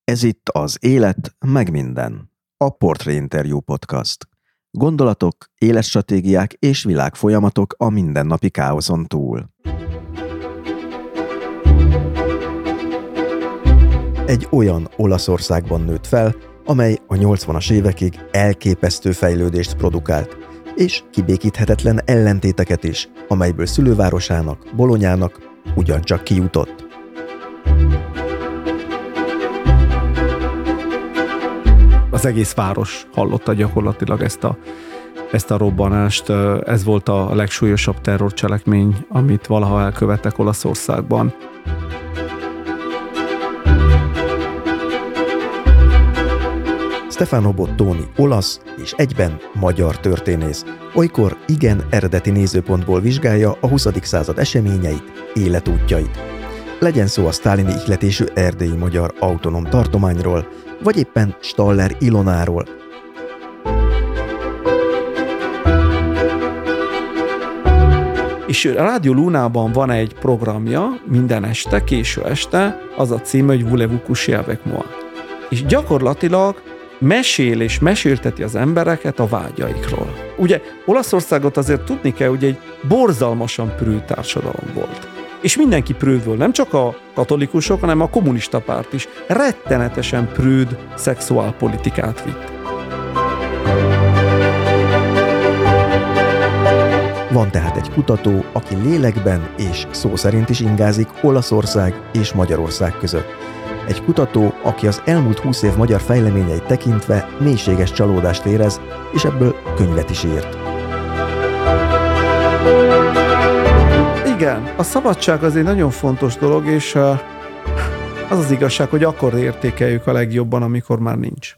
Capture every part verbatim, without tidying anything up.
Ez itt az Élet meg minden, a Portré Interview Podcast. Gondolatok, életstratégiák és világfolyamatok a mindennapi káoszon túl. Egy olyan Olaszországban nőtt fel, amely a nyolcvanas évekig elképesztő fejlődést produkált, és kibékíthetetlen ellentéteket is, amelyből szülővárosának, Bolognának ugyancsak kijutott. Az egész város hallotta gyakorlatilag ezt a, ezt a robbanást. Ez volt a legsúlyosabb terrorcselekmény, amit valaha elkövettek Olaszországban. Stefano Bottoni olasz és egyben magyar történész. Olykor igen eredeti nézőpontból vizsgálja a huszadik század eseményeit, életútjait. Legyen szó a sztálini ihletésű erdélyi magyar autonóm tartományról, vagy éppen Staller Ilonáról. És a Rádió Lunában van egy programja, minden este, késő este, az a címe, hogy Voulez-vous coucher avec moi. És gyakorlatilag mesél és mesélteti az embereket a vágyaikról. Ugye Olaszországot azért tudni kell, hogy egy borzalmasan prűd társadalom volt. És mindenki prűd volt, nem csak a katolikusok, hanem a kommunista párt is rettenetesen prűd szexuálpolitikát vitt. Van tehát egy kutató, aki lélekben és szó szerint is ingázik Olaszország és Magyarország között. Egy kutató, aki az elmúlt húsz év magyar fejleményeit tekintve mélységes csalódást érez, és ebből könyvet is írt. Igen, a szabadság az egy nagyon fontos dolog, és az az igazság, hogy akkor értékeljük a legjobban, amikor már nincs.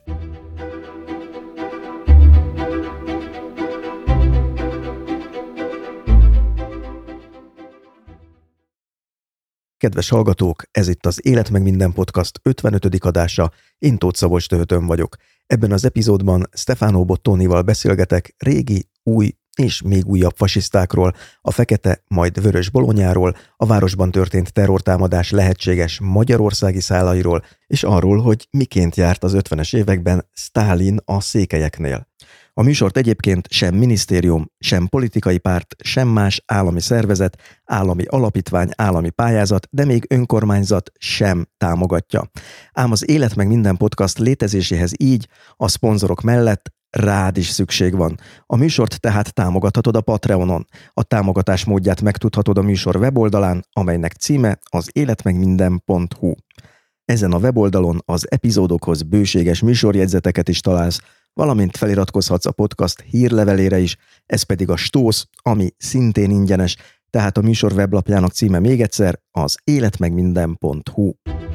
Kedves hallgatók, ez itt az Élet meg minden podcast ötvenötödik adása, én Tóth Szabolcs Töhötön vagyok. Ebben az epizódban Stefano Bottonival beszélgetek régi, új és még újabb fasisztákról, a fekete, majd vörös Bolognáról, a városban történt terrortámadás lehetséges magyarországi szálairól, és arról, hogy miként járt az ötvenes években Sztálin a székelyeknél. A műsort egyébként sem minisztérium, sem politikai párt, sem más állami szervezet, állami alapítvány, állami pályázat, de még önkormányzat sem támogatja. Ám az Élet meg minden podcast létezéséhez így, a szponzorok mellett rád is szükség van. A műsort tehát támogathatod a Patreonon. A támogatás módját megtudhatod a műsor weboldalán, amelynek címe az életmegminden pont hu. Ezen a weboldalon az epizódokhoz bőséges műsorjegyzeteket is találsz, valamint feliratkozhatsz a podcast hírlevelére is, ez pedig a Stósz, ami szintén ingyenes, tehát a műsor weblapjának címe még egyszer az életmegminden pont hu.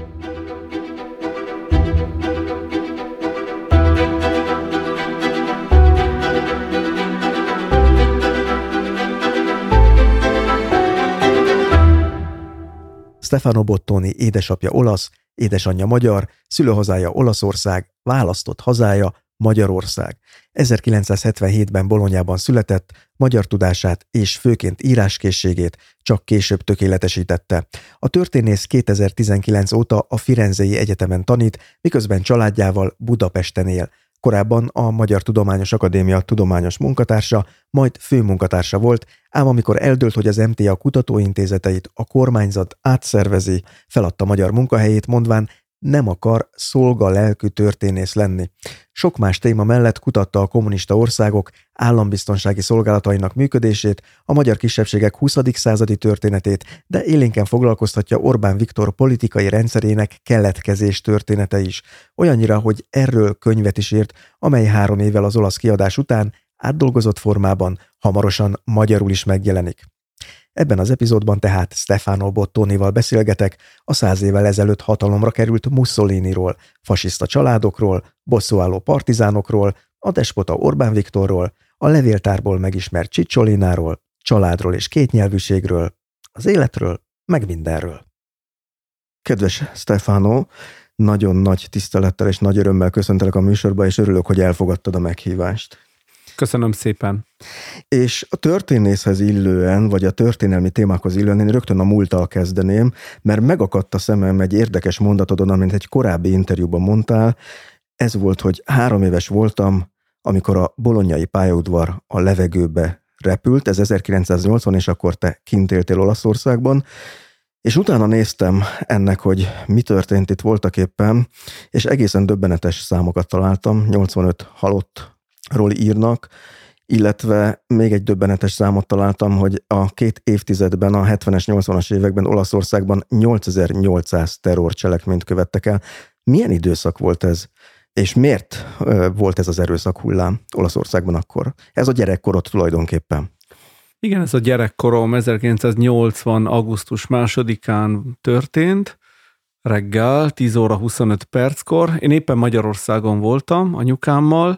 Stefano Bottoni édesapja olasz, édesanyja magyar, szülőhazája Olaszország, választott hazája Magyarország. ezerkilencszázhetvenhétben Bolognában született, magyar tudását és főként íráskészségét csak később tökéletesítette. A történész kétezer-tizenkilenc óta a Firenzei Egyetemen tanít, miközben családjával Budapesten él. Korábban a Magyar Tudományos Akadémia tudományos munkatársa, majd főmunkatársa volt, ám amikor eldőlt, hogy az em té á kutatóintézeteit a kormányzat átszervezi, feladta magyar munkahelyét, mondván nem akar szolgalelkű történész lenni. Sok más téma mellett kutatta a kommunista országok állambiztonsági szolgálatainak működését, a magyar kisebbségek huszadik századi történetét, de élénken foglalkoztatja Orbán Viktor politikai rendszerének keletkezés története is. Olyannyira, hogy erről könyvet is írt, amely három évvel az olasz kiadás után átdolgozott formában hamarosan magyarul is megjelenik. Ebben az epizódban tehát Stefano Bottonival beszélgetek a száz évvel ezelőtt hatalomra került Mussoliniról, fasiszta családokról, bosszúálló partizánokról, a despota Orbán Viktorról, a levéltárból megismert Cicciolináról, családról és kétnyelvűségről, az életről, meg mindenről. Kedves Stefano, nagyon nagy tisztelettel és nagy örömmel köszöntelek a műsorba, és örülök, hogy elfogadtad a meghívást. Köszönöm szépen. És a történészhez illően, vagy a történelmi témákhoz illően én rögtön a múlttal kezdeném, mert megakadt a szemem egy érdekes mondatodon, amit egy korábbi interjúban mondtál. Ez volt, hogy három éves voltam, amikor a bolonyai pályaudvar a levegőbe repült, ez ezerkilencszáznyolcvan, és akkor te kint éltél Olaszországban, és utána néztem ennek, hogy mi történt itt voltak éppen, és egészen döbbenetes számokat találtam, nyolcvanöt halottról írnak, illetve még egy döbbenetes számot találtam, hogy a két évtizedben, a hetvenes, nyolcvanas években Olaszországban nyolcezer-nyolcszáz terrorcselekményt követtek el. Milyen időszak volt ez? És miért volt ez az erőszak hullám Olaszországban akkor? Ez a gyerekkorod tulajdonképpen. Igen, ez a gyerekkorom ezerkilencszáznyolcvan. augusztus másodikán történt, reggel tíz óra huszonöt perckor. Én éppen Magyarországon voltam anyukámmal,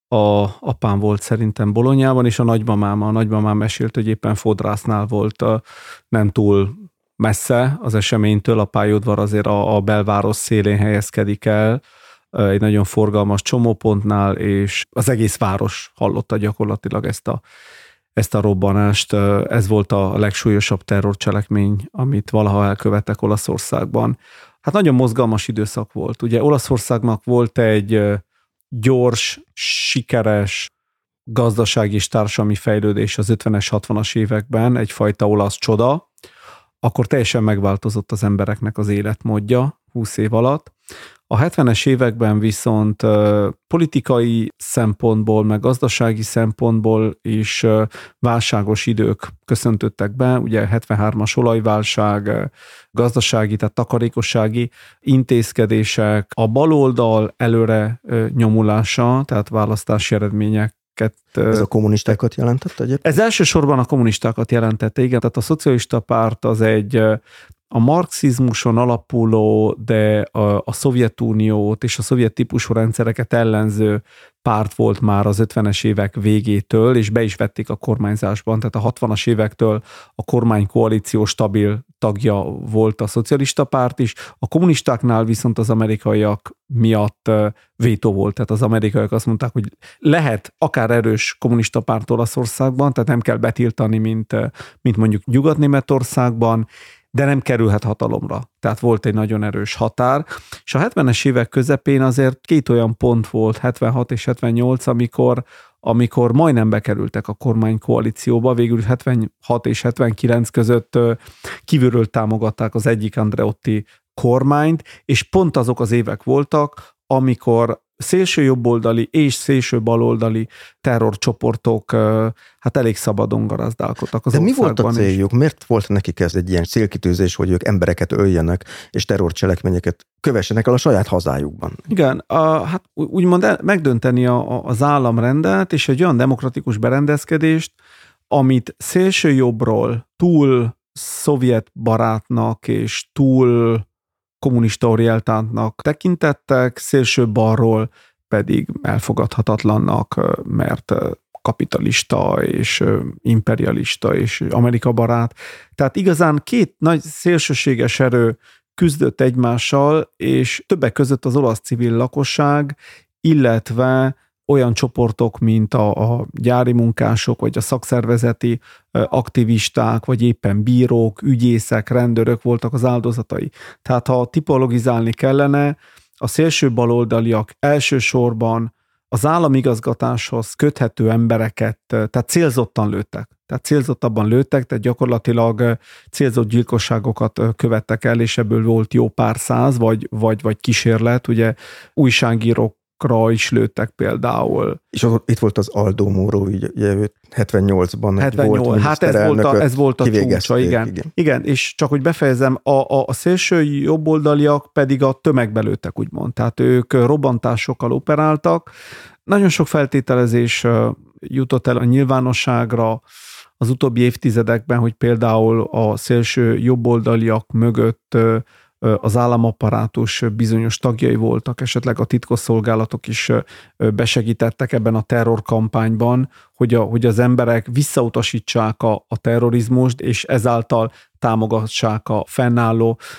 a apám volt szerintem Bolonyában, és a nagymamám, a nagymamám mesélt, hogy éppen fodrásznál volt, nem túl messze az eseménytől, a pályaudvar azért a, a belváros szélén helyezkedik el, egy nagyon forgalmas csomópontnál, és az egész város hallotta gyakorlatilag ezt a, ezt a robbanást. Ez volt a legsúlyosabb terrorcselekmény, amit valaha elkövettek Olaszországban. Hát nagyon mozgalmas időszak volt. Ugye Olaszországnak volt egy gyors, sikeres gazdasági és társadalmi fejlődés az ötvenes, hatvanas években, egyfajta olasz csoda, akkor teljesen megváltozott az embereknek az életmódja húsz év alatt. A hetvenes években viszont uh, politikai szempontból, meg gazdasági szempontból is uh, válságos idők köszöntöttek be, ugye hetvenhármas olajválság, uh, gazdasági, tehát takarékossági intézkedések, a baloldal előre uh, nyomulása, tehát választási eredmények. Ez a kommunistákat jelentette egyébként? Ez elsősorban a kommunistákat jelentette, igen, tehát a szocialista párt az egy a marxizmuson alapuló, de a, a Szovjetuniót és a szovjet típusú rendszereket ellenző párt volt már az ötvenes évek végétől, és be is vették a kormányzásban, tehát a hatvanas évektől a kormánykoalíció stabil tagja volt a szocialista párt is, a kommunistáknál viszont az amerikaiak miatt vétó volt, tehát az amerikaiak azt mondták, hogy lehet akár erős kommunista párt Olaszországban, tehát nem kell betiltani, mint, mint mondjuk Nyugat-Németországban, de nem kerülhet hatalomra. Tehát volt egy nagyon erős határ, és a hetvenes évek közepén azért két olyan pont volt, hetvenhat és hetvennyolc, amikor, amikor majdnem bekerültek a kormánykoalícióba, végül hetvenhat és hetvenkilenc között kívülről támogatták az egyik Andreotti kormányt, és pont azok az évek voltak, amikor szélső jobboldali és szélső baloldali terrorcsoportok hát elég szabadon garázdálkodtak az De mi országban. volt a céljuk? És... Miért volt nekik ez egy ilyen célkitűzés, hogy ők embereket öljenek, és terrorcselekményeket kövessenek el a saját hazájukban? Igen, a, hát úgymond el, megdönteni a, a, az államrendet, és egy olyan demokratikus berendezkedést, amit szélső jobbról túl szovjet barátnak, és túl kommunista orientáltnak tekintettek, szélső balról pedig elfogadhatatlannak, mert kapitalista és imperialista és Amerika barát. Tehát igazán két nagy szélsőséges erő küzdött egymással, és többek között az olasz civil lakosság, illetve olyan csoportok, mint a, a gyári munkások, vagy a szakszervezeti aktivisták, vagy éppen bírók, ügyészek, rendőrök voltak az áldozatai. Tehát ha tipologizálni kellene, a szélső baloldaliak elsősorban az államigazgatáshoz köthető embereket, tehát célzottan lőttek. Tehát célzottabban lőttek, tehát gyakorlatilag célzott gyilkosságokat követtek el, és ebből volt jó pár száz, vagy, vagy, vagy kísérlet, ugye újságírók is lőttek például. És itt volt az Aldo Moro, ugye hetvennyolcban hetvennyolc, volt hát ez volt a, ez volt a csúcsa, igen. igen. Igen, és csak hogy befejezem, a, a, a szélső jobboldaliak pedig a tömegbe lőttek, úgymond. Tehát ők robbantásokkal operáltak. Nagyon sok feltételezés jutott el a nyilvánosságra az utóbbi évtizedekben, hogy például a szélső jobboldaliak mögött az államapparátus bizonyos tagjai voltak, esetleg a titkosszolgálatok is besegítettek ebben a terrorkampányban, hogy, a, hogy az emberek visszautasítsák a, a terrorizmust, és ezáltal támogassák a fennálló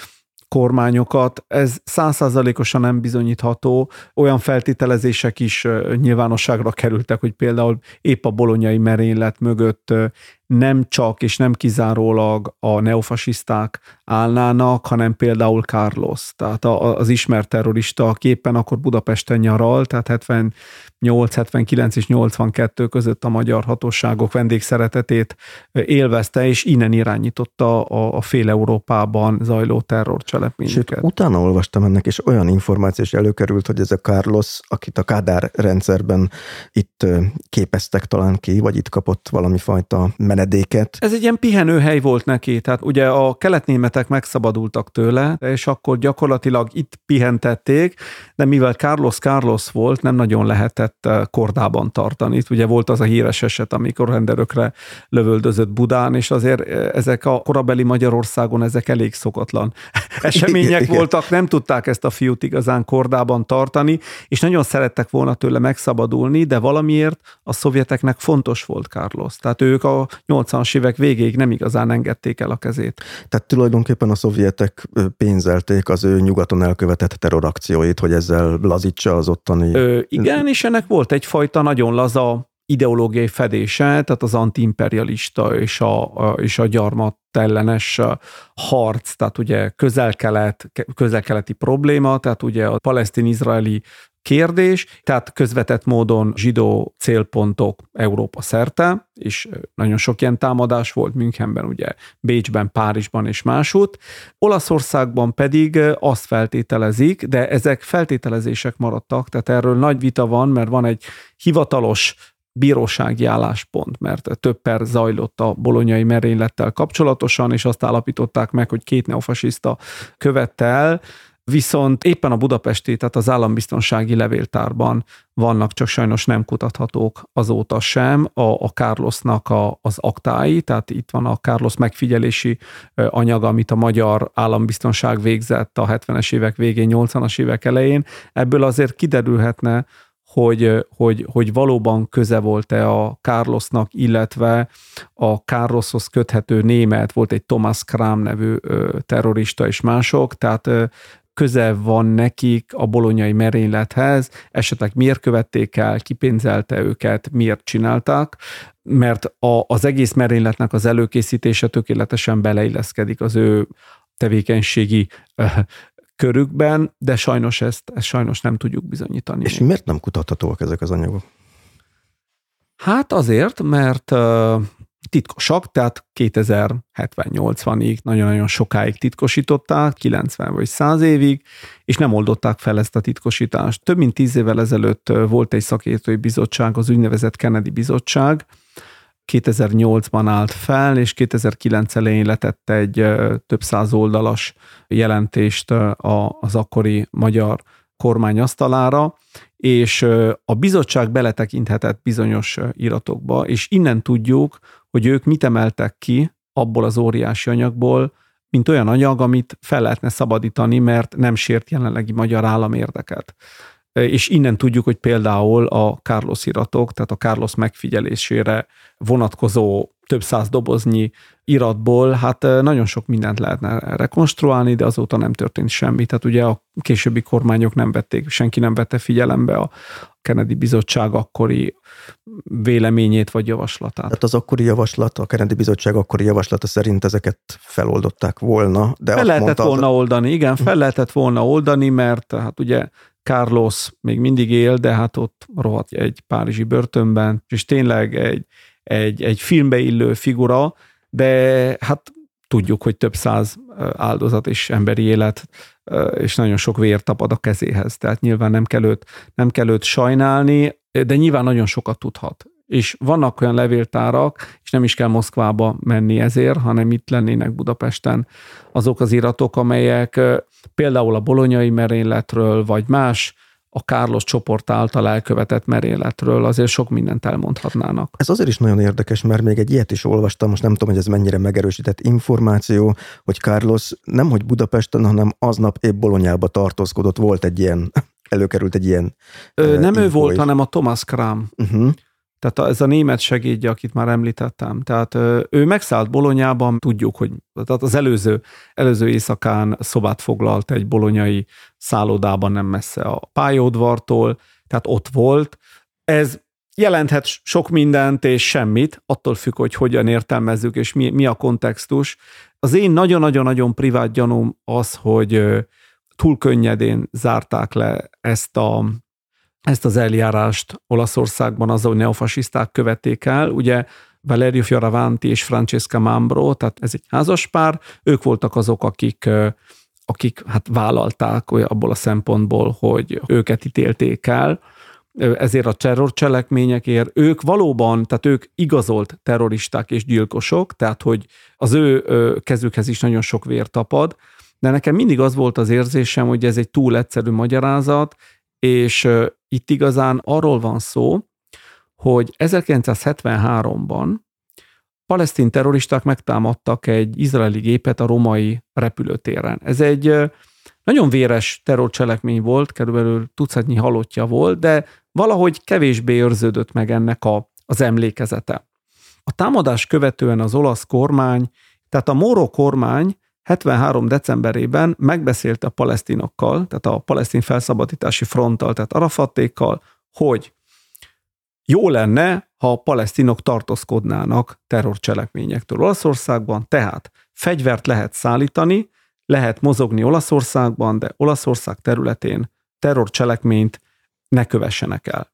kormányokat. Ez száz százalékosan nem bizonyítható. Olyan feltételezések is nyilvánosságra kerültek, hogy például épp a bolonyai merénylet mögött nem csak és nem kizárólag a neofasiszták állnának, hanem például Carlos, tehát az ismert terrorista, aki éppen akkor Budapesten nyaral, tehát hetvennyolc, hetvenkilenc és nyolcvankettő között a magyar hatóságok vendégszeretetét élvezte, és innen irányította a, a fél Európában zajló terrorcselekményeket. Sőt, utána olvastam ennek, és olyan információ is előkerült, hogy ez a Carlos, akit a Kádár rendszerben itt képeztek talán ki, vagy itt kapott valami fajta menedéket. Ez egy ilyen pihenőhely volt neki, tehát ugye a keletnémetek megszabadultak tőle, és akkor gyakorlatilag itt pihentették, de mivel Carlos Carlos volt, nem nagyon lehetett kordában tartani. Itt ugye volt az a híres eset, amikor rendelőkre lövöldözött Budán, és azért ezek a korabeli Magyarországon ezek elég szokatlan események Igen. voltak, nem tudták ezt a fiút igazán kordában tartani, és nagyon szerettek volna tőle megszabadulni, de valamiért a szovjeteknek fontos volt Carlos. Tehát ők a nyolcvanas évek végéig nem igazán engedték el a kezét. Tehát tulajdonképpen a szovjetek pénzelték az ő nyugaton elkövetett terrorakcióit, hogy ezzel lazítsa az ottani... Ö, igen, és ennek volt egyfajta nagyon laza ideológiai fedése, tehát az antiimperialista és a, a, és a gyarmatellenes harc, tehát ugye közel-kelet, közel-keleti probléma, tehát ugye a palesztin-izraeli kérdés, tehát közvetett módon zsidó célpontok Európa szerte, és nagyon sok ilyen támadás volt Münchenben, ugye Bécsben, Párizsban és másút. Olaszországban pedig azt feltételezik, de ezek feltételezések maradtak, tehát erről nagy vita van, mert van egy hivatalos bírósági álláspont, mert több per zajlott a bolonyai merénylettel kapcsolatosan, és azt állapították meg, hogy két neofasiszta követte el, viszont éppen a budapesti, tehát az állambiztonsági levéltárban vannak, csak sajnos nem kutathatók azóta sem a, a Carlosnak a, az aktái, tehát itt van a Carlos megfigyelési anyag, amit a magyar állambiztonság végzett a hetvenes évek végén, nyolcvanas évek elején. Ebből azért kiderülhetne, hogy, hogy, hogy valóban köze volt-e a Carlosnak, illetve a Carloshoz köthető német, volt egy Thomas Kram nevű terrorista és mások, tehát köze van nekik a bolonyai merénylethez, esetleg miért követték el, ki pénzelte őket, miért csinálták, mert a, az egész merényletnek az előkészítése tökéletesen beleilleszkedik az ő tevékenységi körükben, de sajnos ezt, ezt sajnos nem tudjuk bizonyítani. És miért nem kutathatóak ezek az anyagok? Hát azért, mert uh, titkosak, tehát kétezer-hetven-nyolcvanig nagyon-nagyon sokáig titkosították, kilencven vagy száz évig, és nem oldották fel ezt a titkosítást. Több mint tíz évvel ezelőtt volt egy szakértői bizottság, az úgynevezett Kennedy bizottság, kétezer-nyolcban állt fel, és kétezer-kilenc elején letette egy több száz oldalas jelentést az akkori magyar kormány asztalára, és a bizottság beletekinthetett bizonyos iratokba, és innen tudjuk, hogy ők mit emeltek ki abból az óriási anyagból, mint olyan anyag, amit fel lehetne szabadítani, mert nem sért jelenlegi magyar államérdeket. És innen tudjuk, hogy például a Carlos iratok, tehát a Carlos megfigyelésére vonatkozó több száz doboznyi iratból, hát nagyon sok mindent lehetne rekonstruálni, de azóta nem történt semmi. Tehát ugye a későbbi kormányok nem vették, senki nem vette figyelembe a Kennedy bizottság akkori véleményét vagy javaslatát. Tehát az akkori javaslat, a Kennedy bizottság akkori javaslata szerint ezeket feloldották volna. De fel lehetett mondta, volna az... oldani, igen, fel lehetett volna oldani, mert hát ugye Carlos még mindig él, de hát ott rohadt egy párizsi börtönben, és tényleg egy, egy, egy filmbe illő figura, de hát tudjuk, hogy több száz áldozat és emberi élet, és nagyon sok vér tapad a kezéhez, tehát nyilván nem kell őt, nem kell őt sajnálni, de nyilván nagyon sokat tudhat. És vannak olyan levéltárak, és nem is kell Moszkvába menni ezért, hanem itt lennének Budapesten azok az iratok, amelyek például a bolonyai merényletről, vagy más a Carlos csoport által elkövetett merényletről azért sok mindent elmondhatnának. Ez azért is nagyon érdekes, mert még egy ilyet is olvastam, most nem tudom, hogy ez mennyire megerősített információ, hogy Carlos nem hogy Budapesten, hanem aznap épp Bolonyába tartózkodott, volt egy ilyen, előkerült egy ilyen Ö, Nem info ő volt, is. hanem a Thomas Kram. Uh-huh. Tehát ez a német segédje, akit már említettem. Tehát ő megszállt Bolonyában, tudjuk, hogy tehát az előző, előző éjszakán szobát foglalt egy bolonyai szállodában nem messze a pályaudvartól, tehát ott volt. Ez jelenthet sok mindent és semmit, attól függ, hogy hogyan értelmezzük, és mi, mi a kontextus. Az én nagyon-nagyon-nagyon privát gyanúm az, hogy túl könnyedén zárták le ezt, a, ezt az eljárást Olaszországban azzal, hogy neofasiszták követték el. Ugye Valerio Fioravanti és Francesca Mambro, tehát ez egy házaspár, ők voltak azok, akik, akik hát vállalták abból a szempontból, hogy őket ítélték el, ezért a terrorcselekményekért. Ők valóban, tehát ők igazolt terroristák és gyilkosok, tehát hogy az ő kezükhez is nagyon sok vér tapad, de nekem mindig az volt az érzésem, hogy ez egy túl egyszerű magyarázat, és itt igazán arról van szó, hogy ezerkilencszázhetvenháromban palesztin terroristák megtámadtak egy izraeli gépet a római repülőtéren. Ez egy nagyon véres terrorcselekmény volt, körülbelül tucatnyi halottja volt, de valahogy kevésbé őrződött meg ennek a, az emlékezete. A támadás követően az olasz kormány, tehát a Moro kormány hetvenhárom decemberében megbeszélte a palesztinokkal, tehát a palesztin felszabadítási fronttal, tehát Arafattékkal, hogy jó lenne, ha a palesztinok tartózkodnának terrorcselekményektől Olaszországban, tehát fegyvert lehet szállítani, lehet mozogni Olaszországban, de Olaszország területén terrorcselekményt ne kövessenek el.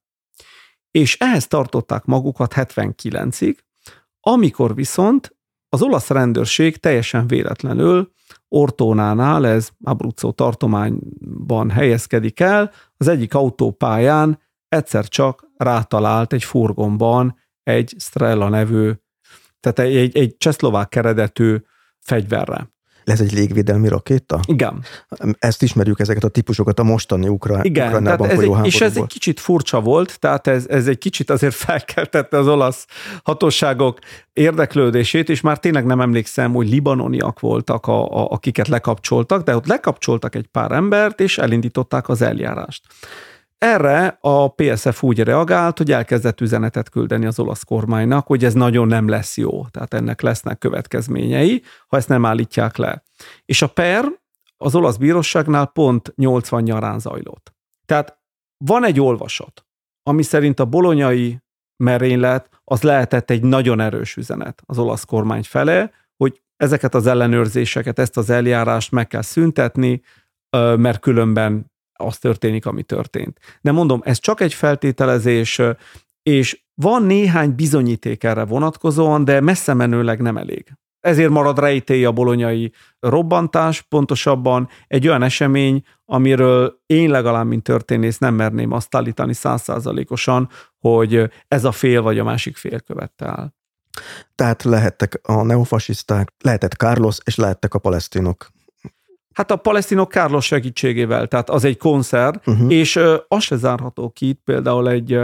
És ehhez tartották magukat hetvenkilencig, amikor viszont az olasz rendőrség teljesen véletlenül Ortónánál, ez Abruzzo tartományban helyezkedik el, az egyik autópályán egyszer csak rátalált egy furgonban egy Strela nevű, tehát egy, egy csehszlovák eredetű fegyverre. Ez egy légvédelmi rakéta? Igen. Ezt ismerjük, ezeket a típusokat a mostani Ukra- Igen, Ukrajnában ez folyó egy, és ez háborúból. egy kicsit furcsa volt, tehát ez, ez egy kicsit azért felkeltette az olasz hatóságok érdeklődését, és már tényleg nem emlékszem, hogy libanoniak voltak, a, a, akiket lekapcsoltak, de ott lekapcsoltak egy pár embert, és elindították az eljárást. Erre a pé es ef úgy reagált, hogy elkezdett üzenetet küldeni az olasz kormánynak, hogy ez nagyon nem lesz jó, tehát ennek lesznek következményei, ha ezt nem állítják le. És a per az olasz bíróságnál pont nyolcvan nyarán zajlott. Tehát van egy olvasat, ami szerint a bolonyai merénylet az lehetett egy nagyon erős üzenet az olasz kormány fele, hogy ezeket az ellenőrzéseket, ezt az eljárást meg kell szüntetni, mert különben az történik, ami történt. De mondom, ez csak egy feltételezés, és van néhány bizonyíték erre vonatkozóan, de messze menőleg nem elég. Ezért marad rejtély a bolonyai robbantás, pontosabban egy olyan esemény, amiről én legalább, mint történész nem merném azt állítani százszázalékosan, hogy ez a fél vagy a másik fél követte el. Tehát lehettek a neofasiszták, lehetett Carlos, és lehettek a palesztinok. Hát a palesztinok Carlos segítségével, tehát az egy koncert, uh-huh. és ö, az se zárható ki, itt például egy,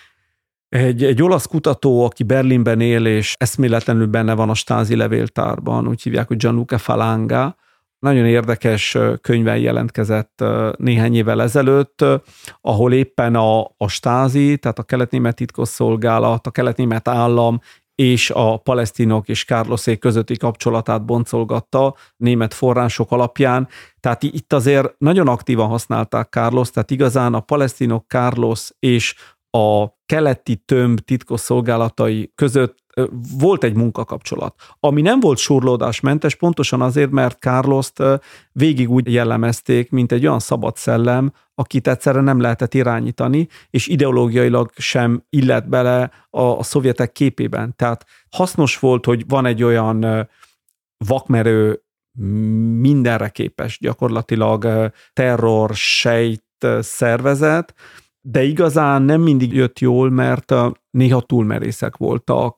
egy, egy olasz kutató, aki Berlinben él, és eszméletlenül benne van a Stasi levéltárban, úgy hívják, hogy Gianluca Falanga, nagyon érdekes könyvvel jelentkezett néhány évvel ezelőtt, ahol éppen a, a Stasi, tehát a keletnémet titkosszolgálat, a keletnémet állam és a palesztinok és Carlosék közötti kapcsolatát boncolgatta német források alapján. Tehát itt azért nagyon aktívan használták Carlost, tehát igazán a palesztinok, Carlos és a keleti tömb titkosszolgálatai között volt egy munkakapcsolat, ami nem volt surlódásmentes, pontosan azért, mert Carlost végig úgy jellemezték, mint egy olyan szabad szellem, akit egyszerre nem lehetett irányítani, és ideológiailag sem illett bele a, a szovjetek képében. Tehát hasznos volt, hogy van egy olyan vakmerő, mindenre képes gyakorlatilag terror, sejt szervezet, de igazán nem mindig jött jól, mert néha túlmerészek voltak,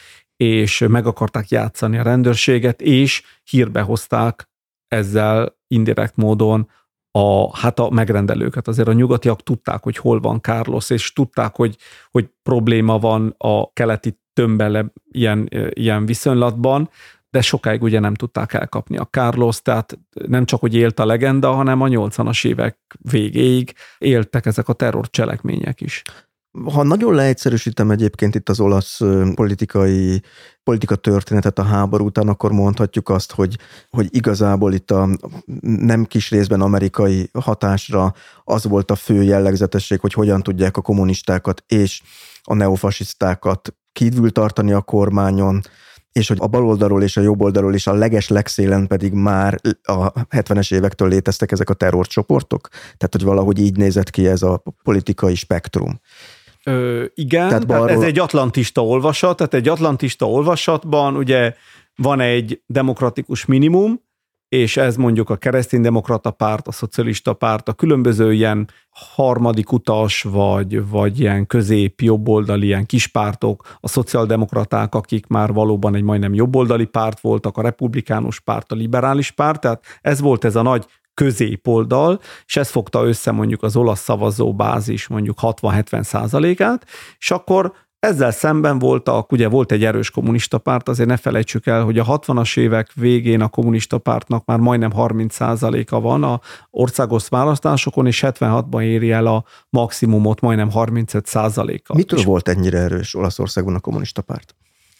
és meg akarták játszani a rendőrséget, és hírbe hozták ezzel indirekt módon a, hát a megrendelőket. Azért a nyugatiak tudták, hogy hol van Carlos, és tudták, hogy, hogy probléma van a keleti tömbbel ilyen, ilyen viszonylatban, de sokáig ugye nem tudták elkapni a Carlos, tehát nem csak, hogy élt a legenda, hanem a nyolcvanas évek végéig éltek ezek a terrorcselekmények is. Ha nagyon leegyszerűsítem egyébként itt az olasz politikai, politika történetet a háború után, akkor mondhatjuk azt, hogy, hogy igazából itt a nem kis részben amerikai hatásra az volt a fő jellegzetesség, hogy hogyan tudják a kommunistákat és a neofasisztákat kívül tartani a kormányon, és hogy a baloldalról és a jobboldalról is a leges legszélen pedig már a hetvenes évektől léteztek ezek a terrorcsoportok. Tehát, hogy valahogy így nézett ki ez a politikai spektrum. Ö, igen, tehát, tehát balról... ez egy atlantista olvasat, tehát egy atlantista olvasatban ugye van egy demokratikus minimum, és ez mondjuk a kereszténydemokrata párt, a szocialista párt, a különböző ilyen harmadik utas, vagy, vagy ilyen közép, jobboldali, ilyen kispártok, a szociáldemokraták, akik már valóban egy majdnem jobboldali párt voltak, a republikánus párt, a liberális párt, tehát ez volt ez a nagy középoldal, és ez fogta össze mondjuk az olasz szavazóbázis mondjuk hatvan-hetven százalékát, és akkor ezzel szemben voltak, ugye volt egy erős kommunista párt, azért ne felejtsük el, hogy a hatvanas évek végén a kommunista pártnak már majdnem harminc százaléka van a országos választásokon, és hetvenhatban éri el a maximumot majdnem harmincöt százaléka. Mitől és volt ennyire erős Olaszországban a kommunista párt?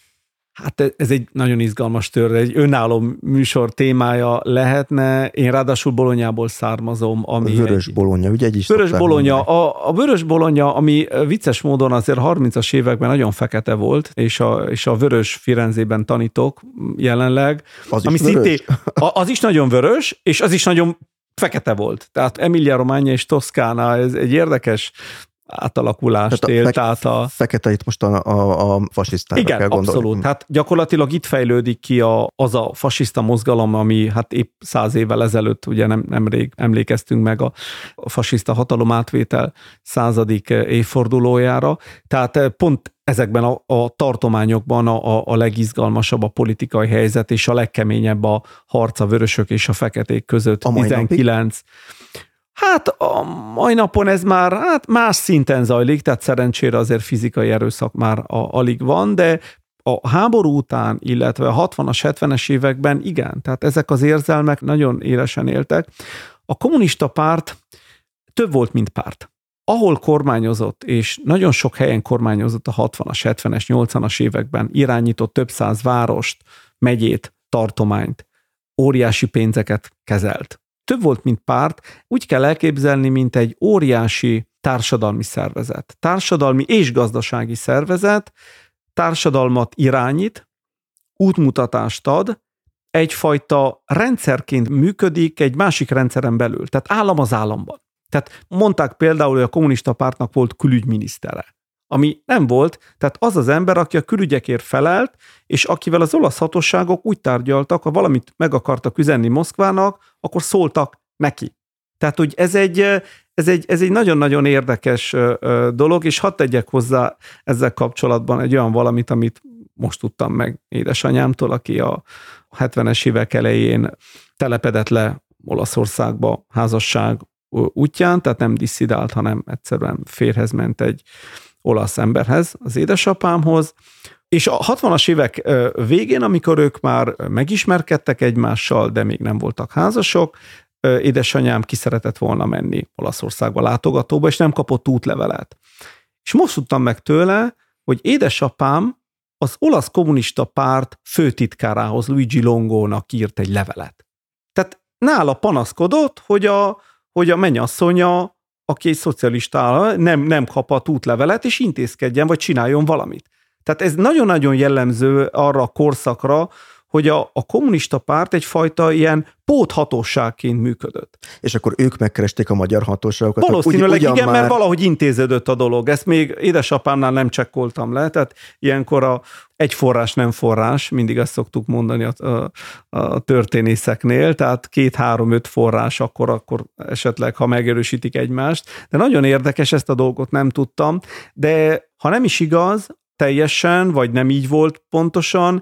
Hát ez egy nagyon izgalmas történet, egy önálló műsor témája lehetne. Én ráadásul Bolognából származom. Ami a Vörös egy... Bologna, ugye egy is Vörös Bologna, a, a Vörös Bologna, ami vicces módon azért harmincas években nagyon fekete volt, és a, és a Vörös Firenzében tanítok jelenleg. Az ami is vörös? Szintén, az is nagyon vörös, és az is nagyon fekete volt. Tehát Emilia Romagna és Toszkána, ez egy érdekes átalakulást tehát élt át a... Fekete itt most a, a, a fasisztára igen, kell gondolni. abszolút. Hát gyakorlatilag itt fejlődik ki a, az a fasiszta mozgalom, ami hát épp száz évvel ezelőtt, ugye nem, nemrég emlékeztünk meg a, a fasiszta hatalomátvétel századik évfordulójára. Tehát pont ezekben a, a tartományokban a, a legizgalmasabb a politikai helyzet, és a legkeményebb a harc a vörösök és a feketék között. A tizenkilenc Hát a mai napon ez már hát más szinten zajlik, tehát szerencsére azért fizikai erőszak már a, alig van, de a háború után, illetve a hatvanas, hetvenes években igen, tehát ezek az érzelmek nagyon élesen éltek. A kommunista párt több volt, mint párt. Ahol kormányozott, és nagyon sok helyen kormányozott a hatvanas, hetvenes, nyolcvanas években, irányított több száz várost, megyét, tartományt, óriási pénzeket kezelt. Több volt, mint párt, úgy kell elképzelni, mint egy óriási társadalmi szervezet. Társadalmi és gazdasági szervezet, társadalmat irányít, útmutatást ad, egyfajta rendszerként működik egy másik rendszeren belül. Tehát állam az államban. Tehát mondták például, hogy a kommunista pártnak volt külügyminisztere, ami nem volt, tehát az az ember, aki a külügyekért felelt, és akivel az olasz hatóságok úgy tárgyaltak, ha valamit meg akartak üzenni Moszkvának, akkor szóltak neki. Tehát, hogy ez egy, ez egy, ez egy nagyon-nagyon érdekes dolog, és hadd tegyek hozzá ezzel kapcsolatban egy olyan valamit, amit most tudtam meg édesanyámtól, aki a hetvenes évek elején telepedett le Olaszországba házasság útján, tehát nem disszidált, hanem egyszerűen férhez ment egy olasz emberhez, az édesapámhoz, és a hatvanas évek végén, amikor ők már megismerkedtek egymással, de még nem voltak házasok, édesanyám ki szeretett volna menni Olaszországba látogatóba, és nem kapott útlevelet. És most tudtam meg tőle, hogy édesapám az olasz kommunista párt főtitkárához, Luigi Longónak írt egy levelet. Tehát nála panaszkodott, hogy a, hogy a mennyasszonya, aki egy szocialista, nem, nem kaphat útlevelet, és intézkedjen, vagy csináljon valamit. Tehát ez nagyon-nagyon jellemző arra a korszakra, hogy a, a kommunista párt egyfajta ilyen póthatóságként működött. És akkor ők megkeresték a magyar hatóságokat? Valószínűleg igen, már... mert valahogy intéződött a dolog. Ezt még édesapámnál nem csekkoltam le, tehát ilyenkor a egy forrás nem forrás, mindig ezt szoktuk mondani a, a, a történészeknél, tehát két-három-öt forrás, akkor, akkor esetleg, ha megerősítik egymást. De nagyon érdekes, ezt a dolgot nem tudtam, de ha nem is igaz teljesen, vagy nem így volt pontosan,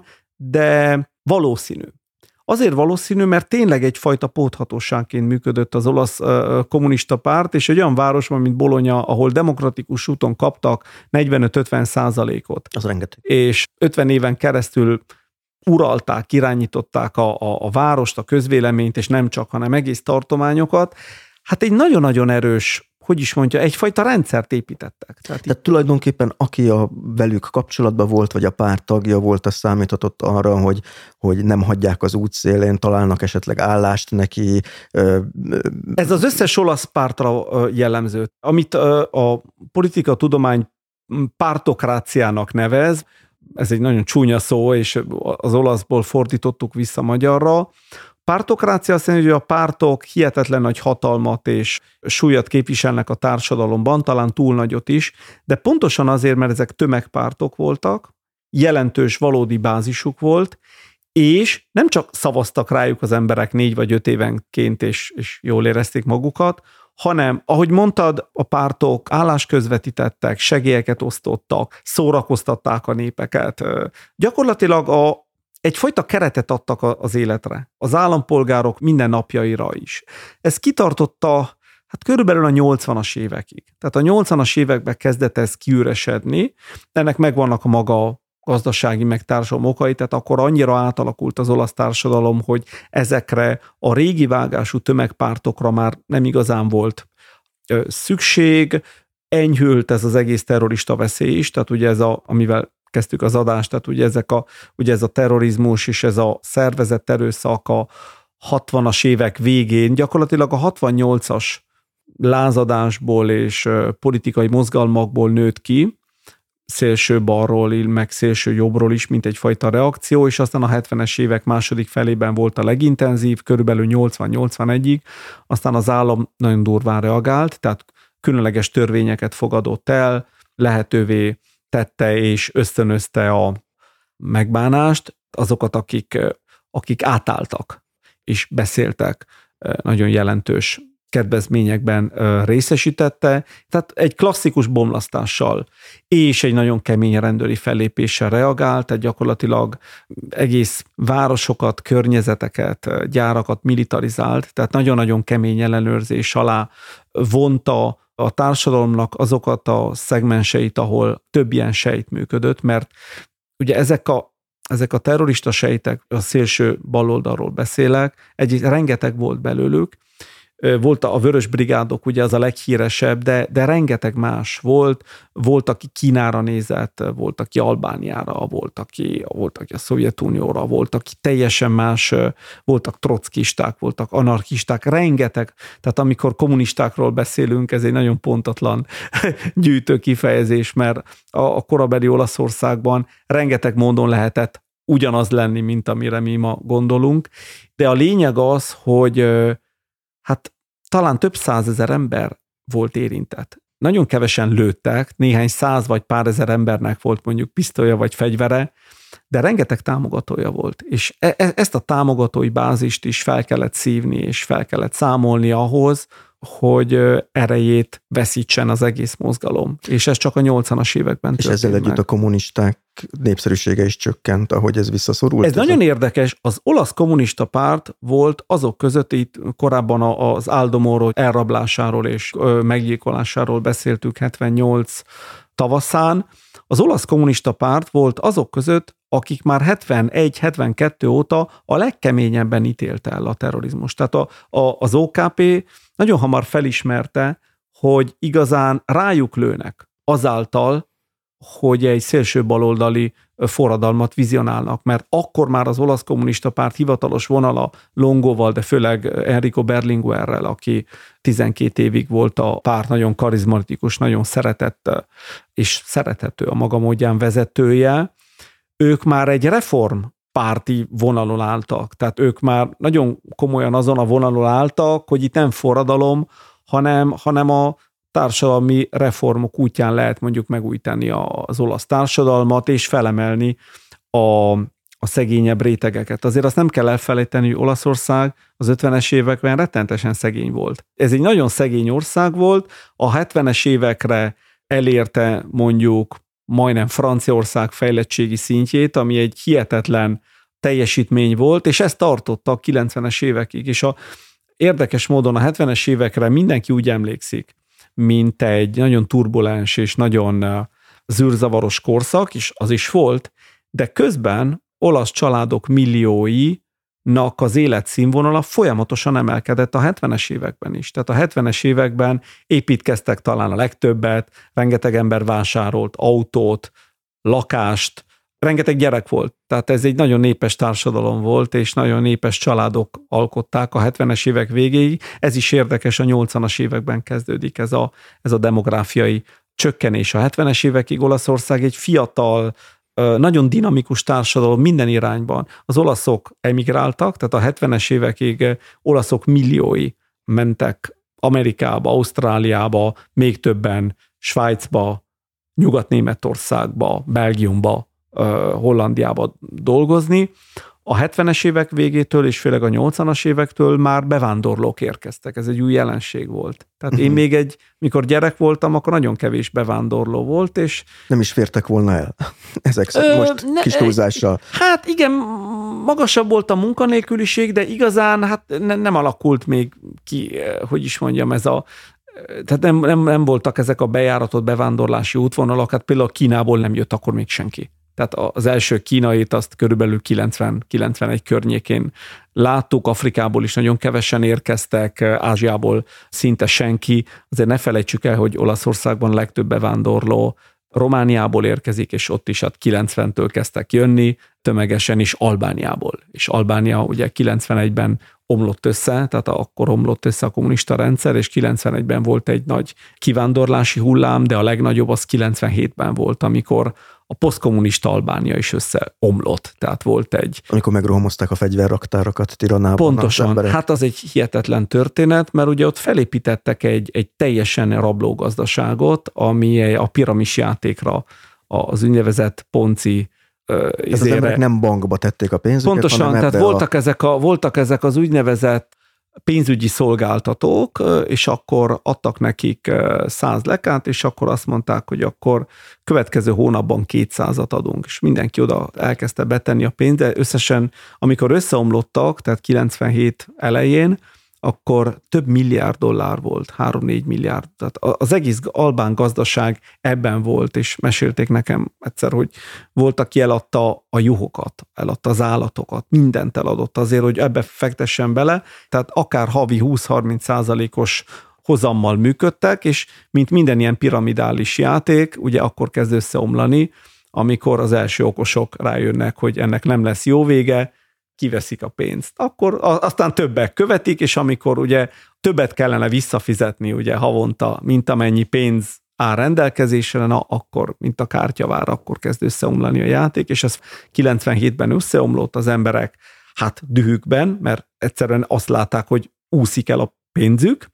de valószínű. Azért valószínű, mert tényleg egyfajta póthatóságként működött az olasz uh, kommunista párt, és egy olyan városban, mint Bologna, ahol demokratikus úton kaptak negyvenöt-ötven százalékot. Az rengeteg. És ötven éven keresztül uralták, irányították a, a, a várost, a közvéleményt, és nem csak, hanem egész tartományokat. Hát egy nagyon-nagyon erős hogy is mondja, egyfajta rendszert építettek. Tehát, Tehát tulajdonképpen aki a velük kapcsolatban volt, vagy a párt tagja volt, az számíthatott arra, hogy, hogy nem hagyják az útszélén, találnak esetleg állást neki. Ez az összes olasz pártra jellemző. Amit a politika tudomány pártokráciának nevez, ez egy nagyon csúnya szó, és az olaszból fordítottuk vissza magyarra. Pártokrácia azt jelenti, hogy a pártok hihetetlen nagy hatalmat és súlyat képviselnek a társadalomban, talán túl nagyot is, de pontosan azért, mert ezek tömegpártok voltak, jelentős valódi bázisuk volt, és nem csak szavaztak rájuk az emberek négy vagy öt évenként, és, és jól érezték magukat, hanem, ahogy mondtad, a pártok állást közvetítettek, segélyeket osztottak, szórakoztatták a népeket. Gyakorlatilag a egyfajta keretet adtak az életre, az állampolgárok mindennapjaira is. Ez kitartotta hát körülbelül a nyolcvanas évekig. Tehát a nyolcvanas években kezdett ez kiüresedni, ennek megvannak a maga gazdasági meg társadalmi okai, tehát akkor annyira átalakult az olasz társadalom, hogy ezekre a régi vágású tömegpártokra már nem igazán volt szükség, enyhült ez az egész terrorista veszély is, tehát ugye ez a, amivel kezdtük az adást, tehát ugye, ezek a, ugye ez a terrorizmus és ez a szervezett erőszak a hatvanas évek végén, gyakorlatilag a hatvannyolcas lázadásból és politikai mozgalmakból nőtt ki, szélső balról, meg szélső jobbról is, mint egyfajta reakció, és aztán a hetvenes évek második felében volt a legintenzív, körülbelül nyolcvan-nyolcvanegyig, aztán az állam nagyon durván reagált, tehát különleges törvényeket fogadott el, lehetővé tette és ösztönözte a megbánást, azokat, akik, akik átálltak és beszéltek, nagyon jelentős kedvezményekben részesítette, tehát egy klasszikus bomlasztással és egy nagyon kemény rendőri fellépéssel reagált, tehát gyakorlatilag egész városokat, környezeteket, gyárakat militarizált, tehát nagyon-nagyon kemény ellenőrzés alá vonta a társadalomnak azokat a szegmenseit, ahol több ilyen sejt működött, mert ugye ezek a, ezek a terrorista sejtek, a szélső baloldalról beszélek, egy rengeteg volt belőlük, volt a Vörös Brigádok, ugye az a leghíresebb, de, de rengeteg más volt. Volt, aki Kínára nézett, volt, aki Albániára, volt, aki, volt, aki a Szovjetunióra, volt, aki teljesen más, voltak trockisták, voltak anarchisták, rengeteg. Tehát amikor kommunistákról beszélünk, ez egy nagyon pontatlan gyűjtő kifejezés, mert a, a korabeli Olaszországban rengeteg módon lehetett ugyanaz lenni, mint amire mi ma gondolunk. De a lényeg az, hogy hát talán több százezer ember volt érintett. Nagyon kevesen lőttek, néhány száz vagy pár ezer embernek volt mondjuk pisztolya vagy fegyvere, de rengeteg támogatója volt. És e- ezt a támogatói bázist is fel kellett szívni, és fel kellett számolni ahhoz, hogy erejét veszítsen az egész mozgalom. És ez csak a nyolcvanas években történt. És ezzel együtt meg. A kommunisták népszerűsége is csökkent, ahogy ez visszaszorult. Ez, ez nagyon a... érdekes. Az olasz kommunista párt volt azok között, itt korábban az Aldomoro elrablásáról és meggyilkolásáról beszéltük hetvennyolc tavaszán. Az olasz kommunista párt volt azok között, akik már hetvenegy hetvenkettő óta a legkeményebben ítélte el a terrorizmust. Tehát a, a, az o ká pé nagyon hamar felismerte, hogy igazán rájuk lőnek azáltal, hogy egy szélső baloldali forradalmat vizionálnak, mert akkor már az olasz kommunista párt hivatalos vonala Longóval, de főleg Enrico Berlinguerrel, aki tizenkét évig volt a párt nagyon karizmatikus, nagyon szeretett és szerethető a maga módján vezetője, ők már egy reform párti vonalon álltak. Tehát ők már nagyon komolyan azon a vonalon álltak, hogy itt nem forradalom, hanem, hanem a társadalmi reformok útján lehet mondjuk megújítani az olasz társadalmat, és felemelni a, a szegényebb rétegeket. Azért azt nem kell elfelejteni, hogy Olaszország az ötvenes években rettentesen szegény volt. Ez egy nagyon szegény ország volt, a hetvenes évekre elérte mondjuk majdnem Franciaország fejlettségi szintjét, ami egy hihetetlen teljesítmény volt, és ezt tartotta a kilencvenes évekig. És a érdekes módon a hetvenes évekre mindenki úgy emlékszik, mint egy nagyon turbulens és nagyon zűrzavaros korszak, és az is volt, de közben olasz családok milliói az életszínvonala folyamatosan emelkedett a hetvenes években is. Tehát a hetvenes években építkeztek talán a legtöbbet, rengeteg ember vásárolt autót, lakást, rengeteg gyerek volt. Tehát ez egy nagyon népes társadalom volt, és nagyon népes családok alkották a hetvenes évek végéig. Ez is érdekes, a nyolcvanas években kezdődik ez a, ez a demográfiai csökkenés. A hetvenes évekig Olaszország egy fiatal, nagyon dinamikus társadalom minden irányban. Az olaszok emigráltak, tehát a hetvenes évekig olaszok milliói mentek Amerikába, Ausztráliába, még többen Svájcba, Nyugat-Németországba, Belgiumba, Hollandiába dolgozni. A hetvenes évek végétől és főleg a nyolcvanas évektől már bevándorlók érkeztek. Ez egy új jelenség volt. Tehát én még egy, mikor gyerek voltam, akkor nagyon kevés bevándorló volt, és... Nem is fértek volna el ezek ö, most ne, kis túlzással. Hát igen, magasabb volt a munkanélküliség, de igazán hát ne, nem alakult még ki, hogy is mondjam, ez a... Tehát nem, nem, nem voltak ezek a bejáratott bevándorlási útvonalak, hát például Kínából nem jött akkor még senki. Tehát az első kínait azt körülbelül kilencven-kilencvenegy környékén láttuk, Afrikából is nagyon kevesen érkeztek, Ázsiából szinte senki. Azért ne felejtsük el, hogy Olaszországban a legtöbb bevándorló Romániából érkezik, és ott is hát kilencventől kezdtek jönni, tömegesen is Albániából. És Albánia ugye kilencvenegyben omlott össze, tehát akkor omlott össze a kommunista rendszer, és kilencvenegyben volt egy nagy kivándorlási hullám, de a legnagyobb az kilencvenhétben volt, amikor a posztkommunista Albánia is összeomlott, tehát volt egy... Amikor megrohamozták a fegyverraktárakat Tiranában. Pontosan, az hát az egy hihetetlen történet, mert ugye ott felépítettek egy, egy teljesen rablógazdaságot, ami a piramis játékra, az úgynevezett ponzi Ez az emberek nem bankba tették a pénzüket, pontosan, hanem tehát voltak, a... ezek a, voltak ezek az úgynevezett pénzügyi szolgáltatók, és akkor adtak nekik száz lekát, és akkor azt mondták, hogy akkor következő hónapban kétszázat adunk, és mindenki oda elkezdte betenni a pénzt, de összesen, amikor összeomlottak, tehát kilencvenhét elején, akkor több milliárd dollár volt, három-négy milliárd. Tehát az egész albán gazdaság ebben volt, és mesélték nekem egyszer, hogy volt, aki eladta a juhokat, eladta az állatokat, mindent eladott azért, hogy ebbe fektessen bele, tehát akár havi húsz-harminc százalékos hozammal működtek, és mint minden ilyen piramidális játék, ugye akkor kezd összeomlani, amikor az első okosok rájönnek, hogy ennek nem lesz jó vége, kiveszik a pénzt. Akkor aztán többek követik, és amikor ugye többet kellene visszafizetni ugye havonta, mint amennyi pénz áll rendelkezésre, na akkor, mint a kártyavár, akkor kezd összeomlani a játék, és ez kilencvenhétben összeomlott, az emberek hát dühükben, mert egyszerűen azt látták, hogy úszik el a pénzük,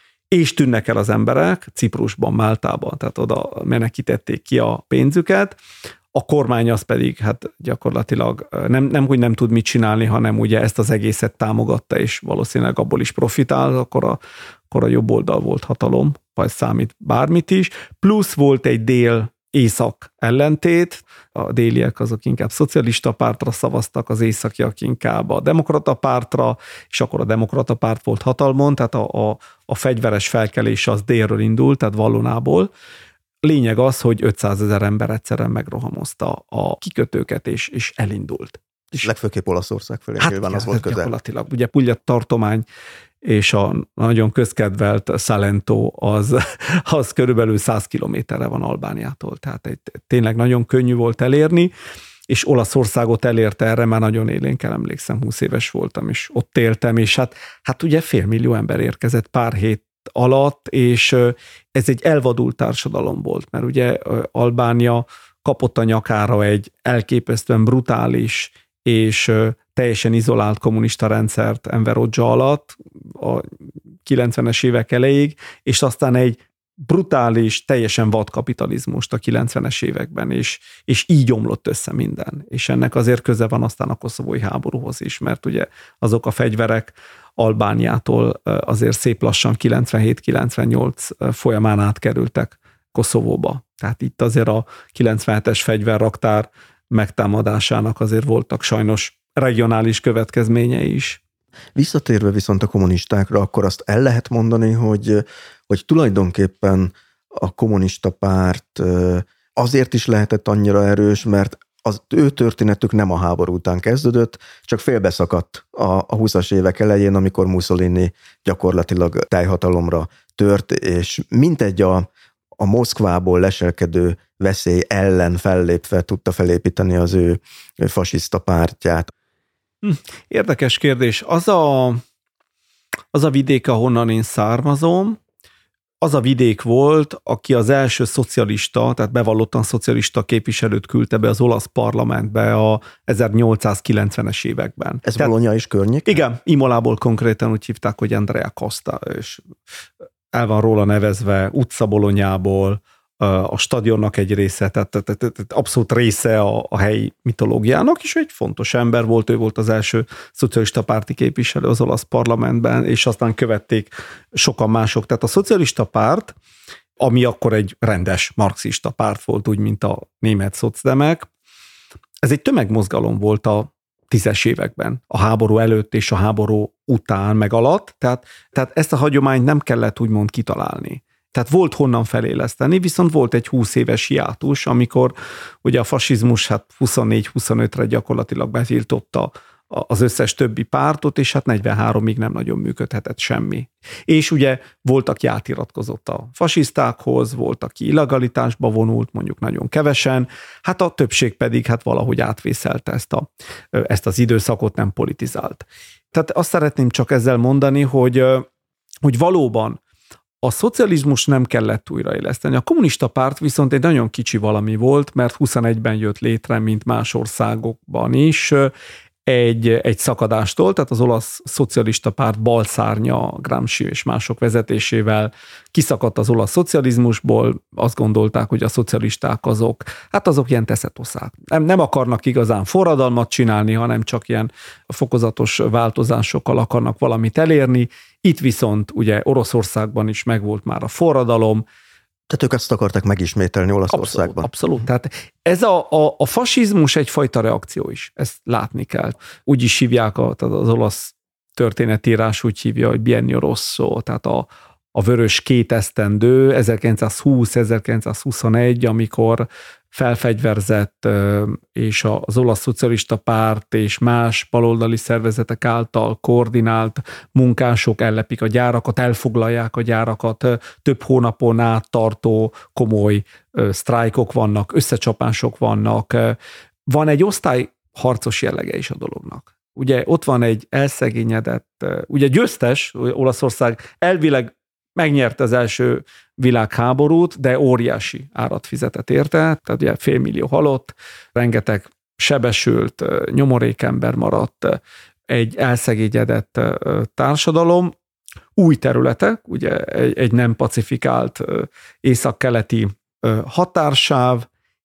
és tűnnek el az emberek Ciprusban, Máltában, tehát oda menekítették ki a pénzüket. A kormány az pedig hát gyakorlatilag nem, nem, hogy nem tud mit csinálni, hanem ugye ezt az egészet támogatta, és valószínűleg abból is profitál, akkor a, akkor a jobb oldal volt hatalom, vagy számít bármit is. Plusz volt egy dél-észak ellentét, a déliek azok inkább szocialista pártra szavaztak, az északiak inkább a demokrata pártra, és akkor a demokrata párt volt hatalmon, tehát a, a, a fegyveres felkelés az délről indult, tehát Vallonából. Lényeg az, hogy ötszázezer ember egyszerűen megrohamozta a kikötőket, és, és elindult. És legfőképp Olaszország felé, hát, nyilván az volt közel. Gyakorlatilag. Ugye Puglia tartomány és a nagyon közkedvelt Salento az, az körülbelül száz kilométerre van Albániától. Tehát egy, tényleg nagyon könnyű volt elérni, és Olaszországot elérte erre, már nagyon élénken emlékszem, húsz éves voltam, és ott éltem, és hát, hát ugye félmillió ember érkezett pár hét alatt, és ez egy elvadult társadalom volt, mert ugye Albánia kapott a nyakára egy elképesztően brutális és teljesen izolált kommunista rendszert Enver Hoxha alatt a kilencvenes évek elejéig, és aztán egy brutális, teljesen vad kapitalizmust a kilencvenes években, és, és így omlott össze minden. És ennek azért köze van aztán a koszovói háborúhoz is, mert ugye azok a fegyverek Albániától azért szép lassan kilencvenhét-kilencvennyolc folyamán átkerültek Koszovóba. Tehát itt azért a kilencvenhetes fegyverraktár megtámadásának azért voltak sajnos regionális következményei is. Visszatérve viszont a kommunistákra, akkor azt el lehet mondani, hogy, hogy tulajdonképpen a kommunista párt azért is lehetett annyira erős, mert az ő történetük nem a háború után kezdődött, csak félbeszakadt a, a húszas évek elején, amikor Mussolini gyakorlatilag teljhatalomra tört, és mintegy a, a Moszkvából leselkedő veszély ellen fellépve tudta felépíteni az ő, ő fasiszta pártját. Érdekes kérdés. Az a, az a vidék, ahonnan én származom, az a vidék volt, aki az első szocialista, tehát bevallottan szocialista képviselőt küldte be az olasz parlamentbe a ezernyolcszázkilencvenes években. Ez Bologna is környék? Igen, Imolából konkrétan úgy hívták, hogy Andrea Costa, és el van róla nevezve utca Bolognából, a stadionnak egy része, tehát, tehát, tehát abszolút része a, a helyi mitológiának, és egy fontos ember volt, ő volt az első szocialista párti képviselő az olasz parlamentben, és aztán követték sokan mások. Tehát a szocialista párt, ami akkor egy rendes marxista párt volt, úgy, mint a német szocdemek, ez egy tömegmozgalom volt a tízes években, a háború előtt és a háború után meg alatt, tehát, tehát ezt a hagyományt nem kellett úgymond kitalálni. Tehát volt honnan feléleszteni, viszont volt egy húsz éves hiátus, amikor ugye a fasizmus hát huszonnégy-huszonötre gyakorlatilag betiltotta az összes többi pártot, és hát negyvenháromig nem nagyon működhetett semmi. És ugye volt, aki átiratkozott a fasisztákhoz, volt, aki illegalitásba vonult, mondjuk nagyon kevesen, hát a többség pedig hát valahogy átvészelte ezt, a, ezt az időszakot, nem politizált. Tehát azt szeretném csak ezzel mondani, hogy, hogy valóban a szocializmus nem kellett újraéleszteni. A kommunista párt viszont egy nagyon kicsi valami volt, mert huszonegyben jött létre, mint más országokban is, egy, egy szakadástól, tehát az olasz szocialista párt balszárnya, Gramsci és mások vezetésével kiszakadt az olasz szocializmusból, azt gondolták, hogy a szocialisták azok, hát azok ilyen teszetoszák. Nem, nem akarnak igazán forradalmat csinálni, hanem csak ilyen fokozatos változásokkal akarnak valamit elérni. Itt viszont ugye Oroszországban is megvolt már a forradalom. Tehát ők ezt akarták megismételni Olaszországban. Abszolút, abszolút. Tehát ez a, a, a fasizmus egyfajta reakció is, ezt látni kell. Úgy is hívják, a, az olasz történetírás úgy hívja, hogy Biennio Rosso, tehát a, a vörös két esztendő, ezerkilencszázhúsz-ezerkilencszázhuszonegy, amikor felfegyverzett és az olasz szocialista párt és más baloldali szervezetek által koordinált munkások ellepik a gyárakat, elfoglalják a gyárakat, több hónapon át tartó komoly sztrájkok vannak, összecsapások vannak. Van egy osztályharcos jellege is a dolognak. Ugye ott van egy elszegényedett, ugye győztes, Olaszország elvileg megnyerte az első világháborút, de óriási árat fizetett érte, tehát ugye félmillió halott, rengeteg sebesült, nyomorékember maradt, egy elszegényedett társadalom, új területek, ugye egy, egy nem pacifikált északkeleti határsáv,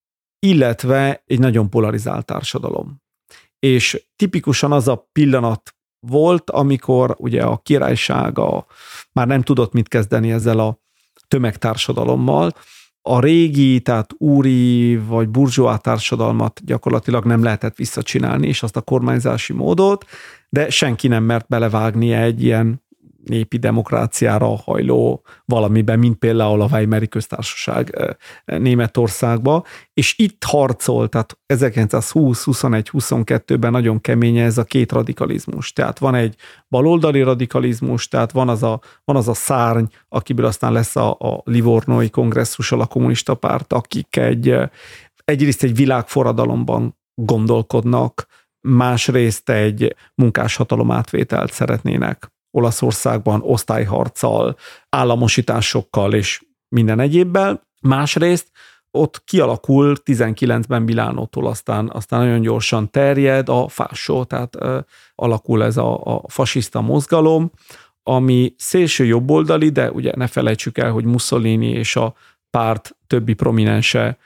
illetve egy nagyon polarizált társadalom. És tipikusan az a pillanat volt, amikor ugye a királysága már nem tudott mit kezdeni ezzel a tömegtársadalommal. A régi, tehát úri vagy burzsóá társadalmat gyakorlatilag nem lehetett visszacsinálni, és azt a kormányzási módot, de senki nem mert belevágni egy ilyen népi demokráciára hajló valamiben, mint például a Weimari köztársaság Németországba, és itt harcol, tehát ezerkilencszázhúsz, huszonegy, huszonkettőben nagyon kemény ez a két radikalizmus. Tehát van egy baloldali radikalizmus, tehát van az a, van az a szárny, akiből aztán lesz a, a Livornói kongresszussal a kommunista párt, akik egy, egyrészt egy világforradalomban gondolkodnak, másrészt egy munkáshatalom átvételt szeretnének Olaszországban osztályharccal, államosításokkal és minden egyébbel. Másrészt ott kialakul tizenkilencben Milánótól, aztán, aztán nagyon gyorsan terjed a fásó, tehát uh, alakul ez a, a fasiszta mozgalom, ami szélső jobboldali, de ugye ne felejtsük el, hogy Mussolini és a párt többi prominense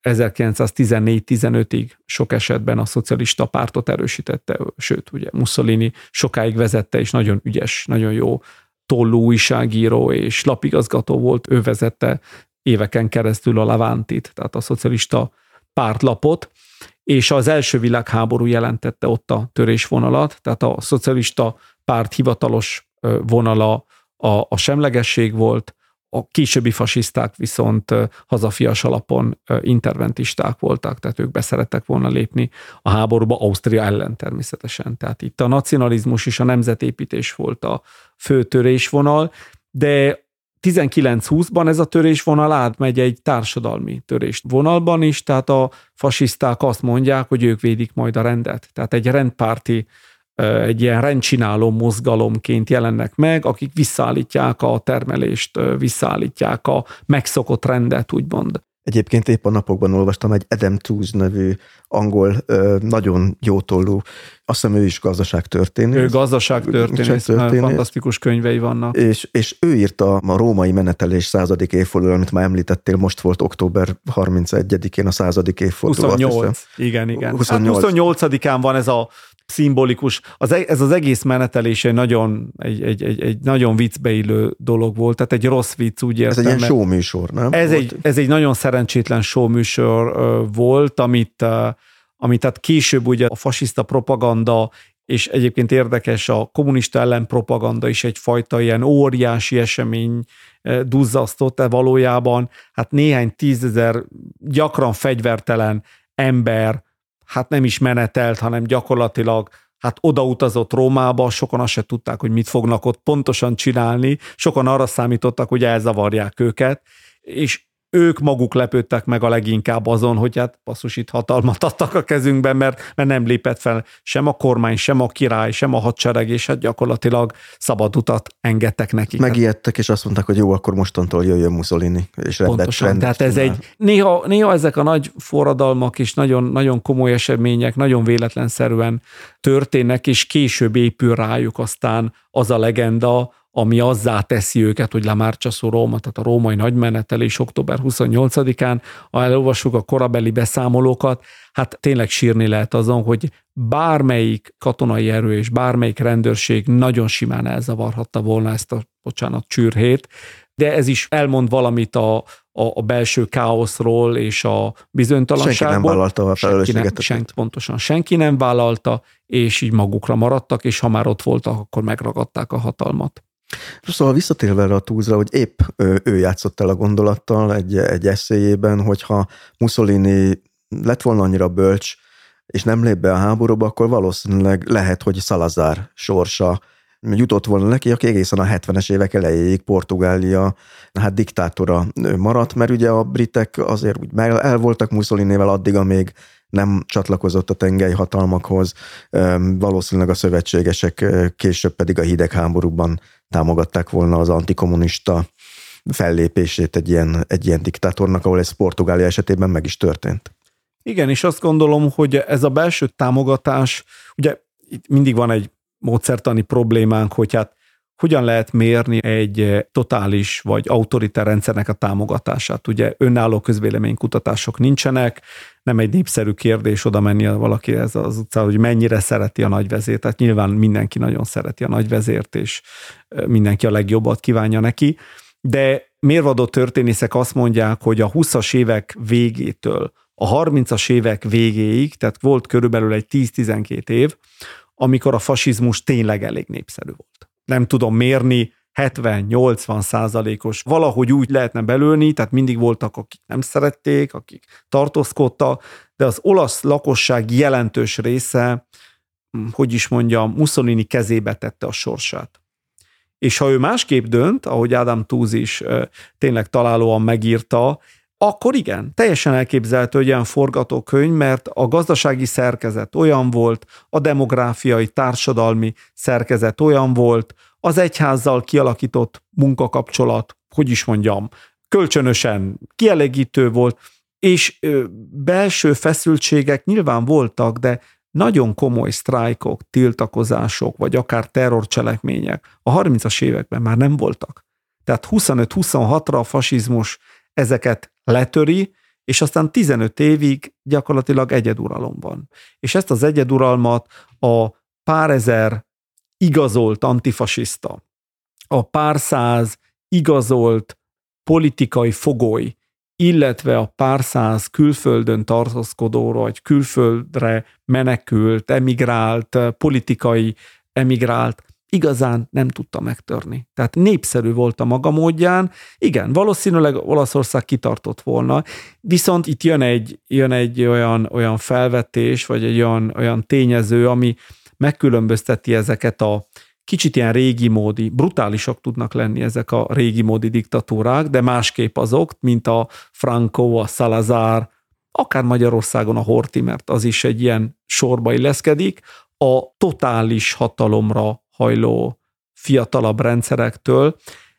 ezerkilencszáztizennégy-tizenötig sok esetben a szocialista pártot erősítette, sőt, ugye Mussolini sokáig vezette, és nagyon ügyes, nagyon jó tollú újságíró és lapigazgató volt, ő vezette éveken keresztül a Levantit, tehát a szocialista pártlapot, és az első világháború jelentette ott a törésvonalat, tehát a szocialista párt hivatalos vonala a, a semlegesség volt, A későbbi fasiszták viszont hazafias alapon interventisták voltak, tehát ők beszerettek volna lépni a háborúba, Ausztria ellen természetesen. Tehát itt a nacionalizmus és a nemzetépítés volt a fő törésvonal, de tizenkilenc húszban ez a törésvonal átmegy egy társadalmi törésvonalban is, tehát a fasiszták azt mondják, hogy ők védik majd a rendet. Tehát egy rendpárti, egy ilyen rendcsináló mozgalomként jelennek meg, akik visszaállítják a termelést, visszaállítják a megszokott rendet, úgymond. Egyébként épp a napokban olvastam egy Adam Tooze nevű angol, nagyon jótollú, azt hiszem ő is gazdaságtörténész. Ő gazdaságtörténész, fantasztikus könyvei vannak. És, és ő írta a római menetelés századik évforduló, amit már említettél, most volt október harmincegyedikén a századik évforduló. huszonnyolc, igen, igen. huszonnyolc. Hát huszonnyolcadikán van ez a szimbolikus, az, ez az egész menetelés egy nagyon, egy, egy, egy, egy nagyon viccbeillő dolog volt, tehát egy rossz vicc, úgy értem. Ez egy ilyen showműsor, nem? Ez egy, ez egy nagyon szerencsétlen showműsor uh, volt, amit, uh, amit tehát később ugye a fasiszta propaganda, és egyébként érdekes, a kommunista ellenpropaganda is egyfajta ilyen óriási esemény uh, duzzasztott, de valójában hát néhány tízezer gyakran fegyvertelen ember hát nem is menetelt, hanem gyakorlatilag hát odautazott Rómába, sokan azt se tudták, hogy mit fognak ott pontosan csinálni, sokan arra számítottak, hogy elzavarják őket, és ők maguk lepődtek meg a leginkább azon, hogy hát basszus, itt hatalmat adtak a kezünkben, mert, mert nem lépett fel sem a kormány, sem a király, sem a hadsereg, és hát gyakorlatilag szabad utat engedtek nekik. Megijedtek, és azt mondták, hogy jó, akkor mostantól jöjjön Mussolini. És rendet, Pontosan, rendet tehát ez egy, néha, néha ezek a nagy forradalmak és nagyon, nagyon komoly események nagyon véletlenszerűen történnek, és később épül rájuk aztán az a legenda, ami azzá teszi őket, hogy La Marcia su Roma, tehát a római nagymenetelés október huszonnyolcadikán, ha elolvassuk a korabeli beszámolókat, hát tényleg sírni lehet azon, hogy bármelyik katonai erő és bármelyik rendőrség nagyon simán elzavarhatta volna ezt a, bocsánat, csürhét, de ez is elmond valamit a, a, a belső káoszról és a bizonytalanságból. Senki nem vállalta a felelősséget. Senki, senki, pontosan, senki nem vállalta, és így magukra maradtak, és ha már ott voltak, akkor megragadták a hatalmat. Szóval visszatérve erre a Tooze-ra, hogy épp ő, ő játszott el a gondolattal egy, egy eszéjében, hogyha Mussolini lett volna annyira bölcs, és nem lép be a háborúba, akkor valószínűleg lehet, hogy Salazar sorsa jutott volna neki, aki egészen a hetvenes évek elejéig Portugália hát diktátora maradt, mert ugye a britek azért úgy el voltak Mussolinivel addig, amíg nem csatlakozott a tengely hatalmakhoz, valószínűleg a szövetségesek később pedig a hidegháborúban támogatták volna az antikommunista fellépését egy ilyen, egy ilyen diktátornak, ahol ez Portugália esetében meg is történt. Igen, és azt gondolom, hogy ez a belső támogatás, ugye itt mindig van egy módszertani problémánk, hogy hát hogyan lehet mérni egy totális vagy autoritár rendszernek a támogatását. Ugye önálló közvéleménykutatások nincsenek, nem egy népszerű kérdés oda menni valaki ez az utcára, hogy mennyire szereti a nagyvezért. Tehát nyilván mindenki nagyon szereti a nagyvezért, és mindenki a legjobbat kívánja neki, de mérvadó történészek azt mondják, hogy a húszas évek végétől a harmincas évek végéig, tehát volt körülbelül egy tíz-tizenkét év, amikor a fasizmus tényleg elég népszerű volt. Nem tudom mérni, hetven-nyolcvan százalékos, valahogy úgy lehetne belőni, tehát mindig voltak, akik nem szerették, akik tartózkodtak, de az olasz lakosság jelentős része, hogy is mondjam, Mussolini kezébe tette a sorsát. És ha ő másképp dönt, ahogy Adam Tooze is tényleg találóan megírta, akkor igen, teljesen elképzelhető, hogy ilyen forgatókönyv, mert a gazdasági szerkezet olyan volt, a demográfiai, társadalmi szerkezet olyan volt, az egyházzal kialakított munkakapcsolat, hogy is mondjam, kölcsönösen kielégítő volt, és belső feszültségek nyilván voltak, de nagyon komoly sztrájkok, tiltakozások, vagy akár terrorcselekmények a harmincas években már nem voltak. Tehát huszonöt-huszonhatra a fasizmus ezeket letöri, és aztán tizenöt évig gyakorlatilag egyeduralom van. És ezt az egyeduralmat a pár ezer igazolt antifasiszta, a pár száz igazolt politikai fogoly, illetve a pár száz külföldön tartózkodó, vagy külföldre menekült, emigrált, politikai emigrált, igazán nem tudta megtörni. Tehát népszerű volt a maga módján. Igen, valószínűleg Olaszország kitartott volna, viszont itt jön egy, jön egy olyan, olyan felvetés, vagy egy olyan, olyan tényező, ami megkülönbözteti ezeket a kicsit ilyen régi módi, brutálisak tudnak lenni ezek a régi módi diktatúrák, de másképp azok, mint a Franco, a Salazar, akár Magyarországon a Horthy, mert az is egy ilyen sorba illeszkedik, a totális hatalomra hajló fiatalabb rendszerektől.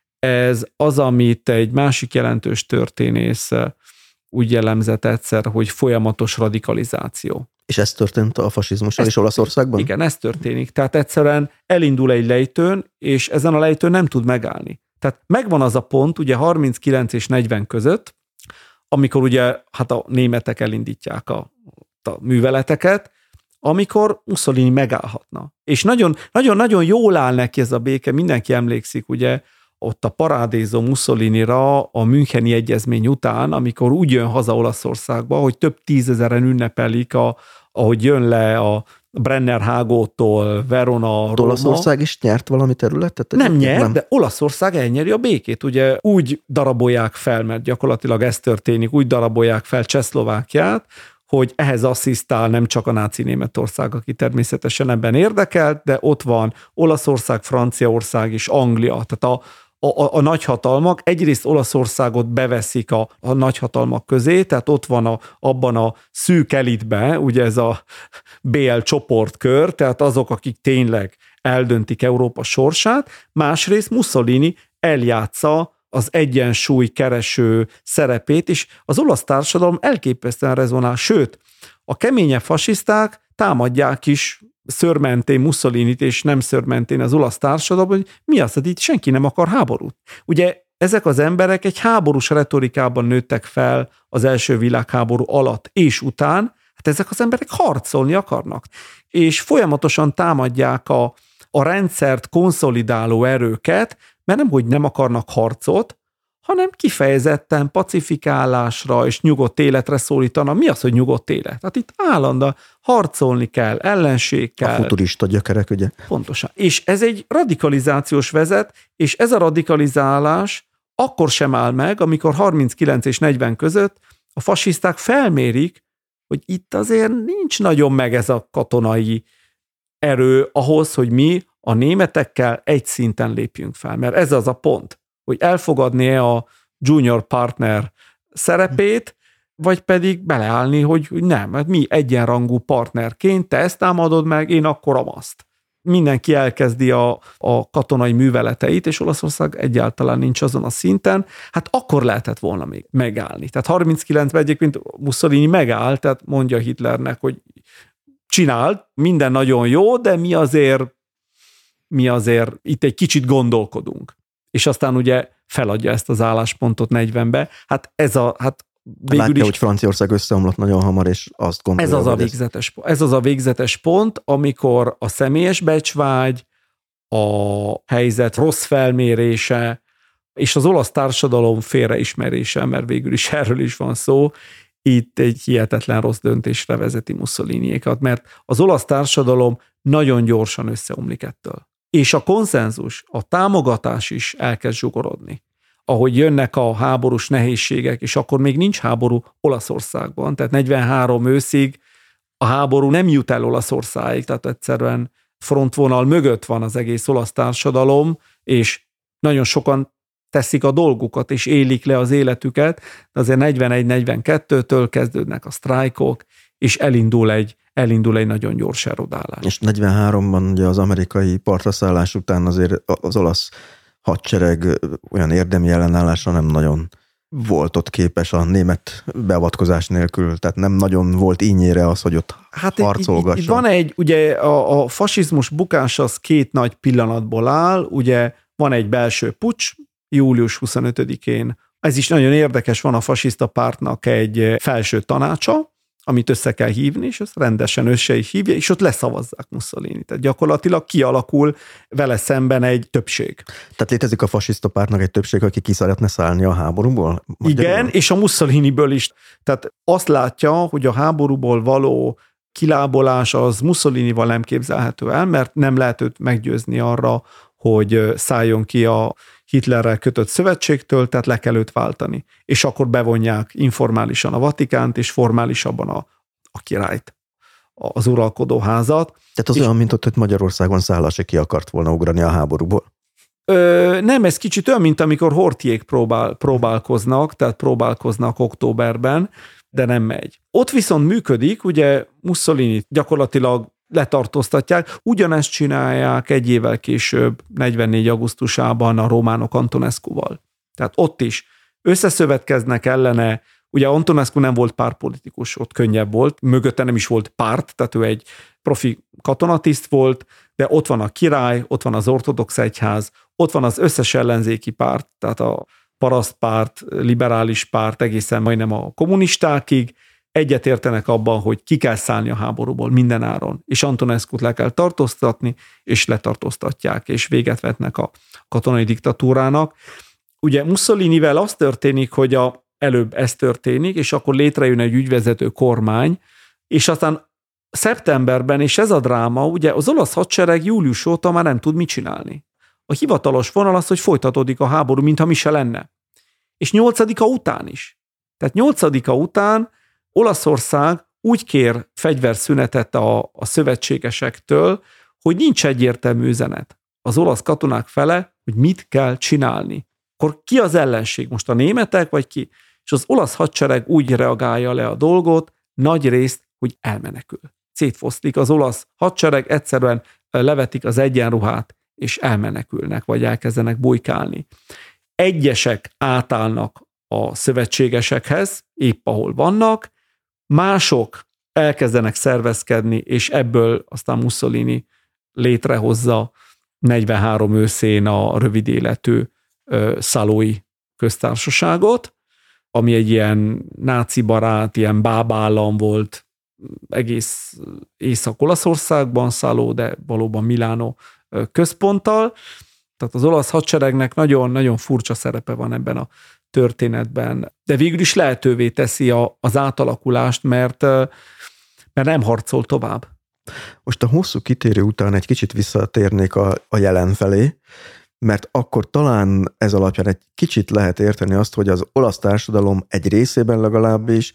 Ez az, amit egy másik jelentős történész úgy jellemzett egyszer, hogy folyamatos radikalizáció. És ez történt a fasizmussal és Olaszországban? Igen, ez történik. Tehát egyszerűen elindul egy lejtőn, és ezen a lejtőn nem tud megállni. Tehát megvan az a pont, ugye harminckilenc és negyven között, amikor ugye hát a németek elindítják a, a műveleteket, amikor Mussolini megállhatna. És nagyon-nagyon jól áll neki ez a béke, mindenki emlékszik, ugye, ott a parádézó Mussolinira a Müncheni egyezmény után, amikor úgy jön haza Olaszországba, hogy több tízezeren ünnepelik, a, ahogy jön le a Brennerhágótól, Verona, Roma. Olaszország is nyert valami területet? Nem nyert, nem. De Olaszország elnyeri a békét. Ugye úgy darabolják fel, mert gyakorlatilag ez történik, úgy darabolják fel Csehszlovákiát, hogy ehhez asszisztál nem csak a náci Németország, aki természetesen ebben érdekelt, de ott van Olaszország, Franciaország és Anglia. Tehát a, a, a nagyhatalmak egyrészt Olaszországot beveszik a, a nagyhatalmak közé, tehát ott van a, abban a szűk elitben, ugye ez a bé el csoportkör, tehát azok, akik tényleg eldöntik Európa sorsát, másrészt Mussolini eljátsza az egyensúly kereső szerepét, és az olasz társadalom elképesztően rezonál, sőt, a keményebb fasiszták támadják is szőrmentén Mussolinit, és nem szőrmentén az olasz társadalom, hogy mi az, hogy itt senki nem akar háborút. Ugye ezek az emberek egy háborús retorikában nőttek fel az első világháború alatt és után, hát ezek az emberek harcolni akarnak, és folyamatosan támadják a, a rendszert konszolidáló erőket, mert nem, hogy nem akarnak harcot, hanem kifejezetten pacifikálásra és nyugodt életre szólítanak. Mi az, hogy nyugodt élet? Tehát itt állandóan harcolni kell, ellenség kell. A futurista gyökerek, ugye? Pontosan. És ez egy radikalizációs vezet, és ez a radikalizálás akkor sem áll meg, amikor harminckilenc és negyven között a fasiszták felmérik, hogy itt azért nincs nagyon meg ez a katonai erő ahhoz, hogy mi a németekkel egy szinten lépjünk fel. Mert ez az a pont, hogy elfogadni a junior partner szerepét, vagy pedig beleállni, hogy nem, mert mi egyenrangú partnerként, te ezt támadod meg, én akkor azt. Mindenki elkezdi a, a katonai műveleteit, és Olaszország egyáltalán nincs azon a szinten, hát akkor lehetett volna még megállni. Tehát harminckilencben egyébként Mussolini megáll, tehát mondja Hitlernek, hogy csinált, minden nagyon jó, de mi azért, mi azért itt egy kicsit gondolkodunk. És aztán ugye feladja ezt az álláspontot negyvenbe. Hát ez a... Hát Látja, is, hogy Franciaország összeomlott nagyon hamar, és azt gondolja. Ez az, a végzetes, ez... ez az a végzetes pont, amikor a személyes becsvágy, a helyzet rossz felmérése, és az olasz társadalom félreismerése, mert végül is erről is van szó, itt egy hihetetlen rossz döntésre vezeti Mussoliniékat, mert az olasz társadalom nagyon gyorsan összeomlik ettől. És a konszenzus, a támogatás is elkezd zsugorodni. Ahogy jönnek a háborús nehézségek, és akkor még nincs háború Olaszországban, tehát negyvenhárom őszig a háború nem jut el Olaszországig, tehát egyszerűen frontvonal mögött van az egész olasz társadalom, és nagyon sokan teszik a dolgukat, és élik le az életüket, de azért negyvenegy negyvenkettőtől kezdődnek a sztrájkok, és elindul egy, elindul egy nagyon gyors erodálás. És negyvenháromban ugye az amerikai partraszállás után azért az olasz hadsereg olyan érdemi ellenállásra nem nagyon volt ott képes a német beavatkozás nélkül, tehát nem nagyon volt ínyére az, hogy ott hát harcolgasson. Itt, itt van egy, ugye a, a fasizmus bukása az két nagy pillanatból áll, ugye van egy belső puccs, július huszonötödikén, ez is nagyon érdekes, van a fasiszta pártnak egy felső tanácsa, amit össze kell hívni, és ezt rendesen össze is hívja, és ott leszavazzák Mussolini. Tehát gyakorlatilag kialakul vele szemben egy többség. Tehát létezik a fasiszta pártnak egy többség, aki ki szeretne szállni a háborúból? Magyarul? Igen, és a Mussoliniből is. Tehát azt látja, hogy a háborúból való kilábolás az Mussolinival nem képzelhető el, mert nem lehet őt meggyőzni arra, hogy szálljon ki a Hitlerrel kötött szövetségtől, tehát le kell őt váltani. És akkor bevonják informálisan a Vatikánt, és formálisabban a, a királyt, az uralkodóházat. Tehát az és olyan, mint ott, hogy Magyarországon Szálasi ki akart volna ugrani a háborúból? Ö, nem, ez kicsit olyan, mint amikor Horthyék próbál, próbálkoznak, tehát próbálkoznak októberben, de nem megy. Ott viszont működik, ugye Mussolini gyakorlatilag letartóztatják, ugyanezt csinálják egy évvel később, negyvennégy augusztusában a románok Antonescuval. Tehát ott is összeszövetkeznek ellene, ugye Antonescu nem volt pártpolitikus, ott könnyebb volt, mögötte nem is volt párt, tehát ő egy profi katonatiszt volt, de ott van a király, ott van az ortodox egyház, ott van az összes ellenzéki párt, tehát a parasztpárt, liberális párt, egészen majdnem a kommunistákig, egyetértenek abban, hogy ki kell szállni a háborúból minden áron, és Antonescut le kell tartóztatni, és letartóztatják, és véget vetnek a katonai diktatúrának. Ugye Mussolinivel az történik, hogy a, előbb ez történik, és akkor létrejön egy ügyvezető kormány, és aztán szeptemberben, és ez a dráma, ugye az olasz hadsereg július óta már nem tud mit csinálni. A hivatalos vonal az, hogy folytatódik a háború, mintha mi se lenne. És nyolcadika után is. Tehát nyolcadika után Olaszország úgy kér fegyverszünetet a, a szövetségesektől, hogy nincs egyértelmű üzenet az olasz katonák fele, hogy mit kell csinálni. Akkor ki az ellenség? Most a németek, vagy ki? És az olasz hadsereg úgy reagálja le a dolgot, nagy részt, hogy elmenekül. Szétfoszlik az olasz hadsereg, egyszerűen levetik az egyenruhát, és elmenekülnek, vagy elkezdenek bujkálni. Egyesek átállnak a szövetségesekhez, épp ahol vannak, mások elkezdenek szervezkedni, és ebből aztán Mussolini létrehozza negyvenhárom őszén a rövid életű Szalói köztársaságot, ami egy ilyen náci barát, ilyen bábállam volt egész Észak-Olaszországban, Szaló, de valóban Milánó központtal. Tehát az olasz hadseregnek nagyon-nagyon furcsa szerepe van ebben a történetben, de végül is lehetővé teszi a, az átalakulást, mert, mert nem harcol tovább. Most a hosszú kitérő után egy kicsit visszatérnék a, a jelen felé, mert akkor talán ez alapján egy kicsit lehet érteni azt, hogy az olasz társadalom egy részében legalábbis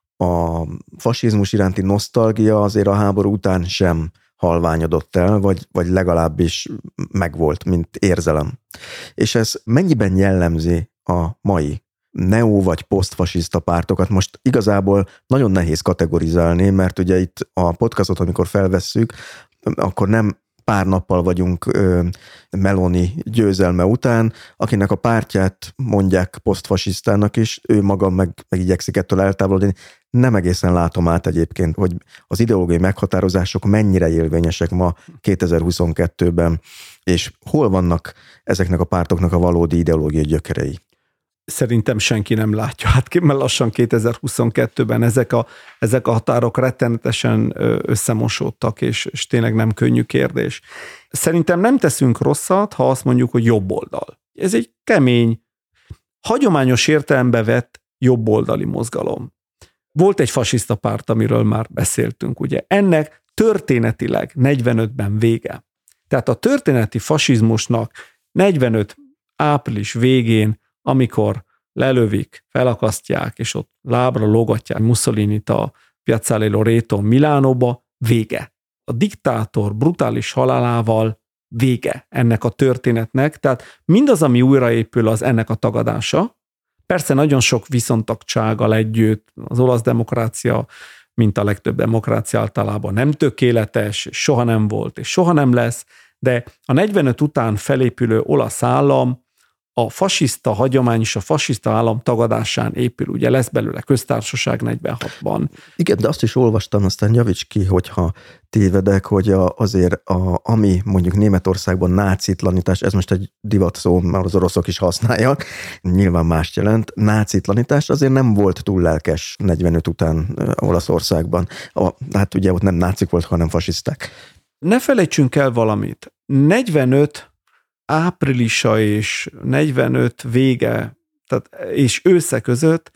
a fasizmus iránti nosztalgia azért a háború után sem halványodott el, vagy, vagy legalábbis megvolt, mint érzelem. És ez mennyiben jellemzi a mai neo- vagy posztfasiszta pártokat? Most igazából nagyon nehéz kategorizálni, mert ugye itt a podcastot, amikor felvesszük, akkor nem pár nappal vagyunk ö, Meloni győzelme után, akinek a pártját mondják posztfasisztának is, ő maga meg, meg igyekszik ettől eltávolodni. Nem egészen látom át egyébként, hogy az ideológiai meghatározások mennyire érvényesek ma kétezer-huszonkettőben, és hol vannak ezeknek a pártoknak a valódi ideológiai gyökerei. Szerintem senki nem látja. Hát mert lassan kétezer-huszonkettőben ezek a, ezek a határok rettenetesen összemosódtak, és, és tényleg nem könnyű kérdés. Szerintem nem teszünk rosszat, ha azt mondjuk, hogy jobb oldal. Ez egy kemény, hagyományos értelembe vett jobboldali mozgalom. Volt egy fasiszta párt, amiről már beszéltünk, ugye. Ennek történetileg negyvenötben vége. Tehát a történeti fasizmusnak negyvenöt április végén, amikor lelövik, felakasztják, és ott lábra lógatják Mussolinit a Piazzale Loreto Milánóba, vége. A diktátor brutális halálával vége ennek a történetnek, tehát mindaz, ami újraépül, az ennek a tagadása. Persze nagyon sok viszontagsággal együtt, az olasz demokrácia, mint a legtöbb demokrácia általában nem tökéletes, soha nem volt, és soha nem lesz, de a negyvenöt után felépülő olasz állam a fasiszta hagyomány és a fasiszta állam tagadásán épül, ugye lesz belőle köztársaság negyvenhatban. Igen, de azt is olvastam, aztán javíts ki, hogyha tévedek, hogy a, azért a, ami mondjuk Németországban nácitlanítás, ez most egy divat szó, mert az oroszok is használják, nyilván mást jelent, nácitlanítás azért nem volt túl lelkes negyvenöt után Olaszországban. A, hát ugye ott nem nácik volt, hanem fasiszták. Ne felejtsünk el valamit. negyvenöt áprilisa és negyvenöt vége, tehát és ősze között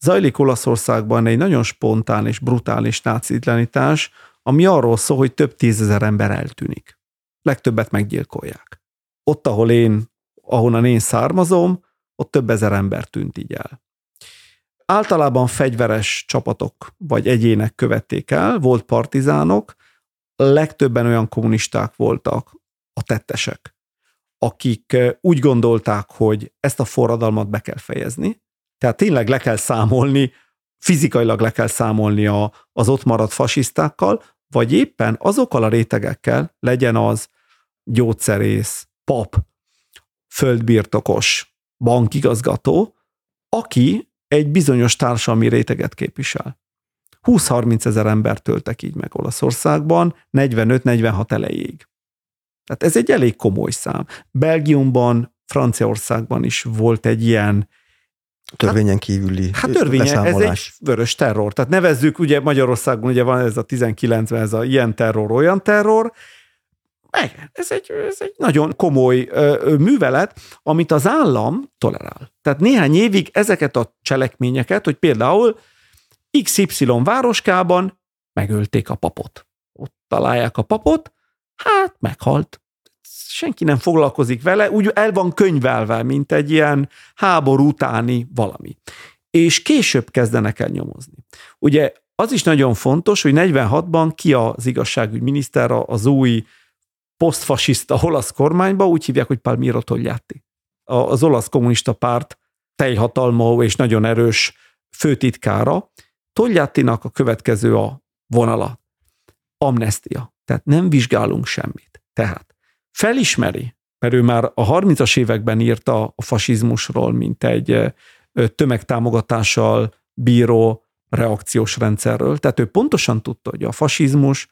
zajlik Olaszországban egy nagyon spontán és brutális nácitlanítás, ami arról szól, hogy több tízezer ember eltűnik. Legtöbbet meggyilkolják. Ott, ahol én, ahonnan én származom, ott több ezer ember tűnt így el. Általában fegyveres csapatok vagy egyének követték el, volt partizánok, legtöbben olyan kommunisták voltak, a tettesek, akik úgy gondolták, hogy ezt a forradalmat be kell fejezni, tehát tényleg le kell számolni, fizikailag le kell számolni a, az ott maradt fasisztákkal, vagy éppen azokkal a rétegekkel, legyen az gyógyszerész, pap, földbirtokos, bankigazgató, aki egy bizonyos társadalmi réteget képvisel. húsz-harminc ezer ember töltek így meg Olaszországban, negyvenöt-negyvenhat elejéig. Tehát ez egy elég komoly szám. Belgiumban, Franciaországban is volt egy ilyen törvényen kívüli hát, hát törvényen, ez egy vörös terror. Tehát nevezzük, ugye Magyarországon ugye van ez a tizenkilencben, ez a ilyen terror, olyan terror. Igen, ez egy, ez egy nagyon komoly ö, művelet, amit az állam tolerál. Tehát néhány évig ezeket a cselekményeket, hogy például iksz ipszilon városkában megölték a papot. Ott találják a papot, hát meghalt. Senki nem foglalkozik vele, úgy el van könyvelve, mint egy ilyen háború utáni valami. És később kezdenek el nyomozni. Ugye az is nagyon fontos, hogy negyvenhatban ki az igazságügyminiszter az új posztfasiszta olasz kormányba, úgy hívják, hogy Palmiro Togliatti. Az olasz kommunista párt teljhatalmú és nagyon erős főtitkára. Togliattinak a következő a vonala. Amnestia. Tehát nem vizsgálunk semmit. Tehát felismeri, mert ő már a harmincas években írta a fasizmusról, mint egy tömegtámogatással bíró reakciós rendszerről. Tehát ő pontosan tudta, hogy a fasizmus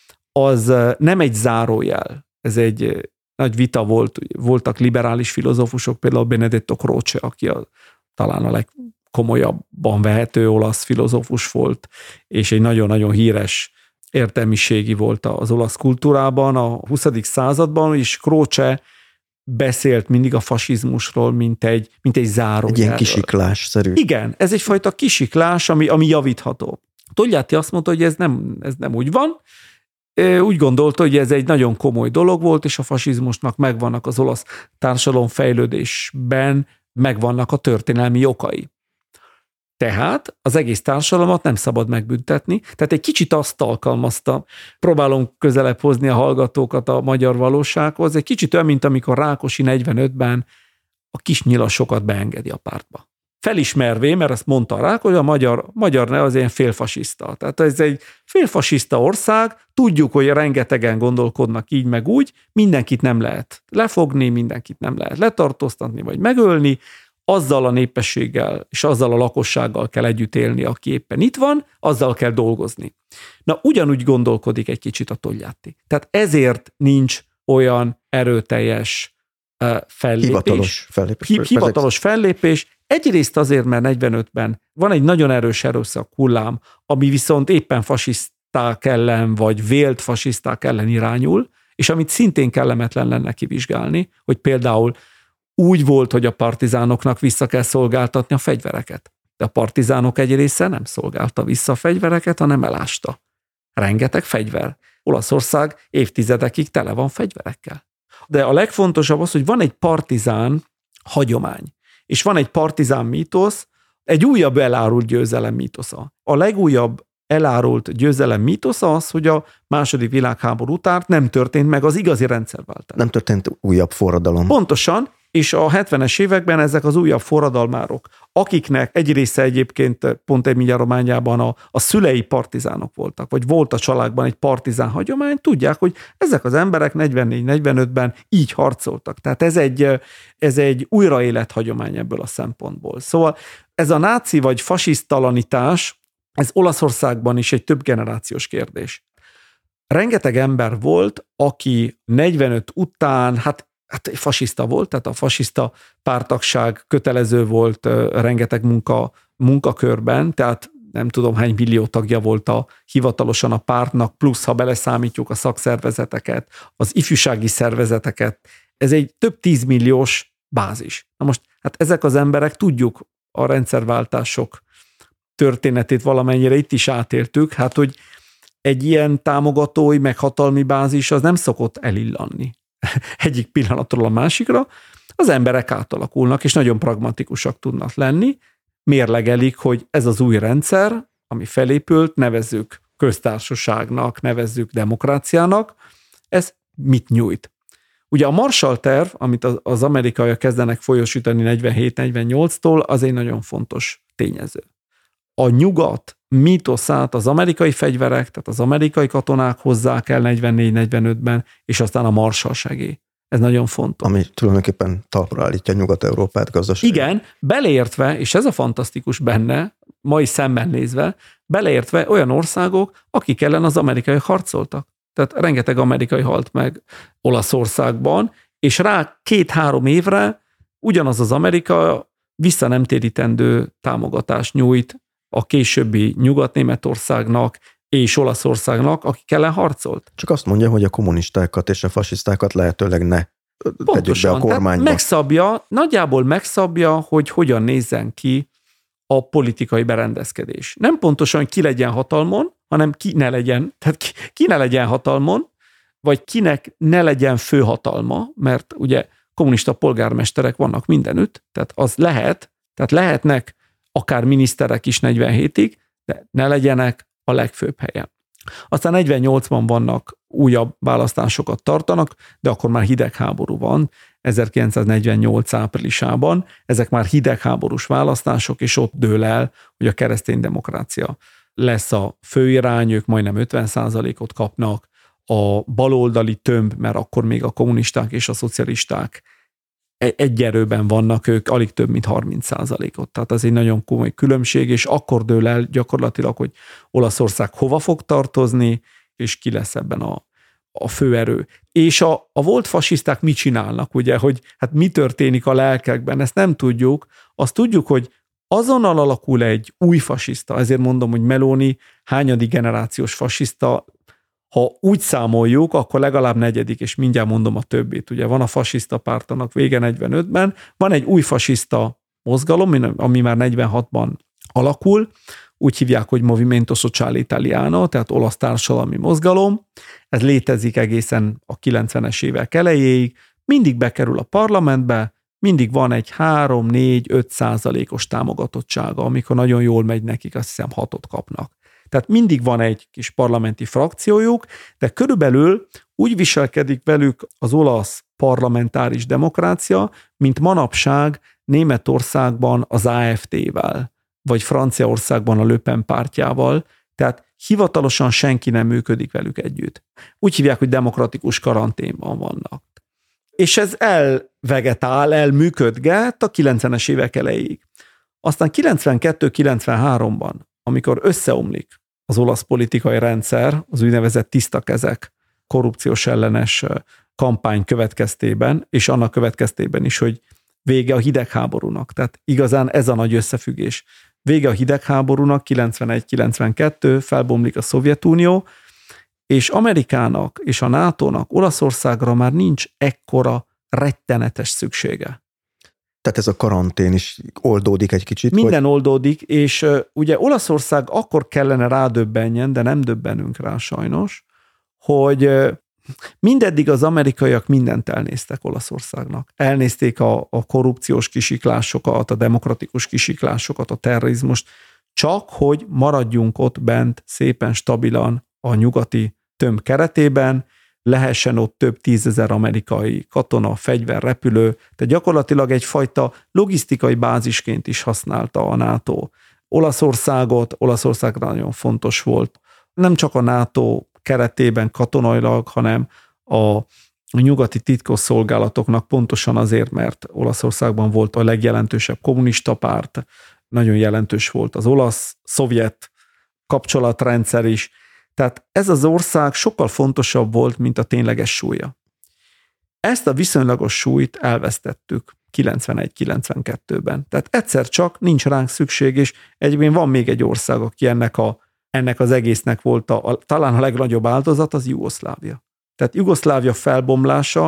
az nem egy zárójel. Ez egy nagy vita volt, voltak liberális filozófusok, például Benedetto Croce, aki a, talán a legkomolyabban vehető olasz filozófus volt, és egy nagyon-nagyon híres értelmiségi volt az olasz kultúrában a huszadik században, és Croce beszélt mindig a fasizmusról, mint egy, mint egy zárójelről. Egy ilyen kisiklásszerű. Igen, ez egyfajta kisiklás, ami, ami javítható. Togliatti azt mondta, hogy ez nem, ez nem úgy van. Úgy gondolta, hogy ez egy nagyon komoly dolog volt, és a fasizmusnak megvannak az olasz társadalom fejlődésben, megvannak a történelmi okai. Tehát az egész társadalmat nem szabad megbüntetni, tehát egy kicsit azt alkalmazta, próbálom közelebb hozni a hallgatókat a magyar valósághoz, egy kicsit olyan, mint amikor Rákosi negyvenötben a kis nyilasokat beengedi a pártba. Felismervé, mert ezt mondta rá, hogy a magyar, magyar ne az ilyen félfasiszta. Tehát ez egy félfasiszta ország, tudjuk, hogy rengetegen gondolkodnak így meg úgy, mindenkit nem lehet lefogni, mindenkit nem lehet letartóztatni vagy megölni, azzal a népességgel és azzal a lakossággal kell együtt élni, aki éppen itt van, azzal kell dolgozni. Na, ugyanúgy gondolkodik egy kicsit a Togliatti. Tehát ezért nincs olyan erőteljes uh, fellépés. Hivatalos fellépés. Hi- hivatalos fellépés. Egyrészt azért, mert negyvenötben van egy nagyon erős erőszak hullám, ami viszont éppen fasiszták ellen, vagy vélt fasiszták ellen irányul, és amit szintén kellemetlen lenne kivizsgálni, hogy például úgy volt, hogy a partizánoknak vissza kell szolgáltatni a fegyvereket. De a partizánok egy része nem szolgálta vissza a fegyvereket, hanem elásta. Rengeteg fegyver. Olaszország évtizedekig tele van fegyverekkel. De a legfontosabb az, hogy van egy partizán hagyomány, és van egy partizán mítosz, egy újabb elárult győzelem mítosza. A legújabb elárult győzelem mítosza az, hogy a második világháború után nem történt meg az igazi rendszerváltás. Nem történt újabb forradalom. Pontosan, és a hetvenes években ezek az újabb forradalmárok, akiknek egy része egyébként pont Emilia Rományában a, a szülei partizánok voltak, vagy volt a családban egy partizán hagyomány, tudják, hogy ezek az emberek negyvennégy-negyvenötben így harcoltak. Tehát ez egy, ez egy újraélet hagyomány ebből a szempontból. Szóval ez a náci vagy fasisztalanítás, ez Olaszországban is egy több generációs kérdés. Rengeteg ember volt, aki negyvenöt után, hát Hát fasiszta volt, tehát a fasiszta párttagság kötelező volt rengeteg munka, munkakörben, tehát nem tudom hány millió tagja volt a, hivatalosan a pártnak, plusz ha beleszámítjuk a szakszervezeteket, az ifjúsági szervezeteket, ez egy több tízmilliós bázis. Na most, hát ezek az emberek, tudjuk a rendszerváltások történetét valamennyire itt is átéltük, hát hogy egy ilyen támogatói, meg hatalmi bázis az nem szokott elillanni egyik pillanatról a másikra. Az emberek átalakulnak, és nagyon pragmatikusak tudnak lenni, mérlegelik, hogy ez az új rendszer, ami felépült, nevezzük köztársaságnak, nevezzük demokráciának, ez mit nyújt. Ugye a Marshall terv, amit az amerikaiak kezdenek folyosítani negyvenhét negyvennyolctól, az egy nagyon fontos tényező. A nyugat mítoszát az amerikai fegyverek, tehát az amerikai katonák hozzák el negyvennégy negyvenötben, és aztán a Marshall segély. Ez nagyon fontos. Ami tulajdonképpen talpra állítja Nyugat-Európát gazdaságilag. Igen, beleértve, és ez a fantasztikus benne, mai szemmel nézve, beleértve olyan országok, akik ellen az amerikai harcoltak. Tehát rengeteg amerikai halt meg Olaszországban, és rá két-három évre ugyanaz az Amerika vissza nem térítendő támogatást nyújt a későbbi Nyugat-Németországnak és Olaszországnak, akik ellen harcolt. Csak azt mondja, hogy a kommunistákat és a fasisztákat lehetőleg ne tegyük be a kormányba. Megszabja, nagyjából megszabja, hogy hogyan nézzen ki a politikai berendezkedés. Nem pontosan, hogy ki legyen hatalmon, hanem ki ne legyen, tehát ki, ki ne legyen hatalmon, vagy kinek ne legyen főhatalma, mert ugye kommunista polgármesterek vannak mindenütt, tehát az lehet, tehát lehetnek akár miniszterek is negyvenhétig, de ne legyenek a legfőbb helyen. Aztán negyvennyolcban vannak újabb választásokat tartanak, de akkor már hidegháború van, ezerkilencszáznegyvennyolc áprilisában, ezek már hidegháborús választások, és ott dől el, hogy a keresztény demokrácia lesz a főirány, ők majdnem ötven százalékot kapnak, a baloldali tömb, mert akkor még a kommunisták és a szocialisták egy erőben vannak, ők alig több, mint harminc százalékot. Tehát ez egy nagyon komoly különbség, és akkor dől el gyakorlatilag, hogy Olaszország hova fog tartozni, és ki lesz ebben a, a főerő. És a, a volt fasiszták mit csinálnak, ugye, hogy hát mi történik a lelkekben, ezt nem tudjuk. Azt tudjuk, hogy azonnal alakul egy új fasiszta, ezért mondom, hogy Meloni hányadik generációs fasiszta. Ha úgy számoljuk, akkor legalább negyedik, és mindjárt mondom a többit. Ugye van a fasiszta pártának vége negyvenötben, van egy új fasiszta mozgalom, ami már negyvenhatban alakul, úgy hívják, hogy Movimento Sociale Italiano, tehát olasz társadalmi mozgalom. Ez létezik egészen a kilencvenes évek elejéig, mindig bekerül a parlamentbe, mindig van egy három, négy, öt százalékos támogatottsága, amikor nagyon jól megy nekik, azt hiszem hatot kapnak. Tehát mindig van egy kis parlamenti frakciójuk, de körülbelül úgy viselkedik velük az olasz parlamentáris demokrácia, mint manapság Németországban az á ef té-vel, vagy Franciaországban a Le Pen pártjával, tehát hivatalosan senki nem működik velük együtt. Úgy hívják, hogy demokratikus karanténban vannak. És ez elvegetál, elműködget a kilencvenes évek elejéig. Aztán kilencvenkettő kilencvenháromban, amikor összeomlik az olasz politikai rendszer, az úgynevezett tiszta kezek korrupciós ellenes kampány következtében, és annak következtében is, hogy vége a hidegháborúnak. Tehát igazán ez a nagy összefüggés. Vége a hidegháborúnak, kilencvenegy kilencvenkettő, felbomlik a Szovjetunió, és Amerikának és a nátónak Olaszországra már nincs ekkora rettenetes szüksége. Tehát ez a karantén is oldódik egy kicsit? Minden hogy... oldódik, és uh, ugye Olaszország akkor kellene rádöbbenjen, de nem döbbenünk rá sajnos, hogy uh, mindeddig az amerikaiak mindent elnéztek Olaszországnak. Elnézték a, a korrupciós kisiklásokat, a demokratikus kisiklásokat, a terrorizmust, csak hogy maradjunk ott bent szépen stabilan a nyugati tömb keretében, lehessen ott több tízezer amerikai katona, fegyver, repülő, tehát gyakorlatilag egyfajta logisztikai bázisként is használta a NATO Olaszországot. Olaszországra nagyon fontos volt, nem csak a NATO keretében katonailag, hanem a nyugati titkosszolgálatoknak pontosan azért, mert Olaszországban volt a legjelentősebb kommunista párt, nagyon jelentős volt az olasz-szovjet kapcsolatrendszer is. Tehát ez az ország sokkal fontosabb volt, mint a tényleges súlya. Ezt a viszonylagos súlyt elvesztettük kilencvenegy kilencvenkettőben. Tehát egyszer csak nincs ránk szükség, és egyébként van még egy ország, aki ennek, a, ennek az egésznek volt a, a, talán a legnagyobb áldozat, az Jugoszlávia. Tehát Jugoszlávia felbomlása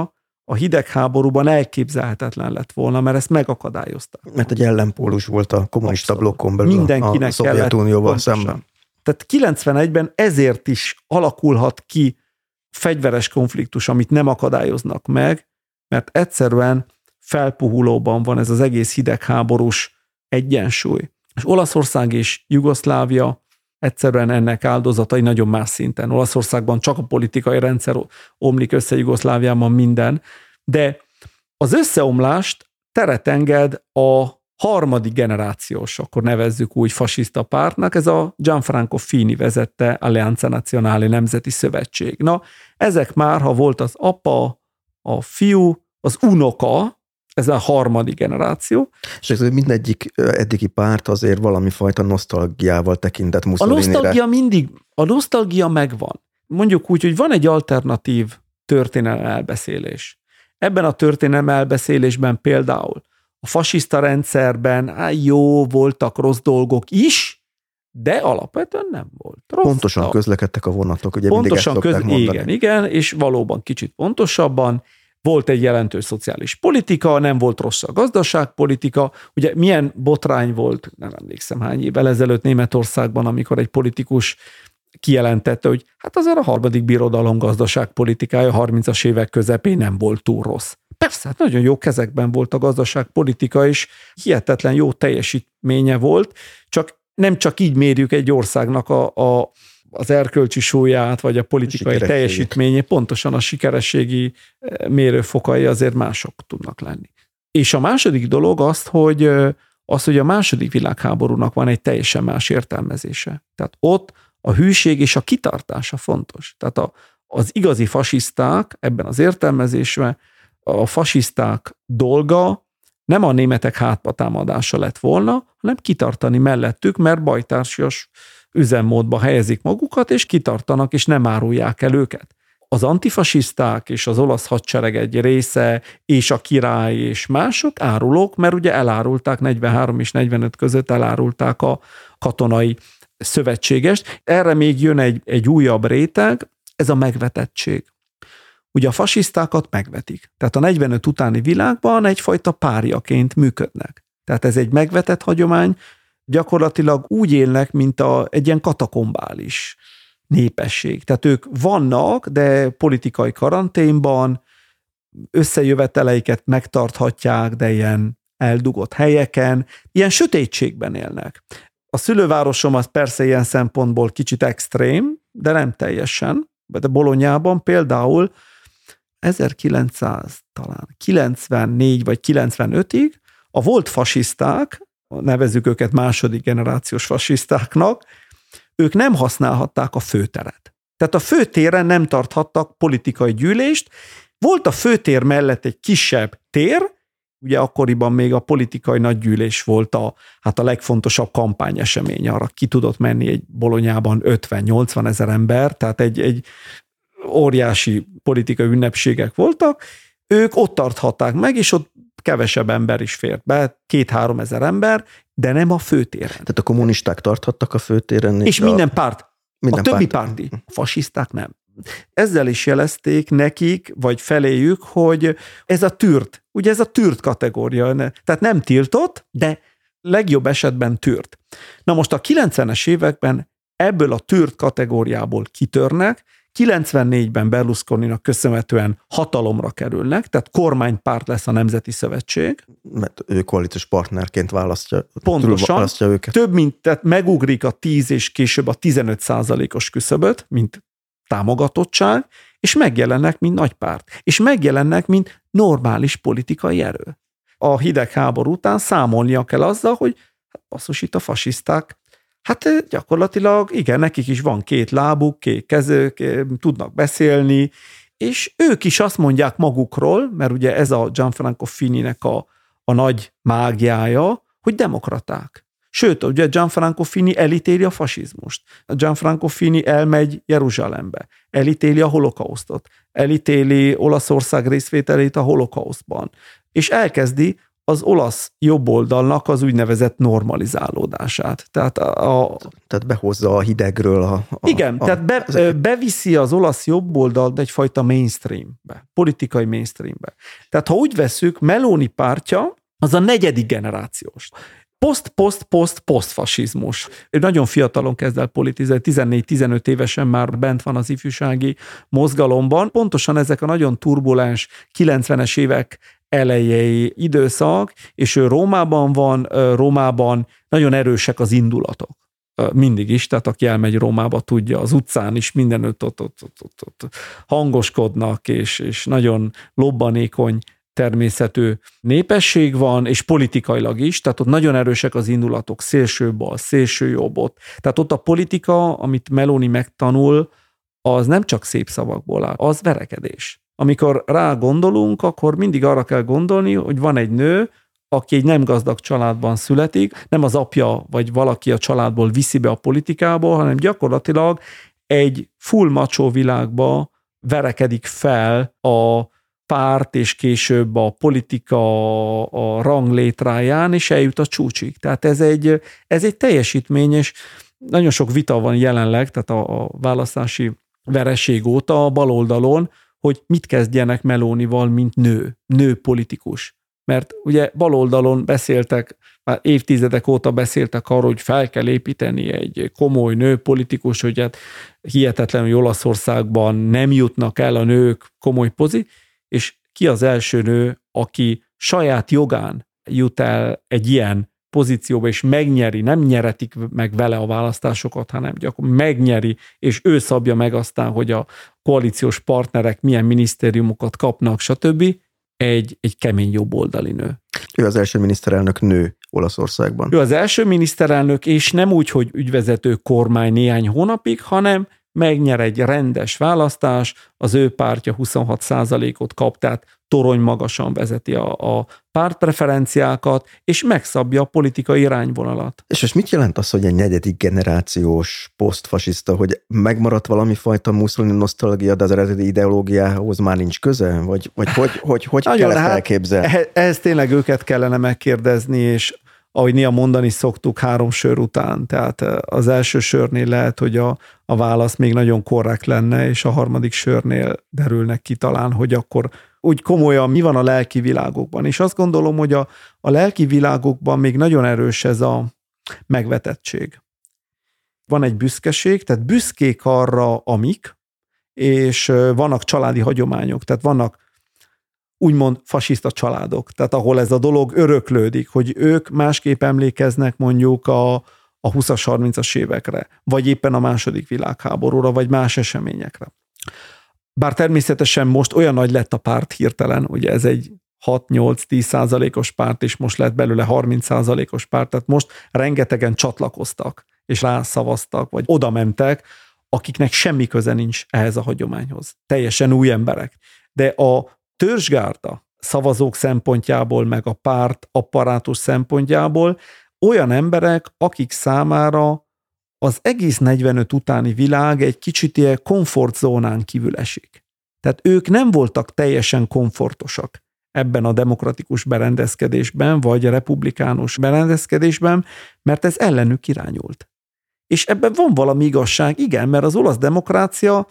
a hidegháborúban elképzelhetetlen lett volna, mert ezt megakadályozták. Mert egy ellenpólus volt a kommunista Abszolút. blokkon belül Mindenkinek a Szovjetunióval szemben. Tehát kilencvenegyben ezért is alakulhat ki fegyveres konfliktus, amit nem akadályoznak meg, mert egyszerűen felpuhulóban van ez az egész hidegháborús egyensúly. És Olaszország és Jugoszlávia egyszerűen ennek áldozatai nagyon más szinten. Olaszországban csak a politikai rendszer omlik össze, Jugoszláviában minden, de az összeomlást teret enged a harmadik generációs, akkor nevezzük úgy fasiszta pártnak, ez a Gianfranco Fini vezette Alleanza Nazionale Nemzeti Szövetség. Na, ezek már, ha volt az apa, a fiú, az unoka, ez a harmadik generáció. És ez mindegyik eddigi párt azért valami fajta nosztalgiával tekintett Mussolinire. A nosztalgia mindig, a nosztalgia megvan. Mondjuk úgy, hogy van egy alternatív történelmi elbeszélés. Ebben a történelmi elbeszélésben például a fasiszta rendszerben á, jó, voltak rossz dolgok is, de alapvetően nem volt rossz. Pontosan dolog. Közlekedtek a vonatok, ugye Pontosan mindig ezt köz... Igen, igen, és valóban kicsit pontosabban. Volt egy jelentős szociális politika, nem volt rossz a gazdaságpolitika. Ugye milyen botrány volt, nem emlékszem hány évvel ezelőtt Németországban, amikor egy politikus kijelentette, hogy hát azért a harmadik birodalom gazdaságpolitikája harmincas évek közepén nem volt túl rossz. Persze, hát nagyon jó kezekben volt a gazdaságpolitika, és hihetetlen jó teljesítménye volt, csak nem csak így mérjük egy országnak a, a, az erkölcsi súlyát, vagy a politikai a teljesítményét, pontosan a sikerességi mérőfokai azért mások tudnak lenni. És a második dolog az, hogy, az, hogy a második világháborúnak van egy teljesen más értelmezése. Tehát ott a hűség és a kitartása fontos. Tehát a, az igazi fasiszták ebben az értelmezésben, a fasiszták dolga nem a németek hátbatámadása lett volna, hanem kitartani mellettük, mert bajtársias üzemmódba helyezik magukat, és kitartanak, és nem árulják el őket. Az antifasiszták és az olasz hadsereg egy része, és a király és mások árulók, mert ugye elárulták, negyvenhárom és negyvenöt között elárulták a katonai szövetségest. Erre még jön egy, egy újabb réteg, ez a megvetettség. Ugye a fasisztákat megvetik. Tehát a negyvenöt utáni világban egyfajta párjaként működnek. Tehát ez egy megvetett hagyomány, gyakorlatilag úgy élnek, mint a, egy ilyen katakombális népesség. Tehát ők vannak, de politikai karanténban, összejöveteleiket megtarthatják, de ilyen eldugott helyeken, ilyen sötétségben élnek. A szülővárosom az persze ilyen szempontból kicsit extrém, de nem teljesen. De Bolognában például ezerkilencszázkilencvennégy vagy kilencvenötig a volt fasiszták, nevezzük őket második generációs fasisztáknak, ők nem használhatták a főteret. Tehát a főtéren nem tarthattak politikai gyűlést, volt a főtér mellett egy kisebb tér, ugye akkoriban még a politikai nagygyűlés volt a, hát a legfontosabb kampányesemény, arra ki tudott menni egy Bolonyában ötven-nyolcvan ezer ember, tehát egy, egy óriási politikai ünnepségek voltak, ők ott tarthatták meg, és ott kevesebb ember is fért be, két-három ezer ember, de nem a főtéren. Tehát a kommunisták tarthattak a főtéren. És, és minden párt, minden a többi párt. párti, a fasiszták nem. Ezzel is jelezték nekik, vagy feléjük, hogy ez a tűrt, ugye ez a tűrt kategória, tehát nem tiltott, de legjobb esetben tűrt. Na most a kilencvenes években ebből a tűrt kategóriából kitörnek, kilencvennégyben Berlusconinak köszönhetően hatalomra kerülnek, tehát kormánypárt lesz a Nemzeti Szövetség. Mert ő koalíciós partnerként választja, Pontosan, választja őket. Több mint, tehát megugrik a tíz és később a tizenöt százalékos küszöböt, mint támogatottság, és megjelennek, mint nagypárt. És megjelennek, mint normális politikai erő. A hidegháború után számolnia kell azzal, hogy hát basszus, itt a fasiszták, hát gyakorlatilag igen, nekik is van két lábuk, két kezük, tudnak beszélni, és ők is azt mondják magukról, mert ugye ez a Gianfranco Fininek a, a nagy mágiája, hogy demokraták. Sőt, ugye Gianfranco Fini elítéli a fasizmust. Gianfranco Fini elmegy Jeruzsálembe, elítéli a holokausztot, elítéli Olaszország részvételét a holokausztban, és elkezdi az olasz jobboldalnak az úgynevezett normalizálódását. Tehát, a, tehát behozza a hidegről a... a igen, a, tehát be, az... beviszi az olasz jobboldalt egyfajta mainstreambe, politikai mainstreambe. Tehát ha úgy vesszük, Meloni pártja az a negyedik generációs. Poszt-poszt-poszt-posztfasizmus. Ő nagyon fiatalon kezd el politizálni, tizennégy-tizenöt évesen már bent van az ifjúsági mozgalomban. Pontosan ezek a nagyon turbulens kilencvenes évek elejei időszak, és ő Rómában van, Rómában nagyon erősek az indulatok. Mindig is, tehát aki elmegy Rómába, tudja, az utcán is mindenütt ott, ott, ott, ott, ott hangoskodnak, és, és nagyon lobbanékony természetű népesség van, és politikailag is, tehát ott nagyon erősek az indulatok, szélső bal, szélső jobb ott. Tehát ott a politika, amit Meloni megtanul, az nem csak szép szavakból áll, az verekedés. Amikor rá gondolunk, akkor mindig arra kell gondolni, hogy van egy nő, aki egy nem gazdag családban születik, nem az apja vagy valaki a családból viszi be a politikából, hanem gyakorlatilag egy full macho világba verekedik fel a párt és később a politika a ranglétráján, és eljut a csúcsig. Tehát ez egy, ez egy teljesítmény, és nagyon sok vita van jelenleg, tehát a, a választási vereség óta a baloldalon, hogy mit kezdjenek Melonival, mint nő, nő politikus. Mert ugye baloldalon beszéltek, már évtizedek óta beszéltek arról, hogy fel kell építeni egy komoly nőpolitikus, hogy hát hihetetlenül Olaszországban nem jutnak el a nők komoly pozi, és ki az első nő, aki saját jogán jut el egy ilyen pozícióba, és megnyeri, nem nyeretik meg vele a választásokat, hanem gyakorlatilag megnyeri, és ő szabja meg aztán, hogy a koalíciós partnerek milyen minisztériumokat kapnak, stb. Egy, egy kemény jobboldali nő. Ő az első miniszterelnök nő Olaszországban. Ő az első miniszterelnök, és nem úgy, hogy ügyvezető kormány néhány hónapig, hanem megnyer egy rendes választás, az ő pártja huszonhat százalékot kap, tehát torony magasan vezeti a, a pártpreferenciákat, és megszabja a politikai irányvonalat. És most mit jelent az, hogy egy negyedik generációs posztfasiszta, hogy megmaradt valami fajta Mussolini nosztalgia, de az eredeti ideológiához már nincs köze? Vagy hogy, hogy, hogy, hogy kell ezt elképzelni? Hát, ehhez tényleg őket kellene megkérdezni, és ahogy néha mondani szoktuk, három sör után. Tehát az első sörnél lehet, hogy a, a válasz még nagyon korrekt lenne, és a harmadik sörnél derülnek ki talán, hogy akkor úgy komolyan mi van a lelki világokban. És azt gondolom, hogy a, a lelki világokban még nagyon erős ez a megvetettség. Van egy büszkeség, tehát büszkék arra, amik, és vannak családi hagyományok, tehát vannak úgymond fasiszta családok, tehát ahol ez a dolog öröklődik, hogy ők másképp emlékeznek mondjuk a, a húszas, harmincas évekre, vagy éppen a második világháborúra, vagy más eseményekre. Bár természetesen most olyan nagy lett a párt hirtelen, ugye ez egy hat-nyolc-tíz százalékos párt, és most lett belőle harminc százalékos párt, tehát most rengetegen csatlakoztak, és rászavaztak, vagy oda mentek, akiknek semmi köze nincs ehhez a hagyományhoz. Teljesen új emberek. De a törzsgárda szavazók szempontjából, meg a párt apparátus szempontjából olyan emberek, akik számára az egész negyvenöt utáni világ egy kicsit ilyen komfortzónán kívül esik. Tehát ők nem voltak teljesen komfortosak ebben a demokratikus berendezkedésben, vagy a republikánus berendezkedésben, mert ez ellenük irányult. És ebben van valami igazság, igen, mert az olasz demokrácia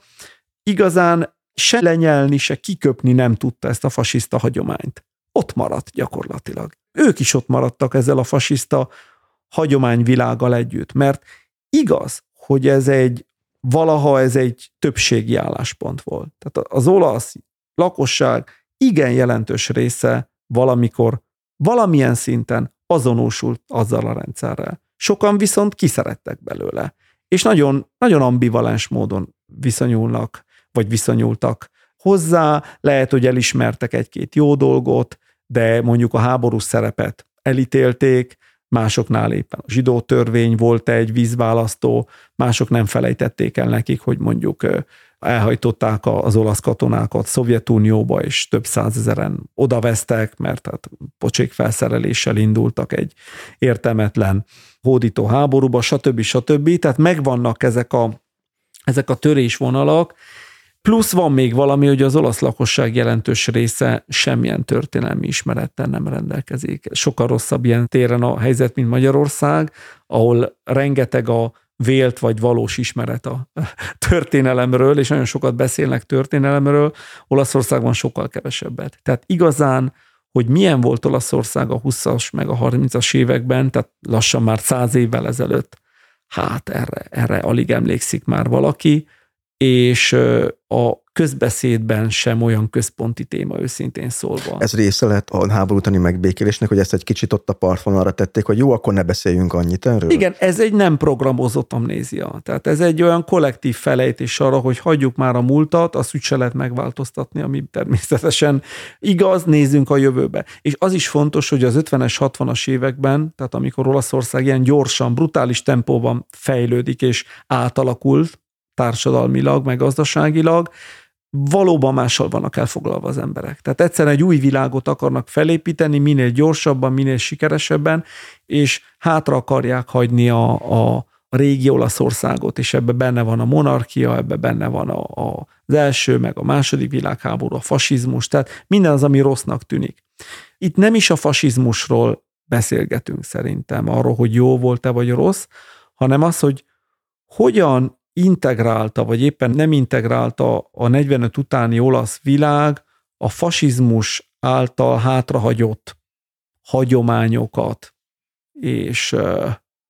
igazán se lenyelni, se kiköpni nem tudta ezt a fasiszta hagyományt. Ott maradt gyakorlatilag. Ők is ott maradtak ezzel a fasiszta hagyományvilággal együtt, mert igaz, hogy ez egy, valaha ez egy többségi álláspont volt. Tehát az olasz lakosság igen jelentős része valamikor, valamilyen szinten azonosult azzal a rendszerrel. Sokan viszont kiszerettek belőle, és nagyon, nagyon ambivalens módon viszonyulnak, vagy viszonyultak hozzá, lehet, hogy elismertek egy-két jó dolgot, de mondjuk a háborús szerepet elítélték, másoknál éppen a zsidó törvény volt egy vízválasztó, mások nem felejtették el nekik, hogy mondjuk elhajtották az olasz katonákat Szovjetunióba, és több százezeren odavesztek, mert hát pocsék felszereléssel indultak egy értelmetlen hódító háborúba, stb. stb. Tehát megvannak ezek a, ezek a törésvonalak. Plusz van még valami, hogy az olasz lakosság jelentős része semmilyen történelmi ismerettel nem rendelkezik. Sokkal rosszabb ilyen téren a helyzet, mint Magyarország, ahol rengeteg a vélt vagy valós ismeret a történelemről, és nagyon sokat beszélnek történelemről, Olaszországban sokkal kevesebbet. Tehát igazán, hogy milyen volt Olaszország a huszas meg a harmincas években, tehát lassan már száz évvel ezelőtt, hát erre, erre alig emlékszik már valaki, és a közbeszédben sem olyan központi téma, őszintén szólva. Ez része lett a háború utáni megbékélésnek, hogy ezt egy kicsit ott a partvonalra tették, hogy jó, akkor ne beszéljünk annyit erről? Igen, ez egy nem programozott amnézia. Tehát ez egy olyan kollektív felejtés arra, hogy hagyjuk már a múltat, azt úgyse lehet megváltoztatni, ami természetesen igaz, nézzünk a jövőbe. És az is fontos, hogy az ötvenes, hatvanas években, tehát amikor Olaszország ilyen gyorsan, brutális tempóban fejlődik és átalakult, társadalmilag, meg gazdaságilag, valóban mással vannak elfoglalva az emberek. Tehát egyszerűen egy új világot akarnak felépíteni, minél gyorsabban, minél sikeresebben, és hátra akarják hagyni a, a, a régi Olaszországot, és ebbe benne van a monarchia, ebbe benne van a, a, az első, meg a második világháború, a fasizmus, tehát minden az, ami rossznak tűnik. Itt nem is a fasizmusról beszélgetünk szerintem, arról, hogy jó volt-e vagy rossz, hanem az, hogy hogyan integrálta, vagy éppen nem integrálta a negyvenöt utáni olasz világ a fasizmus által hátrahagyott hagyományokat és uh,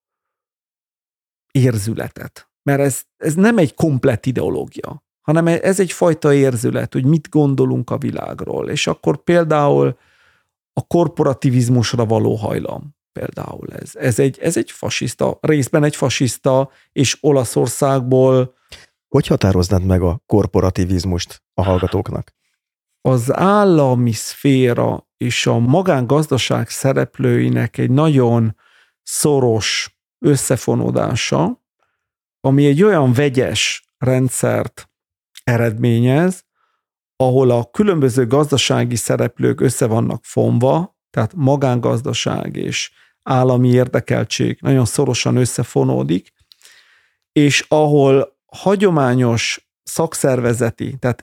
érzületet. Mert ez, ez nem egy komplett ideológia, hanem ez egyfajta érzület, hogy mit gondolunk a világról. És akkor például a korporativizmusra való hajlam. Például ez. Ez egy, ez egy fasiszta, részben egy fasiszta, és Olaszországból... Hogy határoznád meg a korporativizmust a hallgatóknak? Az állami szféra és a magángazdaság szereplőinek egy nagyon szoros összefonódása, ami egy olyan vegyes rendszert eredményez, ahol a különböző gazdasági szereplők össze vannak fonva, tehát magángazdaság és állami érdekeltség nagyon szorosan összefonódik, és ahol hagyományos szakszervezeti, tehát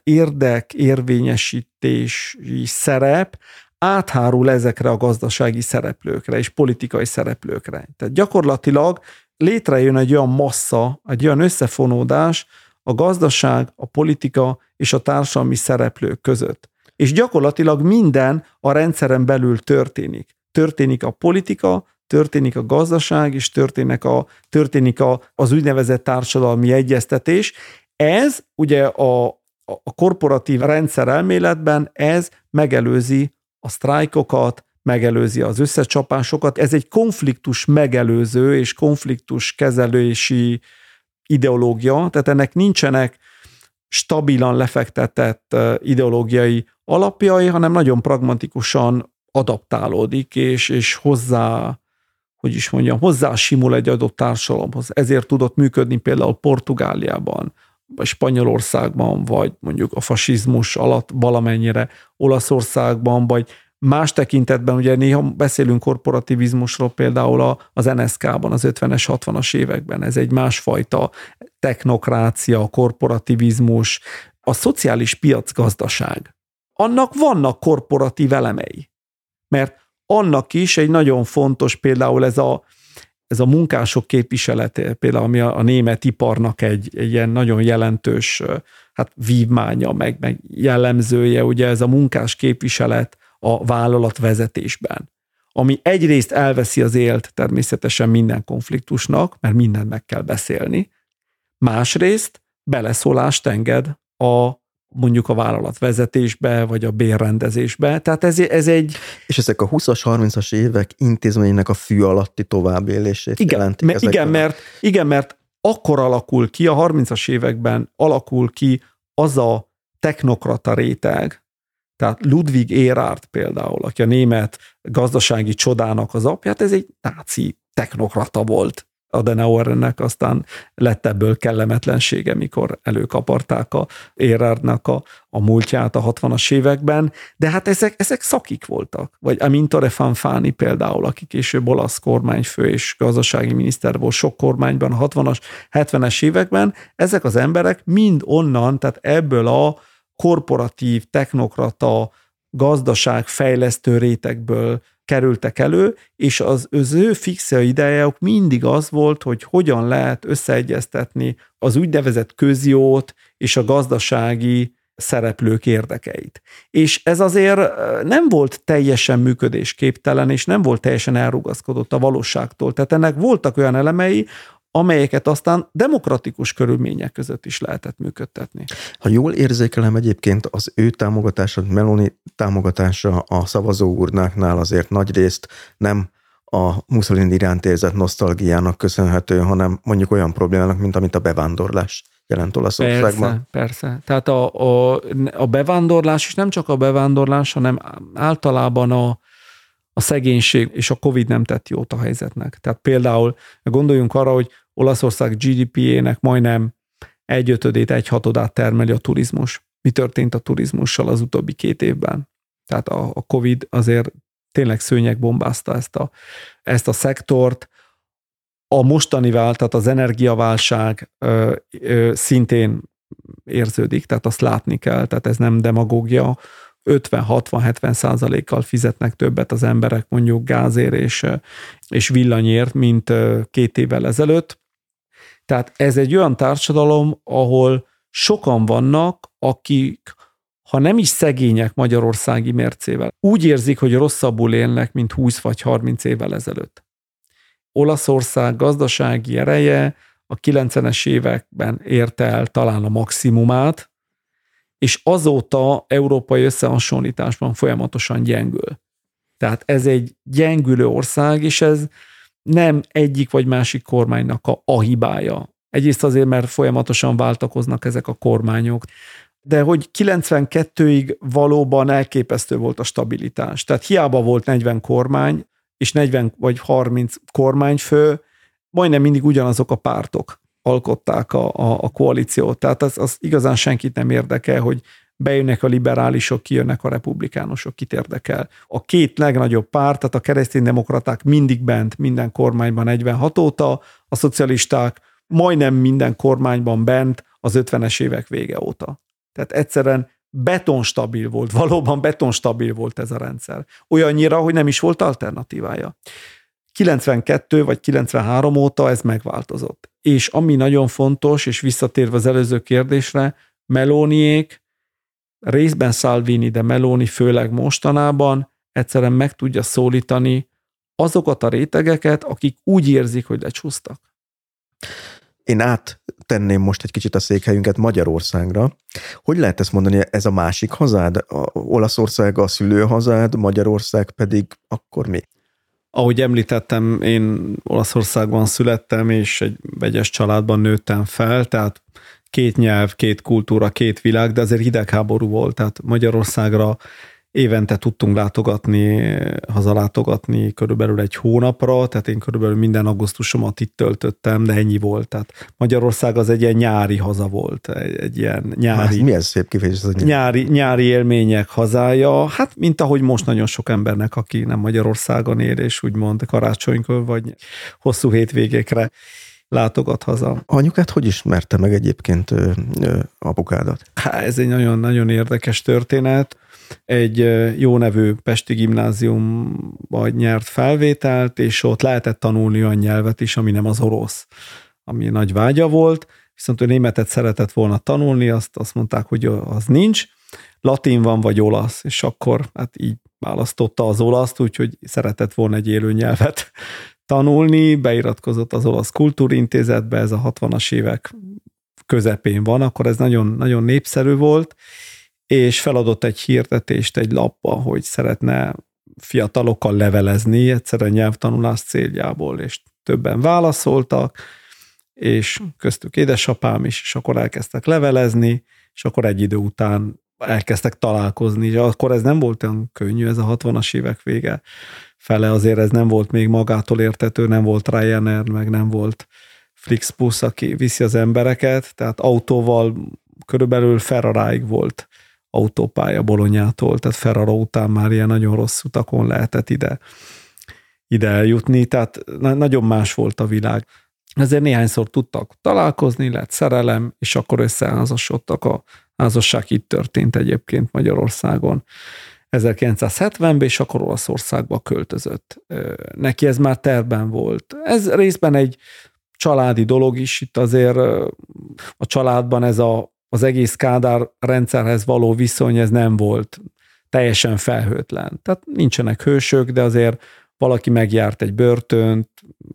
érdekérvényesítési szerep áthárul ezekre a gazdasági szereplőkre és politikai szereplőkre. Tehát gyakorlatilag létrejön egy olyan massza, egy olyan összefonódás a gazdaság, a politika és a társadalmi szereplők között. És gyakorlatilag minden a rendszeren belül történik. Történik a politika, történik a gazdaság, és történik, a, történik a, az úgynevezett társadalmi egyeztetés. Ez ugye a, a korporatív rendszer elméletben ez megelőzi a sztrájkokat, megelőzi az összecsapásokat. Ez egy konfliktus megelőző és konfliktus kezelési ideológia, tehát ennek nincsenek stabilan lefektetett ideológiai alapjai, hanem nagyon pragmatikusan adaptálódik, és, és hozzá, hogy is mondjam, hozzá simul egy adott társadalomhoz. Ezért tudott működni például Portugáliában, vagy Spanyolországban, vagy mondjuk a fasizmus alatt valamennyire Olaszországban, vagy más tekintetben, ugye néha beszélünk korporativizmusról például az en es ká-ban, az ötvenes, hatvanas években. Ez egy másfajta technokrácia, korporativizmus, a szociális piacgazdaság. Annak vannak korporatív elemei, mert annak is egy nagyon fontos például ez a, ez a munkások képviselete, például ami a, a német iparnak egy, egy ilyen nagyon jelentős hát vívmánya, meg, meg jellemzője, ugye ez a munkás képviselet a vállalatvezetésben, ami egyrészt elveszi az élt természetesen minden konfliktusnak, mert mindent meg kell beszélni, másrészt beleszólást enged a mondjuk a vállalatvezetésbe, vagy a bérrendezésbe. Tehát ez, ez egy... És ezek a huszas, harmincas évek intézménynek a fű alatti továbbélését igen, jelentik. Mert, igen, mert, igen, mert akkor alakul ki, a harmincas években alakul ki az a technokrata réteg, tehát Ludwig Erhard például, aki a német gazdasági csodának az apja, hát ez egy náci technokrata volt. Adenauernek aztán lett ebből kellemetlensége, mikor előkaparták a Érardnak a, a múltját a hatvanas években, de hát ezek, ezek szakik voltak. Vagy Amintore Fanfani például, aki később olasz kormányfő és gazdasági miniszter volt sok kormányban a hatvanas, hetvenes években, ezek az emberek mind onnan, tehát ebből a korporatív, technokrata, gazdaságfejlesztő rétegből kerültek elő, és az, az ő fixe ideájuk mindig az volt, hogy hogyan lehet összeegyeztetni az úgynevezett közjót és a gazdasági szereplők érdekeit. És ez azért nem volt teljesen működésképtelen, és nem volt teljesen elrugaszkodott a valóságtól. Tehát ennek voltak olyan elemei, amelyeket aztán demokratikus körülmények között is lehetett működtetni. Ha jól érzékelem, egyébként az ő támogatása, Meloni támogatása a szavazóurnáknál azért nagyrészt nem a Mussolini iránt érzett nosztalgiának köszönhető, hanem mondjuk olyan problémának, mint amit a bevándorlás jelent Olaszországban. Persze, persze. Tehát a, a, a bevándorlás, és nem csak a bevándorlás, hanem általában a a szegénység és a Covid nem tett jót a helyzetnek. Tehát például gondoljunk arra, hogy Olaszország gé dé pé-ének majdnem egy ötödét, egy hatodát termeli a turizmus. Mi történt a turizmussal az utóbbi két évben? Tehát a, a Covid azért tényleg szőnyegbombázta ezt a, ezt a szektort. A mostani vált, tehát az energiaválság ö, ö, szintén érződik, tehát azt látni kell, tehát ez nem demagógia. ötven hatvan hetven százalékkal fizetnek többet az emberek mondjuk gázért és, és villanyért, mint két évvel ezelőtt. Tehát ez egy olyan társadalom, ahol sokan vannak, akik, ha nem is szegények magyarországi mércével, úgy érzik, hogy rosszabbul élnek, mint húsz vagy harminc évvel ezelőtt. Olaszország gazdasági ereje a kilencvenes években érte el talán a maximumát, és azóta európai összehasonlításban folyamatosan gyengül. Tehát ez egy gyengülő ország, és ez nem egyik vagy másik kormánynak a, a hibája. Egyrészt azért, mert folyamatosan váltakoznak ezek a kormányok, de hogy kilencvenkettőig valóban elképesztő volt a stabilitás. Tehát hiába volt negyven kormány, és negyven vagy harminc kormányfő, majdnem mindig ugyanazok a pártok alkották a, a, a koalíciót. Tehát az, az igazán senkit nem érdekel, hogy bejönnek a liberálisok, kijönnek a republikánusok, kit érdekel. A két legnagyobb párt, tehát a kereszténydemokraták mindig bent, minden kormányban negyvenhat óta, a szocialisták majdnem minden kormányban bent az ötvenes évek vége óta. Tehát egyszerűen betonstabil volt, valóban betonstabil volt ez a rendszer. Olyannyira, hogy nem is volt alternatívája. kilencvenkettő vagy kilencvenhárom óta ez megváltozott. És ami nagyon fontos, és visszatérve az előző kérdésre, Meloniék, részben Salvini, de Meloni főleg mostanában egyszerűen meg tudja szólítani azokat a rétegeket, akik úgy érzik, hogy lecsúsztak. Én áttenném most egy kicsit a székhelyünket Magyarországra. Hogy lehet ezt mondani, ez a másik hazád? A Olaszország a szülőhazád, Magyarország pedig akkor mi? Ahogy említettem, én Olaszországban születtem, és egy vegyes családban nőttem fel, tehát két nyelv, két kultúra, két világ, de azért hidegháború volt, tehát Magyarországra évente tudtunk látogatni, hazalátogatni körülbelül egy hónapra, tehát én körülbelül minden augusztusomat itt töltöttem, de ennyi volt. Tehát Magyarország az egy ilyen nyári haza volt, egy, egy ilyen nyári... Hát, mi ez szép kifejezés? Az nyári, nyári élmények hazája, hát mint ahogy most nagyon sok embernek, aki nem Magyarországon él, és úgymond karácsonykor vagy hosszú hétvégékre látogat haza. Anyukát hogy ismerte meg egyébként ö, ö, apukádat? Há, ez egy nagyon-nagyon érdekes történet. Egy jó nevű pesti gimnáziumban nyert felvételt, és ott lehetett tanulni olyan nyelvet is, ami nem az orosz, ami nagy vágya volt, viszont ő németet szeretett volna tanulni, azt, azt mondták, hogy az nincs, latin van vagy olasz, és akkor hát így választotta az olaszt, úgyhogy szeretett volna egy élő nyelvet tanulni, beiratkozott az Olasz Kultúrintézetbe, ez a hatvanas évek közepén van, akkor ez nagyon, nagyon népszerű volt, és feladott egy hirdetést egy lapba, hogy szeretne fiatalokkal levelezni, egyszerűen nyelvtanulás céljából, és többen válaszoltak, és köztük édesapám is, és akkor elkezdtek levelezni, és akkor egy idő után elkezdtek találkozni, és akkor ez nem volt olyan könnyű, ez a hatvanas évek vége fele azért ez nem volt még magától értető, nem volt Ryanair, meg nem volt Flixbus, aki viszi az embereket, tehát autóval körülbelül Ferraráig volt autópálya Bolonyától, tehát Ferrara után már ilyen nagyon rossz utakon lehetett ide, ide eljutni, tehát nagyon más volt a világ. Ezért néhányszor tudtak találkozni, lett szerelem, és akkor összeházasodtak. A házasság itt történt egyébként Magyarországon ezerkilencszázhetvenben, és akkor Olaszországba költözött. Neki ez már tervben volt. Ez részben egy családi dolog is, itt azért a családban ez a, az egész Kádár rendszerhez való viszony, ez nem volt teljesen felhőtlen. Tehát nincsenek hősök, de azért valaki megjárt egy börtönt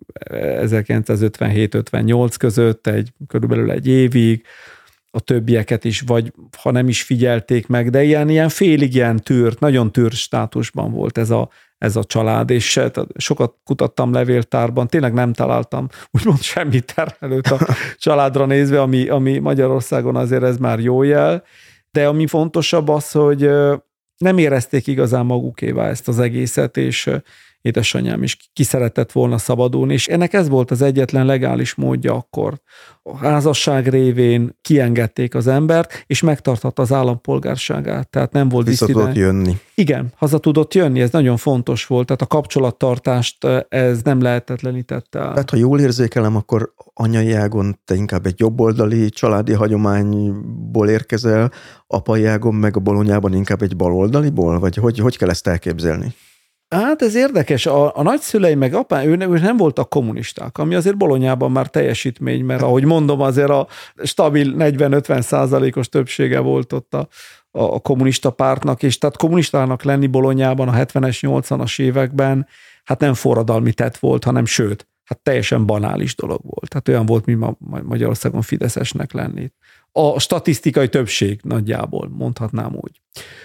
ezerkilencszázötvenhét ötvennyolc között, egy, körülbelül egy évig, a többieket is, vagy ha nem is figyelték meg, de ilyen, ilyen félig ilyen tűrt, nagyon tűrt státusban volt ez a, ez a család, és sokat kutattam levéltárban, tényleg nem találtam úgymond semmi terhelőt a családra nézve, ami, ami Magyarországon azért ez már jó jel, de ami fontosabb az, hogy nem érezték igazán magukévá ezt az egészet, és édesanyám is ki szeretett volna szabadulni, és ennek ez volt az egyetlen legális módja akkor. A házasság révén kiengedték az embert, és megtarthatta az állampolgárságát, tehát nem volt vissza tudott jönni. Igen, haza tudott jönni, ez nagyon fontos volt, tehát a kapcsolattartást ez nem lehetetlenítette. Tehát, ha jól érzékelem, akkor anyai ágon te inkább egy jobboldali családi hagyományból érkezel, apai ágon meg a Bolonyában inkább egy baloldaliból, vagy hogy, hogy kell ezt elképzelni? Hát ez érdekes, a, a nagyszüleim meg apám, ő, ő nem voltak kommunisták, ami azért Bolonyában már teljesítmény, mert ahogy mondom, azért a stabil negyven-ötven százalékos többsége volt ott a, a, a kommunista pártnak, és tehát kommunistának lenni Bolonyában a hetvenes, nyolcvanas években, hát nem forradalmi tett volt, hanem sőt, hát teljesen banális dolog volt. Tehát olyan volt, mint ma Magyarországon fideszesnek lenni. A statisztikai többség nagyjából, mondhatnám úgy.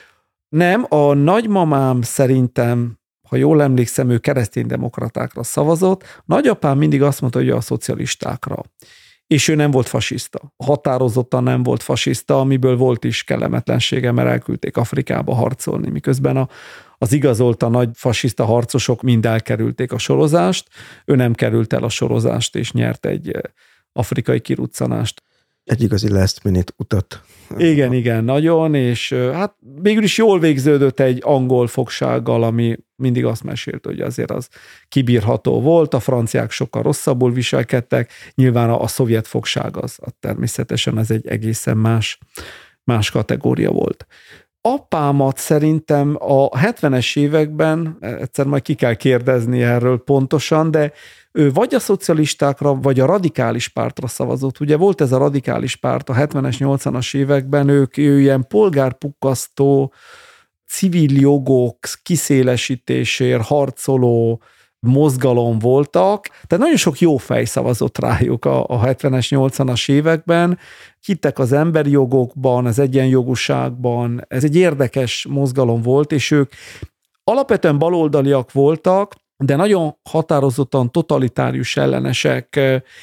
Nem, a nagymamám szerintem, ha jól emlékszem, ő kereszténydemokratákra szavazott. Nagyapám mindig azt mondta, hogy a szocialistákra. És ő nem volt fasiszta. Határozottan nem volt fasiszta, amiből volt is kellemetlensége, mert elküldték Afrikába harcolni, miközben a, az igazolta nagy fasiszta harcosok mind elkerülték a sorozást. Ő nem került el a sorozást, és nyert egy afrikai kiruccanást. Egy igazi last minute utat. Igen, igen, nagyon, és hát végül is jól végződött egy angol fogsággal, ami mindig azt mesélt, hogy azért az kibírható volt, a franciák sokkal rosszabbul viselkedtek, nyilván a, a szovjet fogság az, az természetesen ez egy egészen más, más kategória volt. Apámat szerintem a hetvenes években, egyszer majd ki kell kérdezni erről pontosan, de ő vagy a szocialistákra, vagy a radikális pártra szavazott. Ugye volt ez a radikális párt a hetvenes, nyolcvanas években, ők ő ilyen polgárpukkasztó, civil jogok kiszélesítésért harcoló mozgalom voltak, tehát nagyon sok jó fej szavazott rájuk a, a hetvenes, nyolcvanas években, hittek az emberi jogokban, az egyenjogúságban, ez egy érdekes mozgalom volt, és ők alapvetően baloldaliak voltak, de nagyon határozottan totalitárius ellenesek,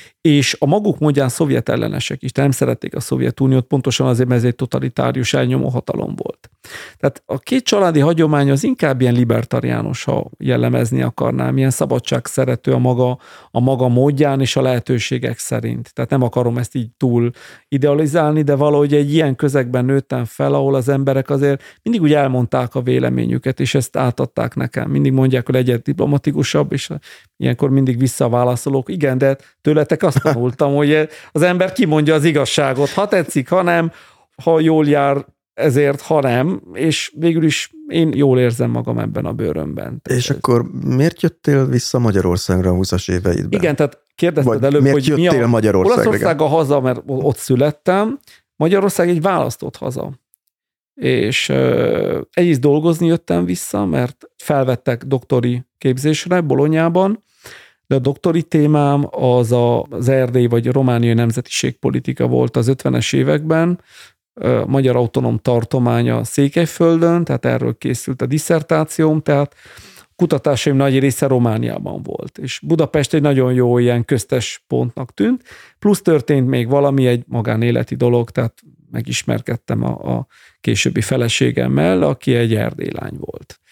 és a maguk módján szovjet ellenesek is, de nem szerették a Szovjetuniót, pontosan azért, mert ez egy totalitárius elnyomó hatalom volt. Tehát a két családi hagyomány az inkább ilyen libertariánus, ha jellemezni akarnám, ilyen szabadságszerető a maga, a maga módján és a lehetőségek szerint. Tehát nem akarom ezt így túl idealizálni, de valahogy egy ilyen közegben nőttem fel, ahol az emberek azért mindig úgy elmondták a véleményüket, és ezt átadták nekem. Mindig mondják, hogy legyen diplomatikusabb, és ilyenkor mindig visszaválaszolok. Igen, de tőletek azt tanultam, hogy az ember kimondja az igazságot, ha tetszik, ha nem, ha jól jár, ezért, ha nem, és végül is én jól érzem magam ebben a bőrömben. És akkor miért jöttél vissza Magyarországra a húszas éveidben? Igen, tehát kérdezted Vagy előbb, miért hogy mi a Magyarországra? Olaszország a haza, mert ott születtem, Magyarország egy választott haza. És uh, egyrészt dolgozni jöttem vissza, mert felvettek doktori képzésre Bolonyában, de a doktori témám az a, az erdélyi vagy a romániai nemzetiségpolitika volt az ötvenes években, a Magyar Autonóm Tartománya Székelyföldön, tehát erről készült a disszertációm, tehát kutatásaim nagy része Romániában volt, és Budapest egy nagyon jó ilyen köztes pontnak tűnt, plusz történt még valami, egy magánéleti dolog, tehát megismerkedtem a, a későbbi feleségemmel, aki egy erdélylány volt.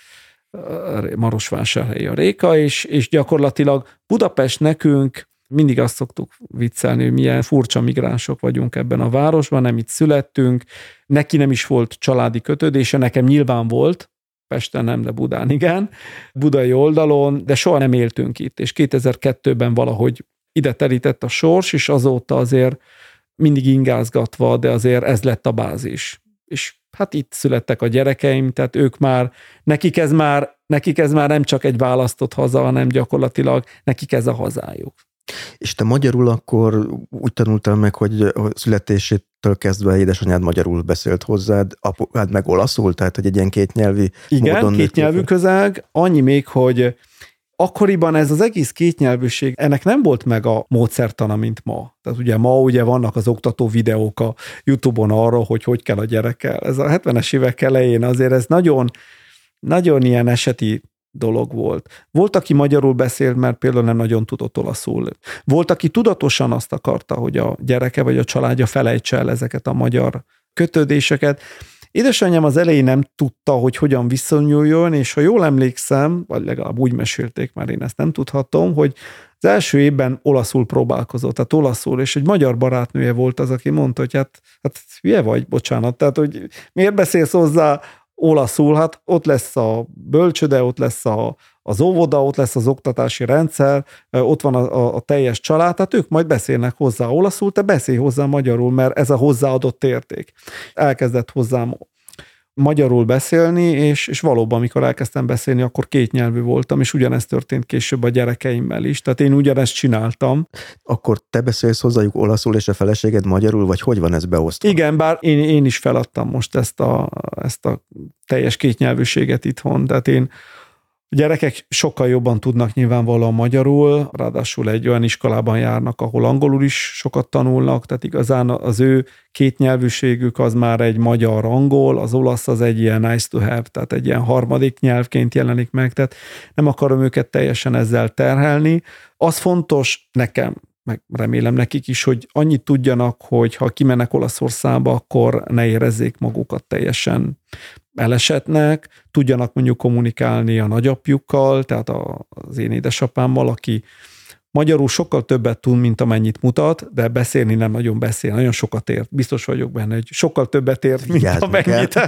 Marosvásárhelyi a Réka, és, és gyakorlatilag Budapest nekünk, mindig azt szoktuk viccelni, hogy milyen furcsa migránsok vagyunk ebben a városban, nem itt születtünk, neki nem is volt családi kötődése, nekem nyilván volt, Pesten nem, de Budán igen, budai oldalon, de soha nem éltünk itt, és kétezer-kettőben valahogy ide terített a sors, és azóta azért mindig ingázgatva, de azért ez lett a bázis. És hát itt születtek a gyerekeim, tehát ők már, nekik ez már, nekik ez már nem csak egy választott haza, hanem gyakorlatilag nekik ez a hazájuk. És te magyarul akkor úgy tanultál meg, hogy a születésétől kezdve édesanyád magyarul beszélt hozzád, apukád meg olaszul, tehát hogy egy ilyen kétnyelvi Igen, módon... Igen, kétnyelvű közeg, annyi még, hogy akkoriban ez az egész kétnyelvűség, ennek nem volt meg a módszertana, mint ma. Tehát ugye ma ugye vannak az oktató videók a YouTube-on arra, hogy hogy kell a gyerekkel. Ez a hetvenes évek elején azért ez nagyon, nagyon ilyen eseti dolog volt. Volt, aki magyarul beszélt, mert például nem nagyon tudott olaszul. Volt, aki tudatosan azt akarta, hogy a gyereke vagy a családja felejtse el ezeket a magyar kötődéseket. Édesanyám az elején nem tudta, hogy hogyan viszonyuljon, és ha jól emlékszem, vagy legalább úgy mesélték, már én ezt nem tudhatom, hogy az első évben olaszul próbálkozott, tehát olaszul, és egy magyar barátnője volt az, aki mondta, hogy hát, hát hülye vagy, bocsánat, tehát hogy miért beszélsz hozzá olaszul, hát ott lesz a bölcsöde, ott lesz a, az óvoda, ott lesz az oktatási rendszer, ott van a, a, a teljes család, tehát ők majd beszélnek hozzá olaszul, te beszélj hozzá magyarul, mert ez a hozzáadott érték. Elkezdett hozzám magyarul beszélni, és, és valóban, amikor elkezdtem beszélni, akkor kétnyelvű voltam, és ugyanezt történt később a gyerekeimmel is, tehát én ugyanezt csináltam. Akkor te beszélsz hozzájuk olaszul, és a feleséged magyarul, vagy hogy van ez beosztva? Igen, bár én, én is feladtam most ezt a, ezt a teljes kétnyelvűséget itthon, tehát én a gyerekek sokkal jobban tudnak nyilvánvalóan magyarul, ráadásul egy olyan iskolában járnak, ahol angolul is sokat tanulnak, tehát igazán az ő kétnyelvűségük az már egy magyar-angol, az olasz az egy ilyen nice to have, tehát egy ilyen harmadik nyelvként jelenik meg, tehát nem akarom őket teljesen ezzel terhelni. Az fontos nekem, meg remélem nekik is, hogy annyit tudjanak, hogy ha kimennek Olaszországba, akkor ne érezzék magukat teljesen elesetnek, tudjanak mondjuk kommunikálni a nagyapjukkal, tehát az én édesapámmal, aki magyarul sokkal többet tud, mint amennyit mutat, de beszélni nem nagyon beszél, nagyon sokat ért. Biztos vagyok benne, hogy sokkal többet ért, mint Vigyázz amennyit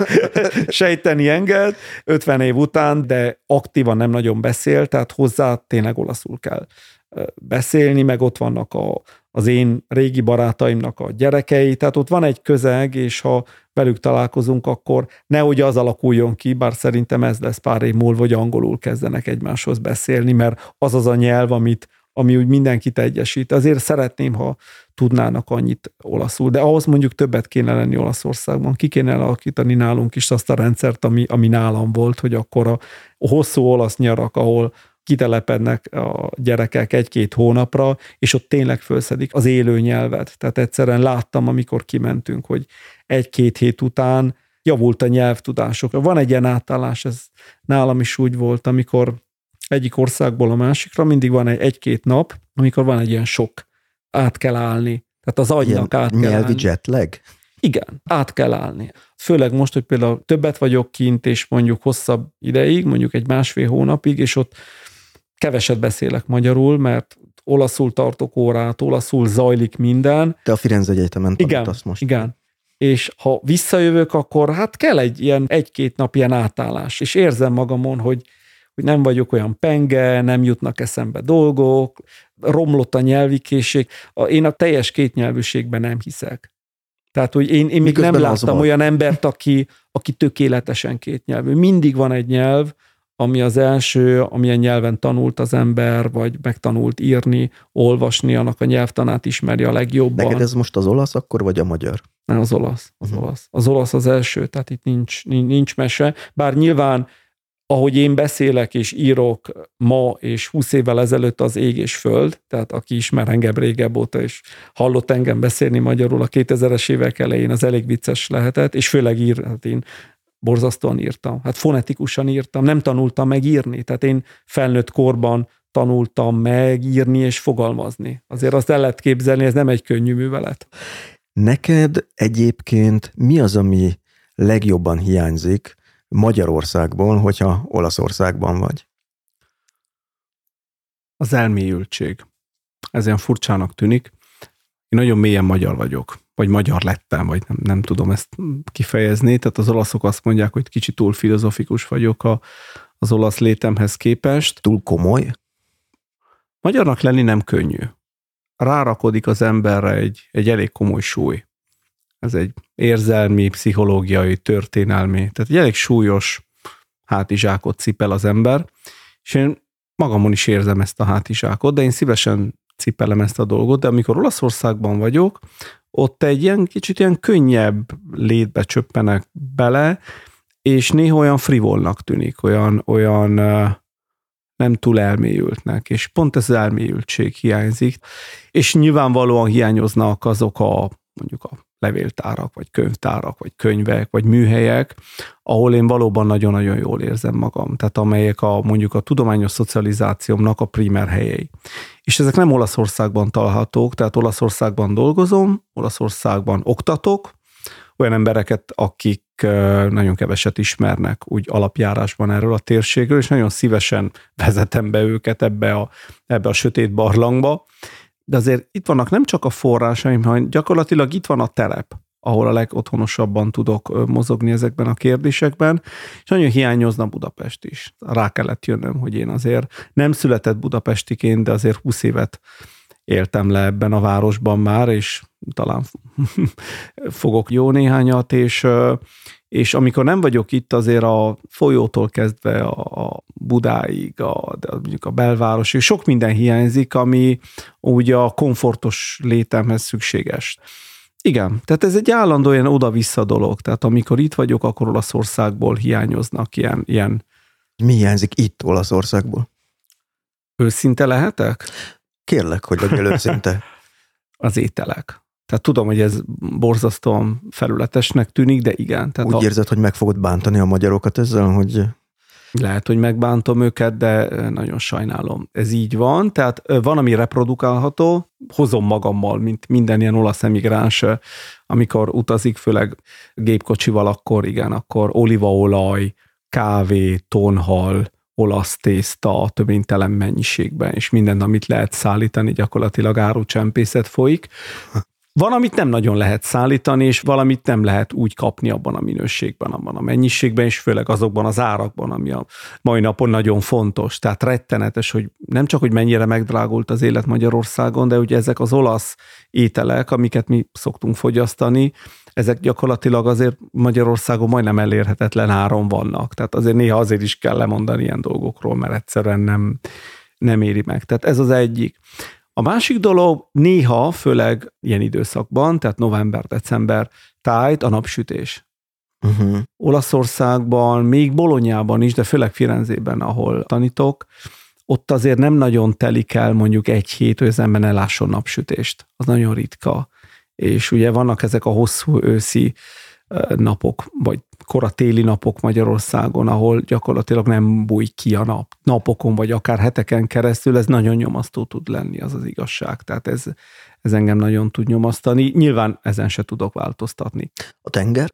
sejteni enged ötven év után, de aktívan nem nagyon beszél, tehát hozzá tényleg olaszul kell beszélni, meg ott vannak a, az én régi barátaimnak a gyerekei, tehát ott van egy közeg, és ha velük találkozunk, akkor nehogy az alakuljon ki, bár szerintem ez lesz pár év múlva, hogy angolul kezdenek egymáshoz beszélni, mert az az a nyelv, amit, ami úgy mindenkit egyesít. Azért szeretném, ha tudnának annyit olaszul, de ahhoz mondjuk többet kéne lenni Olaszországban. Ki kéne alakítani nálunk is azt a rendszert, ami, ami nálam volt, hogy akkor a hosszú olasz nyarak, ahol kitelepednek a gyerekek egy-két hónapra, és ott tényleg felszedik az élő nyelvet. Tehát egyszerűen láttam, amikor kimentünk, hogy egy-két hét után javult a nyelvtudások. Van egy ilyen átállás, ez nálam is úgy volt, amikor egyik országból a másikra mindig van egy, egy-két nap, amikor van egy ilyen sok. Át kell állni. Tehát az agynak ilyen át kell nyelvi állni. jetlag? Igen, át kell állni. Főleg most, hogy például többet vagyok kint, és mondjuk hosszabb ideig, mondjuk egy másfél hónapig, és ott keveset beszélek magyarul, mert olaszul tartok órát, olaszul zajlik minden. Te a Firenze Egyetemen tanítasz most. Igen. És ha visszajövök, akkor hát kell egy ilyen egy-két nap ilyen átállás. És érzem magamon, hogy, hogy nem vagyok olyan penge, nem jutnak eszembe dolgok, romlott a nyelvi készség. Én a teljes kétnyelvűségben nem hiszek. Tehát, hogy én, én még nem láttam olyan embert, aki, aki tökéletesen kétnyelvű. Mindig van egy nyelv, ami az első, amilyen nyelven tanult az ember, vagy megtanult írni, olvasni, annak a nyelvtanát ismeri a legjobban. Neked ez most az olasz akkor, vagy a magyar? Nem, az olasz. Az, uh-huh. olasz. az olasz az első, tehát itt nincs, nincs mese. Bár nyilván, ahogy én beszélek és írok ma és húsz évvel ezelőtt az ég és föld, tehát aki ismer engem régebb óta, és hallott engem beszélni magyarul a kétezres évek elején, az elég vicces lehetett, és főleg ír, hát én borzasztóan írtam. Hát fonetikusan írtam, nem tanultam meg írni. Tehát én felnőtt korban tanultam meg írni és fogalmazni. Azért azt el lehet képzelni, ez nem egy könnyű művelet. Neked egyébként mi az, ami legjobban hiányzik Magyarországból, hogyha Olaszországban vagy? Az elmélyültség. Ez ilyen furcsának tűnik. Én nagyon mélyen magyar vagyok, vagy magyar lettem, vagy nem, nem tudom ezt kifejezni. Tehát az olaszok azt mondják, hogy kicsit túl filozofikus vagyok a, az olasz létemhez képest. Túl komoly? Magyarnak lenni nem könnyű. Rárakodik az emberre egy, egy elég komoly súly. Ez egy érzelmi, pszichológiai, történelmi, tehát egy elég súlyos hátizsákot cipel az ember, és én magamon is érzem ezt a hátizsákot, de én szívesen cipelem ezt a dolgot, de amikor Olaszországban vagyok, ott egy ilyen kicsit ilyen könnyebb létbe csöppenek bele, és néha olyan frivolnak tűnik, olyan, olyan nem túl elmélyültnek, és pont ez az elmélyültség hiányzik, és nyilvánvalóan hiányoznak azok a mondjuk a levéltárak, vagy könyvtárak, vagy könyvek, vagy műhelyek, ahol én valóban nagyon-nagyon jól érzem magam, tehát amelyek a, mondjuk a tudományos szocializációmnak a primer helyei. És ezek nem Olaszországban találhatók, tehát Olaszországban dolgozom, Olaszországban oktatok, olyan embereket, akik nagyon keveset ismernek úgy alapjárásban erről a térségről, és nagyon szívesen vezetem be őket ebbe a, ebbe a sötét barlangba, de azért itt vannak nem csak a forrásaim, hanem gyakorlatilag itt van a telep, ahol a legotthonosabban tudok mozogni ezekben a kérdésekben, és nagyon hiányozna Budapest is. Rá kellett jönnöm, hogy én azért nem született budapestiként, de azért húsz évet éltem le ebben a városban már, és talán fogok jó néhányat, és, és amikor nem vagyok itt, azért a folyótól kezdve a Budáig, a, de mondjuk a belváros, és sok minden hiányzik, ami úgy a komfortos létemhez szükséges. Igen, tehát ez egy állandó ilyen oda-vissza dolog, tehát amikor itt vagyok, akkor Olaszországból hiányoznak ilyen, ilyen... Mi hiányzik itt Olaszországból? Őszinte lehetek? Kérlek, hogy legyél őszinte. Az ételek. Tehát tudom, hogy ez borzasztóan felületesnek tűnik, de igen. Tehát úgy a... érzed, hogy meg fogod bántani a magyarokat ezzel, hogy... Lehet, hogy megbántom őket, de nagyon sajnálom. Ez így van, tehát van, ami reprodukálható, hozom magammal, mint minden ilyen olasz emigráns, amikor utazik, főleg gépkocsival, akkor igen, akkor olívaolaj, kávé, tonhal, olasz tészta, töménytelen mennyiségben, és minden, amit lehet szállítani, gyakorlatilag árucsempészet folyik. Van, amit nem nagyon lehet szállítani, és valamit nem lehet úgy kapni abban a minőségben, abban a mennyiségben, és főleg azokban az árakban, ami a mai napon nagyon fontos. Tehát rettenetes, hogy nem csak, hogy mennyire megdrágult az élet Magyarországon, de ugye ezek az olasz ételek, amiket mi szoktunk fogyasztani, ezek gyakorlatilag azért Magyarországon majdnem elérhetetlen áron vannak. Tehát azért néha azért is kell lemondani ilyen dolgokról, mert egyszerűen nem, nem éri meg. Tehát ez az egyik. A másik dolog néha, főleg ilyen időszakban, tehát november-december tájt, a napsütés. Uh-huh. Olaszországban, még Bolonyában is, de főleg Firenzében, ahol tanítok, ott azért nem nagyon telik el mondjuk egy hét, hogy az ember ne lásson napsütést. Az nagyon ritka. És ugye vannak ezek a hosszú őszi napok, vagy kora téli napok Magyarországon, ahol gyakorlatilag nem bújik ki a nap. Napokon, vagy akár heteken keresztül, ez nagyon nyomasztó tud lenni, az az igazság. Tehát ez, ez engem nagyon tud nyomasztani. Nyilván ezen se tudok változtatni. A tenger?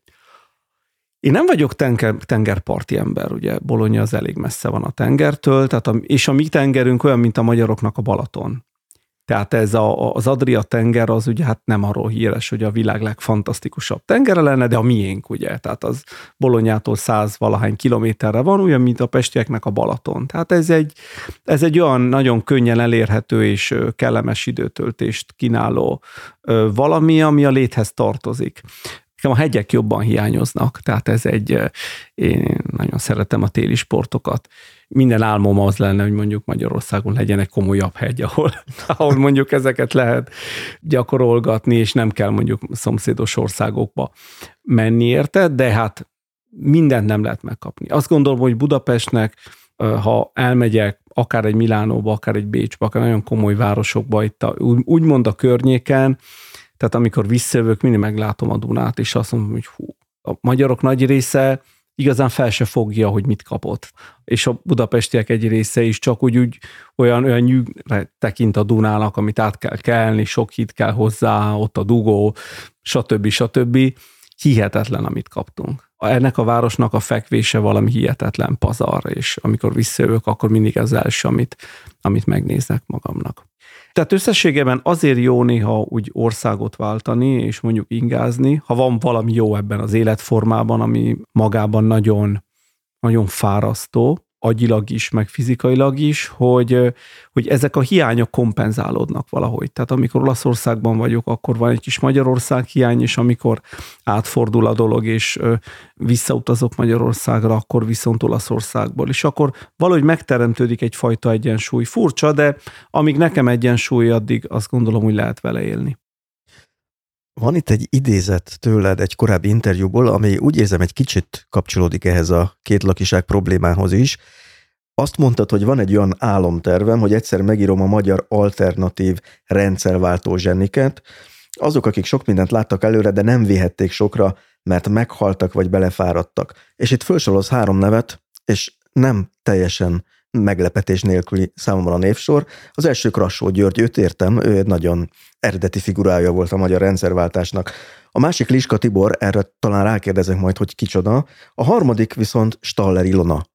Én nem vagyok tenger, tengerparti ember, ugye Bologna az elég messze van a tengertől, tehát a, és a mi tengerünk olyan, mint a magyaroknak a Balaton. Tehát ez a, az Adria-tenger az ugye hát nem arról híres, hogy a világ legfantasztikusabb tengere lenne, de a miénk ugye, tehát az Bolonyától száz valahány kilométerre van, olyan, mint a pestieknek a Balaton. Tehát ez egy, ez egy olyan nagyon könnyen elérhető és kellemes időtöltést kínáló valami, ami a léthez tartozik. A hegyek jobban hiányoznak, tehát ez egy, én nagyon szeretem a téli sportokat. Minden álmom az lenne, hogy mondjuk Magyarországon legyen egy komolyabb hegy, ahol, ahol mondjuk ezeket lehet gyakorolgatni, és nem kell mondjuk szomszédos országokba menni érte, de hát mindent nem lehet megkapni. Azt gondolom, hogy Budapestnek, ha elmegyek akár egy Milánóba, akár egy Bécsbe, akár nagyon komoly városokba, itt a, úgymond a környéken, tehát amikor visszajövök, mindig meglátom a Dunát, és azt mondom, hogy hú, a magyarok nagy része igazán fel se fogja, hogy mit kapott. És a budapestiek egy része is csak úgy, úgy olyan, olyan nyűgre tekint a Dunának, amit át kell kelni, sok híd kell hozzá, ott a dugó, stb. stb. Hihetetlen, amit kaptunk. ennek a városnak a fekvése valami hihetetlen pazar, és amikor visszajövök, akkor mindig ez első, amit, amit megnézek magamnak. Tehát összességében azért jó néha úgy országot váltani, és mondjuk ingázni, ha van valami jó ebben az életformában, ami magában nagyon, nagyon fárasztó, agyilag is, meg fizikailag is, hogy, hogy ezek a hiányok kompenzálódnak valahogy. Tehát amikor Olaszországban vagyok, akkor van egy kis Magyarország hiány, és amikor átfordul a dolog, és visszautazok Magyarországra, akkor viszont Olaszországból. És akkor valahogy megteremtődik egyfajta egyensúly. Furcsa, de amíg nekem egyensúly, addig azt gondolom, hogy lehet vele élni. Van itt egy idézet tőled egy korábbi interjúból, ami úgy érzem egy kicsit kapcsolódik ehhez a kétlakiság problémához is. Azt mondtad, hogy van egy olyan álomtervem, hogy egyszer megírom a magyar alternatív rendszerváltó zseniket. Azok, akik sok mindent láttak előre, de nem vihették sokra, mert meghaltak vagy belefáradtak. És itt felsorolsz három nevet, és nem teljesen meglepetés nélküli számomra a névsor. Az első Krassó György, őt értem, ő egy nagyon eredeti figurája volt a magyar rendszerváltásnak. A másik Liska Tibor, erre talán rákérdezek majd, hogy kicsoda. A harmadik viszont Staller Ilona.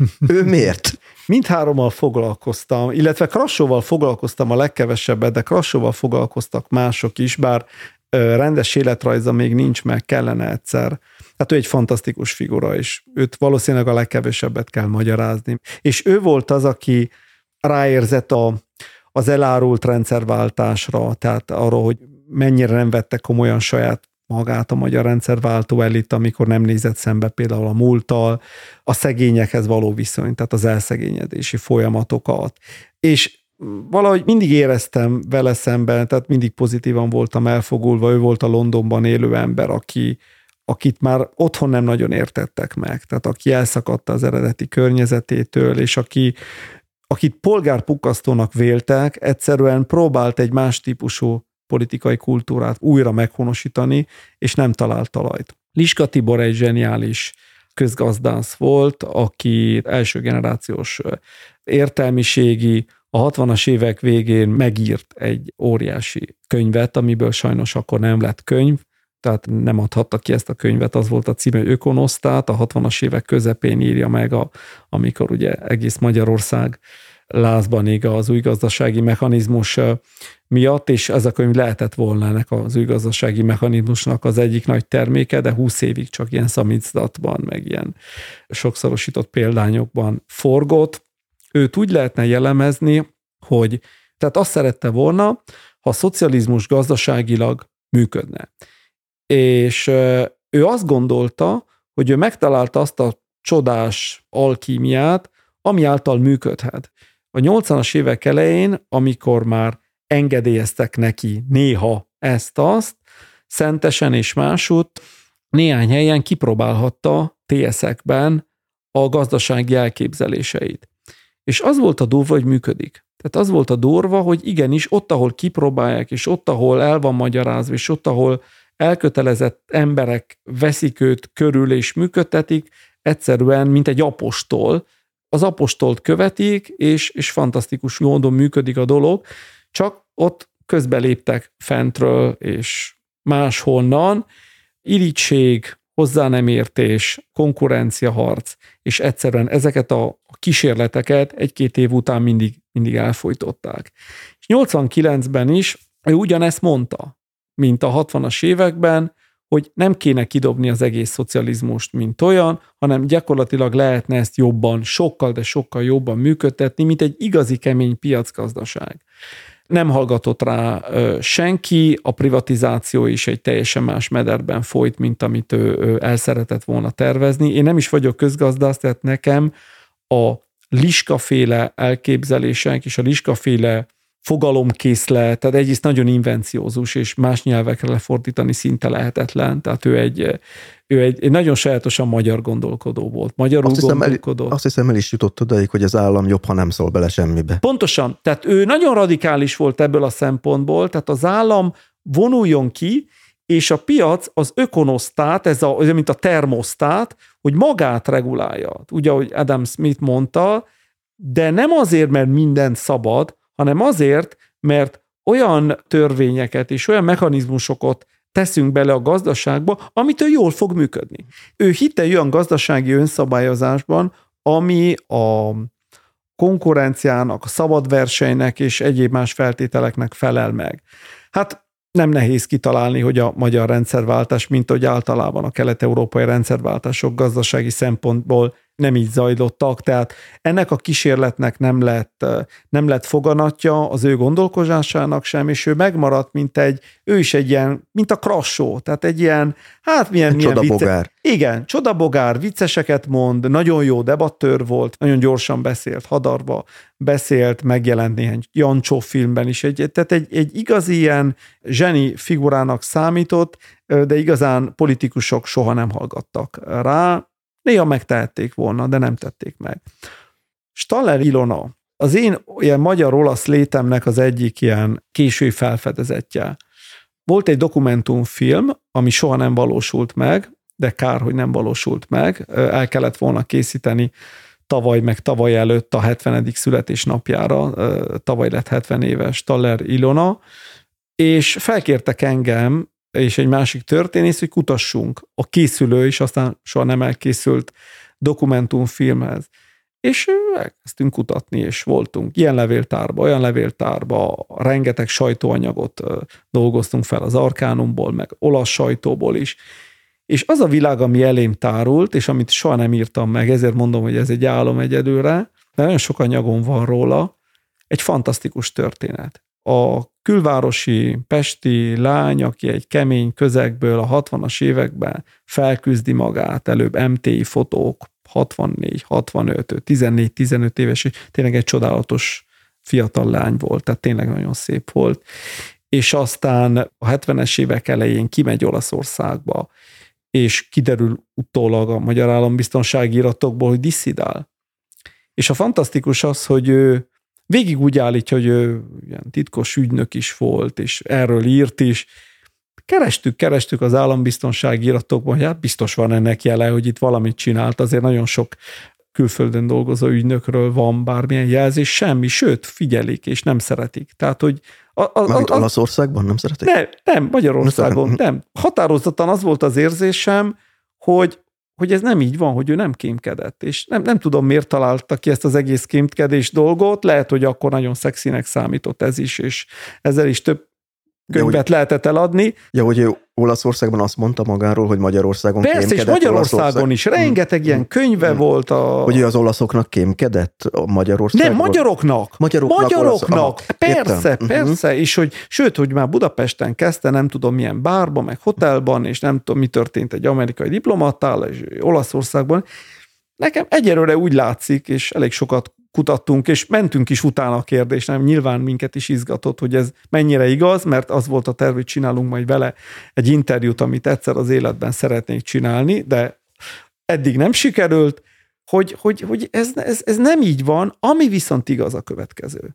Ő miért? Mindhárommal foglalkoztam, illetve Krassóval foglalkoztam a legkevesebbet, de Krassóval foglalkoztak mások is, bár rendes életrajza még nincs meg, kellene egyszer. Hát ő egy fantasztikus figura, és őt valószínűleg a legkevesebbet kell magyarázni. És ő volt az, aki ráérzett a, az elárult rendszerváltásra, tehát arra, hogy mennyire nem vette komolyan saját magát a magyar rendszerváltó elit, amikor nem nézett szembe például a múlttal, a szegényekhez való viszony, tehát az elszegényedési folyamatokat. És valahogy mindig éreztem vele szemben, tehát mindig pozitívan voltam elfogulva, ő volt a Londonban élő ember, aki, akit már otthon nem nagyon értettek meg, tehát aki elszakadta az eredeti környezetétől, és aki, akit polgárpukkasztónak véltek, egyszerűen próbált egy más típusú politikai kultúrát újra meghonosítani, és nem talált talajt. Liska Tibor egy zseniális közgazdász volt, aki első generációs értelmiségi, a hatvanas évek végén megírt egy óriási könyvet, amiből sajnos akkor nem lett könyv, tehát nem adhatta ki ezt a könyvet, az volt a címe, hogy Ökonosztát, a hatvanas évek közepén írja meg, a, amikor ugye egész Magyarország lázban ég az új gazdasági mechanizmus miatt, és ez a könyv lehetett volna ennek az új gazdasági mechanizmusnak az egyik nagy terméke, de húsz évig csak ilyen szamizdatban, meg ilyen sokszorosított példányokban forgott. Őt úgy lehetne jellemezni, hogy tehát azt szerette volna, ha a szocializmus gazdaságilag működne. És ő azt gondolta, hogy ő megtalálta azt a csodás alkímiát, ami által működhet. A nyolcvanas évek elején, amikor már engedélyeztek neki néha ezt-azt, Szentesen és másút, néhány helyen kipróbálhatta té es-ekben a gazdasági elképzeléseit. És az volt a durva, hogy működik. Tehát az volt a durva, hogy igenis ott, ahol kipróbálják, és ott, ahol el van magyarázva, és ott, ahol elkötelezett emberek veszik őt körül és működtetik, egyszerűen, mint egy apostol, az apostolt követik, és, és fantasztikus módon működik a dolog, csak ott közbeléptek fentről, és máshonnan, irigység, hozzá nem értés, konkurenciaharc, és egyszerűen ezeket a kísérleteket egy-két év után mindig, mindig elfojtották. És nyolcvankilencben is ő ugyanezt mondta, mint a hatvanas években, hogy nem kéne kidobni az egész szocializmust, mint olyan, hanem gyakorlatilag lehetne ezt jobban, sokkal, de sokkal jobban működtetni, mint egy igazi kemény piacgazdaság. Nem hallgatott rá ö, senki, a privatizáció is egy teljesen más mederben folyt, mint amit ő, ő el szeretett volna tervezni. Én nem is vagyok közgazdász, tehát nekem a Liska-féle elképzelések és a Liska-féle fogalomkészlet, tehát egyrészt nagyon invenciózus, és más nyelvekre lefordítani szinte lehetetlen, tehát ő egy, ő egy, egy nagyon sajátosan magyar gondolkodó volt. Magyarul azt hiszem, gondolkodó. El, azt hiszem el is jutott odaig, hogy az állam jobb, ha nem szól bele semmibe. Pontosan, tehát ő nagyon radikális volt ebből a szempontból, tehát az állam vonuljon ki, és a piac az ökonosztát, ez a, mint a termosztát, hogy magát regulálja. Ugye, ahogy Adam Smith mondta, de nem azért, mert minden szabad, hanem azért, mert olyan törvényeket és olyan mechanizmusokat teszünk bele a gazdaságba, amitől jól fog működni. Ő hitt egy olyan gazdasági önszabályozásban, ami a konkurenciának, a szabad versenynek és egyéb más feltételeknek felel meg. Hát nem nehéz kitalálni, hogy a magyar rendszerváltás, mint hogy általában a kelet-európai rendszerváltások gazdasági szempontból nem így zajlottak, tehát ennek a kísérletnek nem lett, nem lett foganatja az ő gondolkozásának sem, és ő megmaradt, mint egy, ő is egy ilyen, mint a Krassó, tehát egy ilyen, hát milyen, milyen csodabogár. Vicce, igen, csodabogár, vicceseket mond, nagyon jó debattőr volt, nagyon gyorsan beszélt, hadarba beszélt, megjelent néhány Jancsó filmben is, egy, tehát egy, egy igazi ilyen zseni figurának számított, de igazán politikusok soha nem hallgattak rá. Néha megtehették volna, de nem tették meg. Staller Ilona, az én ilyen magyar-olasz létemnek az egyik ilyen késői felfedezetje. Volt egy dokumentumfilm, ami soha nem valósult meg, de kár, hogy nem valósult meg. El kellett volna készíteni tavaly, meg tavaly előtt a hetvenedik születésnapjára, tavaly lett hetven éves Staller Ilona, és felkértek engem, és egy másik történész, hogy kutassunk a készülő, és aztán soha nem elkészült dokumentumfilmhez. És elkezdtünk kutatni, és voltunk ilyen levéltárba, olyan levéltárba, rengeteg sajtóanyagot dolgoztunk fel az Arkánumból, meg olasz sajtóból is. És az a világ, ami elém tárult, és amit soha nem írtam meg, ezért mondom, hogy ez egy álom egyedülre, de nagyon sok anyagom van róla, egy fantasztikus történet. A külvárosi pesti lány, aki egy kemény közegből a hatvanas években felküzdi magát, előbb em té i fotók, hatvannégy, hatvanöt, tizennégy, tizenöt éves, és tényleg egy csodálatos fiatal lány volt, tehát tényleg nagyon szép volt. És aztán a hetvenes évek elején kimegy Olaszországba, és kiderül utólag a magyar állambiztonsági iratokból, hogy disszidál. És a fantasztikus az, hogy ő végig úgy állítja, hogy ő ilyen titkos ügynök is volt, és erről írt is. Kerestük, kerestük az állambiztonsági iratokban, hogy hát biztos van ennek jele, hogy itt valamit csinált, azért nagyon sok külföldön dolgozó ügynökről van bármilyen jelzés, semmi, sőt, figyelik, és nem szeretik. Tehát, hogy a, a, a, a, Olaszországban nem szeretik? Nem, nem, Magyarországon nem. Határozottan az volt az érzésem, hogy hogy ez nem így van, hogy ő nem kémkedett, és nem, nem tudom, miért találta ki ezt az egész kémkedés dolgot, lehet, hogy akkor nagyon szexinek számított ez is, és ezzel is több könyvet ja, lehetett eladni. Ja, hogy ő Olaszországban azt mondta magáról, hogy Magyarországon Persze, kémkedett. Persze, és Magyarországon is. Rengeteg mm. ilyen könyve mm. volt. A... Hogy ő az olaszoknak kémkedett a Magyarországon? Nem, magyaroknak. Magyaroknak. Magyaroknak. Olasz... Persze, Értem. persze. Uh-huh. És hogy, sőt, hogy már Budapesten kezdte, nem tudom milyen bárban, meg hotelban, és nem tudom, mi történt egy amerikai diplomatál, és Olaszországban. Nekem egyelőre úgy látszik, és elég sokat kutattunk, és mentünk is utána a kérdésnek, nyilván minket is izgatott, hogy ez mennyire igaz, mert az volt a terv, hogy csinálunk majd vele egy interjút, amit egyszer az életben szeretnék csinálni, de eddig nem sikerült, hogy, hogy, hogy ez, ez, ez nem így van, ami viszont igaz a következő.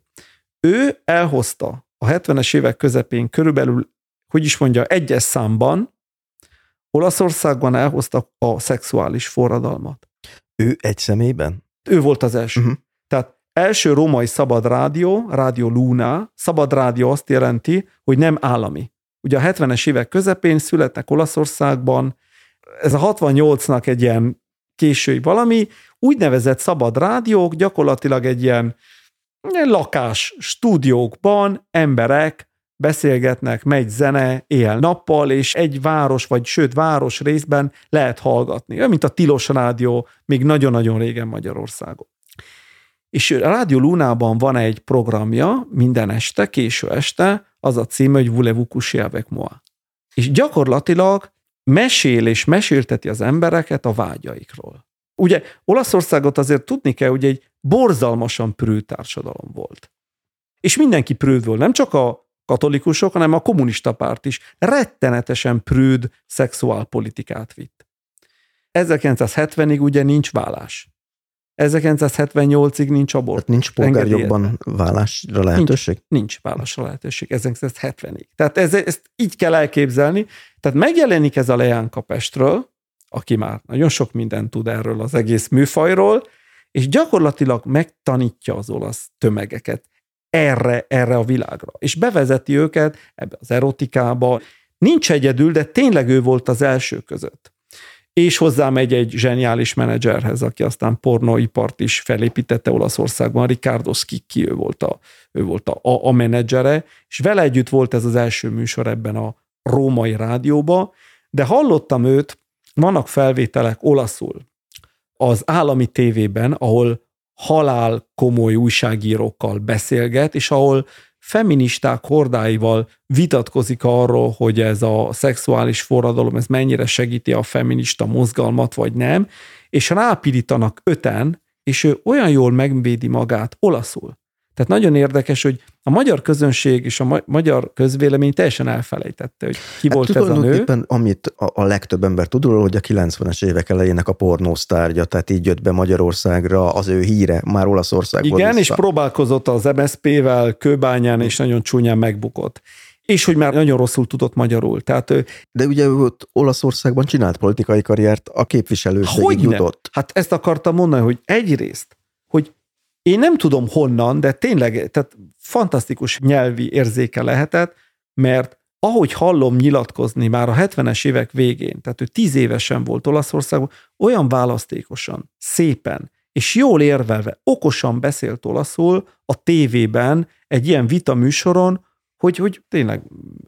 Ő elhozta a hetvenes évek közepén körülbelül, hogy is mondja, egyes számban, Olaszországban elhozta a szexuális forradalmat. Ő egy személyben? Ő volt az első. Uh-huh. Tehát első római szabad rádió, Rádió Luna, szabad rádió azt jelenti, hogy nem állami. Ugye a hetvenes évek közepén születnek Olaszországban, ez a hatvannyolcnak egy ilyen késői valami, úgynevezett szabad rádiók, gyakorlatilag egy ilyen, ilyen lakás stúdiókban emberek beszélgetnek, megy zene éjjel-nappal, és egy város, vagy sőt város részben lehet hallgatni. Olyan, mint a Tilos rádió, még nagyon-nagyon régen Magyarországon. És a Rádió Lunában van egy programja minden este, késő este, az a címe, hogy Voulez-vous coucher avec moi. És gyakorlatilag mesél és mesélteti az embereket a vágyaikról. Ugye Olaszországot azért tudni kell, hogy egy borzalmasan prűd társadalom volt. És mindenki prűd volt, nem csak a katolikusok, hanem a kommunista párt is rettenetesen prűd szexuálpolitikát vitt. ezerkilencszázhetvenig ugye nincs vállás. ezerkilencszázhetvennyolcig nincs abort. Tehát nincs polgárjogban vállásra lehetőség? Nincs, nincs vállásra lehetőség ezerkilencszázhetvenig. Tehát ez, ezt így kell elképzelni. Tehát megjelenik ez a Leánka Pestről, aki már nagyon sok mindent tud erről az egész műfajról, és gyakorlatilag megtanítja az olasz tömegeket erre, erre a világra. És bevezeti őket ebbe az erotikába, nincs egyedül, de tényleg ő volt az első között. És hozzámegy egy zseniális menedzserhez, aki aztán pornóipart is felépítette Olaszországban, Riccardo Schicchi, ő volt, a, ő volt a, a, a menedzsere, és vele együtt volt ez az első műsor ebben a római rádióban, de hallottam őt, vannak felvételek olaszul az állami tévében, ahol halál komoly újságírókkal beszélget, és ahol feministák hordáival vitatkozik arról, hogy ez a szexuális forradalom, ez mennyire segíti a feminista mozgalmat, vagy nem, és rápirítanak öten, és ő olyan jól megvédi magát olaszul. Tehát nagyon érdekes, hogy a magyar közönség és a ma- magyar közvélemény teljesen elfelejtette, hogy ki hát volt ez a nő. Amit a, a legtöbb ember tud róla, hogy a kilencvenes évek elejének a pornósztárja, tehát így jött be Magyarországra az ő híre, már Olaszországból Igen, vissza. És próbálkozott az em es zé pé-vel Kőbányán, és nagyon csúnyán megbukott. És hogy már nagyon rosszul tudott magyarul. Tehát ő... De ugye ő ott Olaszországban csinált politikai karriert, a képviselőségig jutott. Hát ezt akartam mondani, hogy egyrészt, hogy én nem tudom honnan, de tényleg tehát fantasztikus nyelvi érzéke lehetett, mert ahogy hallom nyilatkozni már a hetvenes évek végén, tehát ő tíz évesen volt Olaszországban, olyan választékosan, szépen és jól érvelve, okosan beszélt olaszul a tévében egy ilyen vita műsoron, hogy, hogy tényleg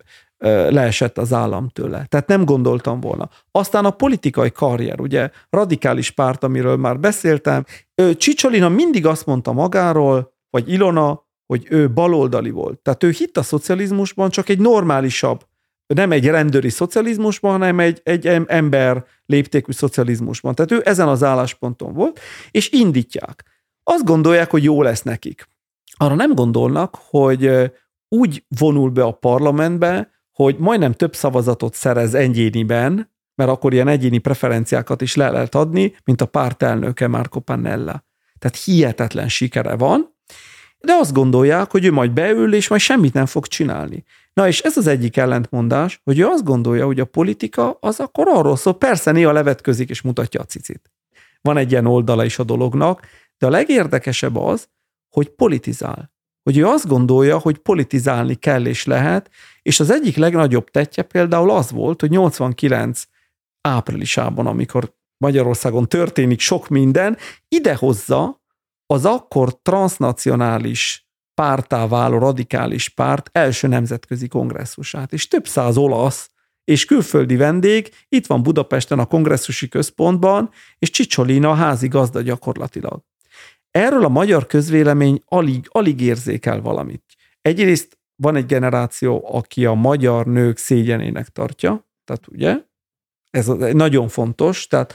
leesett az állam tőle. Tehát nem gondoltam volna. Aztán a politikai karrier, ugye radikális párt, amiről már beszéltem. Cicciolina mindig azt mondta magáról, vagy Ilona, hogy ő baloldali volt. Tehát ő hitt a szocializmusban, csak egy normálisabb, nem egy rendőri szocializmusban, hanem egy, egy ember léptékű szocializmusban. Tehát ő ezen az állásponton volt, és indítják. Azt gondolják, hogy jó lesz nekik. Arra nem gondolnak, hogy úgy vonul be a parlamentbe, hogy majdnem több szavazatot szerez egyéniben, mert akkor ilyen egyéni preferenciákat is le lehet adni, mint a párt elnöke Marco Pannella. Tehát hihetetlen sikere van, de azt gondolják, hogy ő majd beül, és majd semmit nem fog csinálni. Na és ez az egyik ellentmondás, hogy ő azt gondolja, hogy a politika az akkor arról szól, persze néha levetközik és mutatja a cicit. Van egy ilyen oldala is a dolognak, de a legérdekesebb az, hogy politizál. Hogy ő azt gondolja, hogy politizálni kell és lehet, és az egyik legnagyobb tettje például az volt, hogy nyolcvankilenc áprilisában, amikor Magyarországon történik sok minden, idehozza az akkor transznacionális párttá váló radikális párt első nemzetközi kongresszusát. És több száz olasz és külföldi vendég itt van Budapesten a kongresszusi központban, és Cicciolina a házi gazda gyakorlatilag. Erről a magyar közvélemény alig, alig érzékel valamit. Egyrészt van egy generáció, aki a magyar nők szégyenének tartja, tehát ugye, ez nagyon fontos, tehát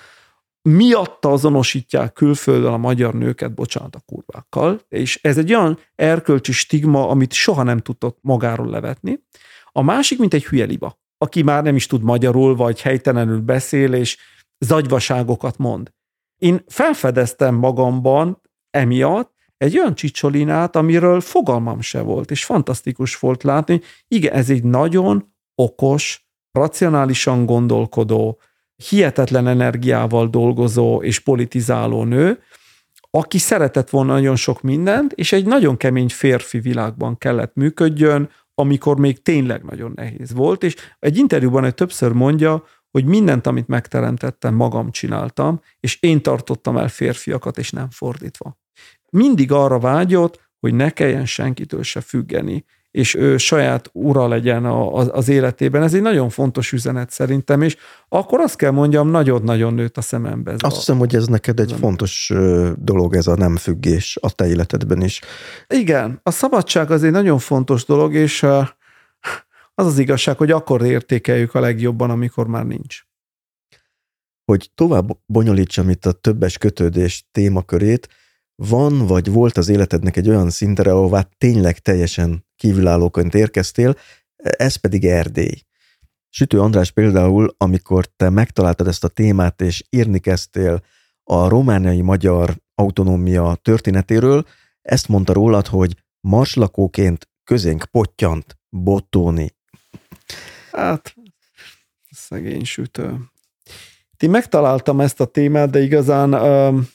miatta azonosítják külföldön a magyar nőket, bocsánat, a kurvákkal, és ez egy olyan erkölcsi stigma, amit soha nem tudott magáról levetni. A másik, mint egy hülye liba, aki már nem is tud magyarul, vagy helytelenül beszél, és zagyvaságokat mond. Én felfedeztem magamban emiatt egy olyan Cicciolinát, amiről fogalmam se volt, és fantasztikus volt látni. Igen, ez egy nagyon okos, racionálisan gondolkodó, hihetetlen energiával dolgozó és politizáló nő, aki szeretett volna nagyon sok mindent, és egy nagyon kemény férfi világban kellett működjön, amikor még tényleg nagyon nehéz volt, és egy interjúban egy többször mondja, hogy mindent, amit megteremtettem, magam csináltam, és én tartottam el férfiakat, és nem fordítva. Mindig arra vágyott, hogy ne kelljen senkitől se függeni, és ő saját ura legyen az életében. Ez egy nagyon fontos üzenet szerintem, és akkor azt kell mondjam, nagyon-nagyon nőtt a szemembe. Ez azt a, hiszem, hogy ez neked egy fontos dolog, ez a nem függés a te életedben is. Igen, a szabadság az egy nagyon fontos dolog, és az az igazság, hogy akkor értékeljük a legjobban, amikor már nincs. Hogy tovább bonyolítsam itt a többes kötődés témakörét, van vagy volt az életednek egy olyan szintre, ahová tényleg teljesen kívülállóként érkeztél, ez pedig Erdély. Sütő András például, amikor te megtaláltad ezt a témát, és írni kezdtél a romániai magyar autonómia történetéről, ezt mondta rólad, hogy marslakóként közénk pottyant Bottoni. Hát, szegény Sütő. Én megtaláltam ezt a témát, de igazán um,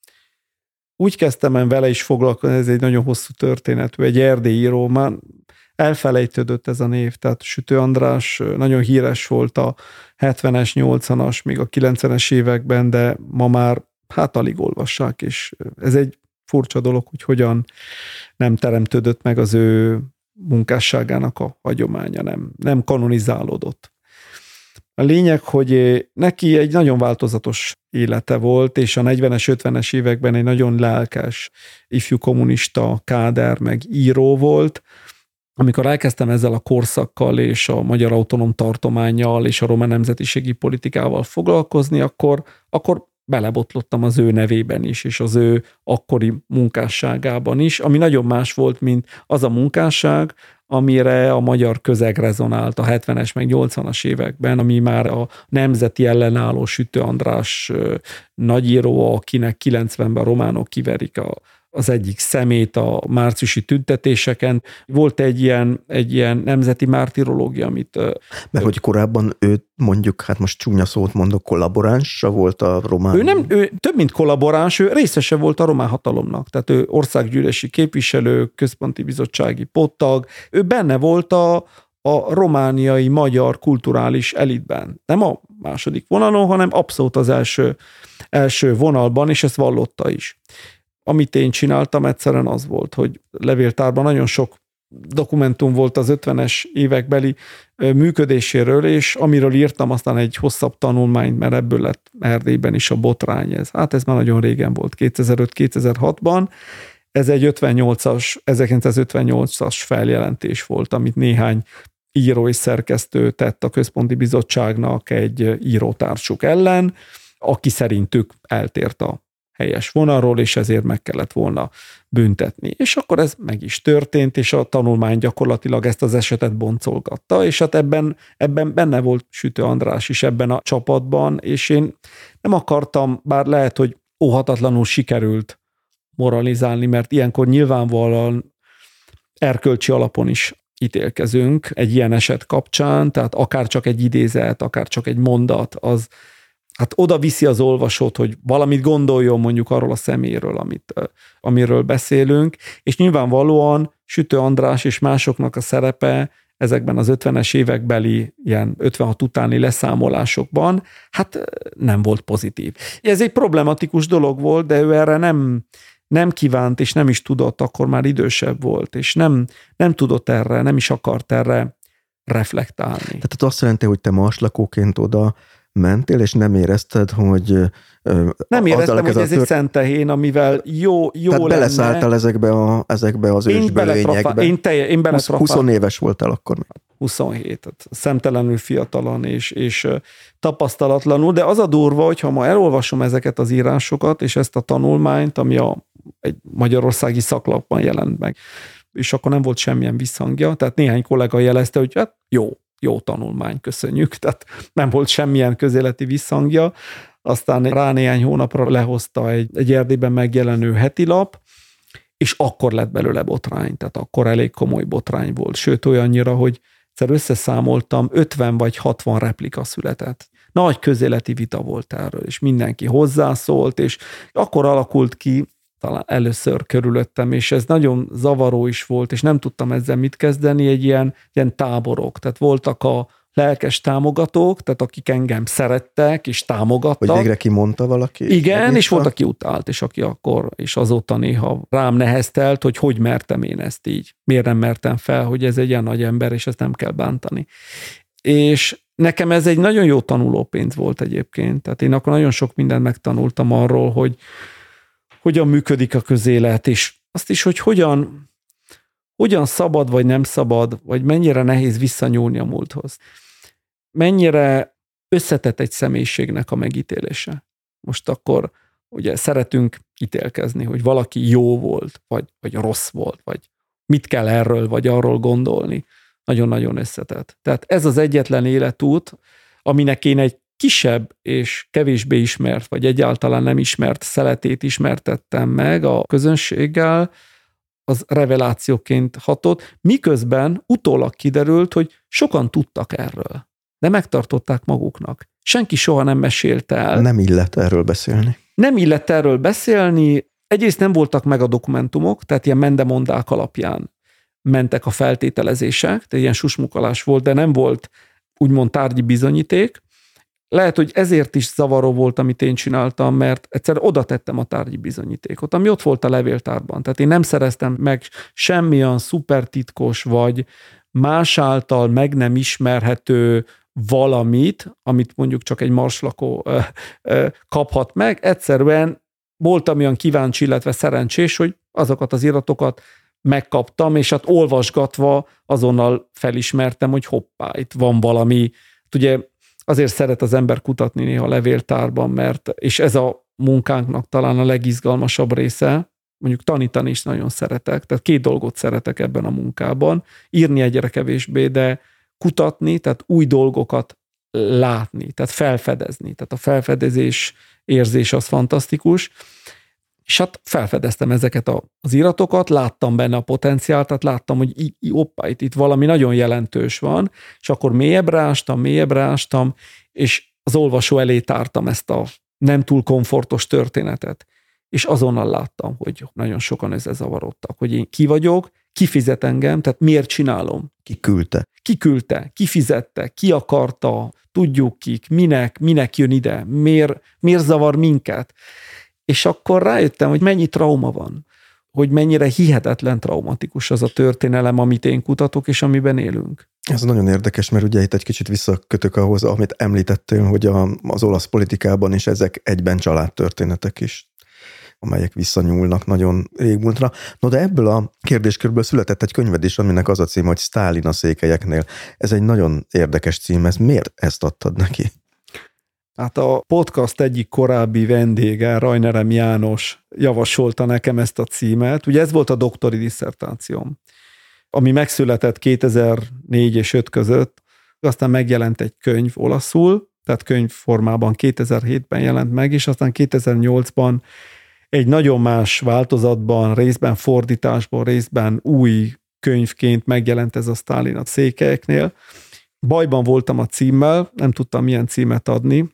úgy kezdtem el vele is foglalkozni, ez egy nagyon hosszú történetű, egy erdélyi író, már elfelejtődött ez a név, tehát Sütő András nagyon híres volt a hetvenes, nyolcvanas, még a kilencvenes években, de ma már hát alig olvassák, és ez egy furcsa dolog, hogy hogyan nem teremtődött meg az ő munkásságának a hagyománya, nem, nem kanonizálódott. A lényeg, hogy neki egy nagyon változatos élete volt, és a negyvenes, ötvenes években egy nagyon lelkes ifjú kommunista káder, meg író volt. Amikor elkezdtem ezzel a korszakkal, és a magyar autonóm tartománnyal, és a román nemzetiségi politikával foglalkozni, akkor, akkor belebotlottam az ő nevében is, és az ő akkori munkásságában is, ami nagyon más volt, mint az a munkásság, amire a magyar közeg rezonált a hetvenes meg nyolcvanas években, ami már a nemzeti ellenálló Sütő András nagyíró, akinek kilencvenben a románok kiverik a az egyik szemét a márciusi tüntetéseken. Volt egy ilyen, egy ilyen nemzeti mártirológia, amit... Mert hogy korábban ő mondjuk, hát most csúnya szót mondok, kollaboránsa volt a román... Ő nem, ő több mint kollaboráns, ő részese volt a román hatalomnak. Tehát ő országgyűlési képviselő, központi bizottsági pottag, ő benne volt a, a romániai magyar kulturális elitben. Nem a második vonalon, hanem abszolút az első, első vonalban, és ezt vallotta is. Amit én csináltam egyszerűen az volt, hogy levéltárban nagyon sok dokumentum volt az ötvenes évekbeli működéséről, és amiről írtam aztán egy hosszabb tanulmányt, mert ebből lett Erdélyben is a botrány. Ez. Hát ez már nagyon régen volt, kétezer-öt kétezer-hatban. Ez egy ötvennyolcas, ezerkilencszázötvennyolcas feljelentés volt, amit néhány író és szerkesztő tett a Központi Bizottságnak egy írótársuk ellen, aki szerintük eltért a helyes vonalról, és ezért meg kellett volna büntetni. És akkor ez meg is történt, és a tanulmány gyakorlatilag ezt az esetet boncolgatta, és hát ebben, ebben benne volt Sütő András is ebben a csapatban, és én nem akartam, bár lehet, hogy óhatatlanul sikerült moralizálni, mert ilyenkor nyilvánvalóan erkölcsi alapon is ítélkezünk egy ilyen eset kapcsán, tehát akár csak egy idézet, akár csak egy mondat, az hát oda viszi az olvasót, hogy valamit gondoljon mondjuk arról a szeméről, amit, amiről beszélünk, és nyilvánvalóan Sütő András és másoknak a szerepe ezekben az ötvenes évekbeli, ilyen ötvenhat utáni leszámolásokban, hát nem volt pozitív. Ez egy problematikus dolog volt, de ő erre nem, nem kívánt, és nem is tudott, akkor már idősebb volt, és nem, nem tudott erre, nem is akart erre reflektálni. Tehát azt jelenti, hogy te marslakóként oda mentél, és nem érezted, hogy... Nem éreztem, hogy ez tört... egy szent tehén, amivel jó, jó Tehát lenne. beleszálltál ezekbe, a, ezekbe az ősbölényekbe. Én, telje, én beletrafáltam. húsz éves voltál akkor még. huszonhét, tehát szemtelenül fiatalan és, és tapasztalatlanul, de az a durva, hogyha ma elolvasom ezeket az írásokat, és ezt a tanulmányt, ami a, egy magyarországi szaklapban jelent meg, és akkor nem volt semmilyen visszhangja, tehát néhány kollega jelezte, hogy hát jó, jó tanulmány, köszönjük, tehát nem volt semmilyen közéleti visszhangja, aztán rá néhány hónapra lehozta egy, egy Erdélyben megjelenő hetilap, és akkor lett belőle botrány, tehát akkor elég komoly botrány volt, sőt olyannyira, hogy egyszer összeszámoltam, ötven vagy hatvan replika született. Nagy közéleti vita volt erről, és mindenki hozzászólt, és akkor alakult ki, talán először körülöttem, és ez nagyon zavaró is volt, és nem tudtam ezzel mit kezdeni, egy ilyen, ilyen táborok. Tehát voltak a lelkes támogatók, tehát akik engem szerettek, és támogattak. Hogy végre kimondta valaki? Igen, megnyitva? És volt, aki utált, és aki akkor, és azóta néha rám neheztelt, hogy hogy mertem én ezt így. Miért nem mertem fel, hogy ez egy ilyen nagy ember, és ezt nem kell bántani. És nekem ez egy nagyon jó tanulópénz volt egyébként. Tehát én akkor nagyon sok mindent megtanultam arról, hogy hogyan működik a közélet, és azt is, hogy hogyan, hogyan szabad, vagy nem szabad, vagy mennyire nehéz visszanyúlni a múlthoz. Mennyire összetett egy személyiségnek a megítélése. Most akkor ugye szeretünk ítélkezni, hogy valaki jó volt, vagy, vagy rossz volt, vagy mit kell erről, vagy arról gondolni. Nagyon-nagyon összetett. Tehát ez az egyetlen életút, aminek én egy kisebb és kevésbé ismert, vagy egyáltalán nem ismert szeletét ismertettem meg a közönséggel, az revelációként hatott, miközben utólag kiderült, hogy sokan tudtak erről, de megtartották maguknak. Senki soha nem mesélte el. Nem illett erről beszélni. Nem illett erről beszélni, egyrészt nem voltak meg a dokumentumok, tehát ilyen mendemondák alapján mentek a feltételezések, tehát ilyen susmukolás volt, de nem volt úgymond tárgyi bizonyíték. Lehet, hogy ezért is zavaró volt, amit én csináltam, mert egyszer oda tettem a tárgyi bizonyítékot, ami ott volt a levéltárban. Tehát én nem szereztem meg semmilyen szupertitkos, vagy más által meg nem ismerhető valamit, amit mondjuk csak egy marslakó ö, ö, kaphat meg. Egyszerűen voltam olyan kíváncsi, illetve szerencsés, hogy azokat az iratokat megkaptam, és hát olvasgatva azonnal felismertem, hogy hoppá, itt van valami. Ugye azért szeret az ember kutatni néha a levéltárban, mert, és ez a munkánknak talán a legizgalmasabb része, mondjuk tanítani is nagyon szeretek, tehát két dolgot szeretek ebben a munkában, írni egyre kevésbé, de kutatni, tehát új dolgokat látni, tehát felfedezni, tehát a felfedezés érzés az fantasztikus, és hát felfedeztem ezeket az iratokat, láttam benne a potenciált, tehát láttam, hogy í, í, oppá, itt, itt valami nagyon jelentős van, és akkor mélyebbre ástam, mélyebbre ástam, és az olvasó elé tártam ezt a nem túl komfortos történetet, és azonnal láttam, hogy nagyon sokan ezzel zavarodtak, hogy én ki vagyok, ki fizet engem, tehát miért csinálom? Ki küldte? Ki küldte, ki fizette, ki akarta, tudjuk kik, minek, minek jön ide, miért, miért zavar minket. És akkor rájöttem, hogy mennyi trauma van, hogy mennyire hihetetlen traumatikus az a történelem, amit én kutatok, és amiben élünk. Ez nagyon érdekes, mert ugye itt egy kicsit visszakötök ahhoz, amit említettél, hogy a, az olasz politikában is ezek egyben családtörténetek is, amelyek visszanyúlnak nagyon régmúltra. No, de ebből a kérdéskörből született egy könyved is, aminek az a cím, hogy Sztálin a székelyeknél. Ez egy nagyon érdekes cím, ez miért ezt adtad neki? Hát a podcast egyik korábbi vendége, Rajnerem János javasolta nekem ezt a címet. Ugye ez volt a doktori disszertációm, ami megszületett kétezer-négy és öt között, aztán megjelent egy könyv olaszul, tehát könyvformában kétezer-hétben jelent meg, és aztán kétezer-nyolcban egy nagyon más változatban, részben fordításban, részben új könyvként megjelent ez a Sztálin a székelyeknél. Bajban voltam a címmel, nem tudtam milyen címet adni,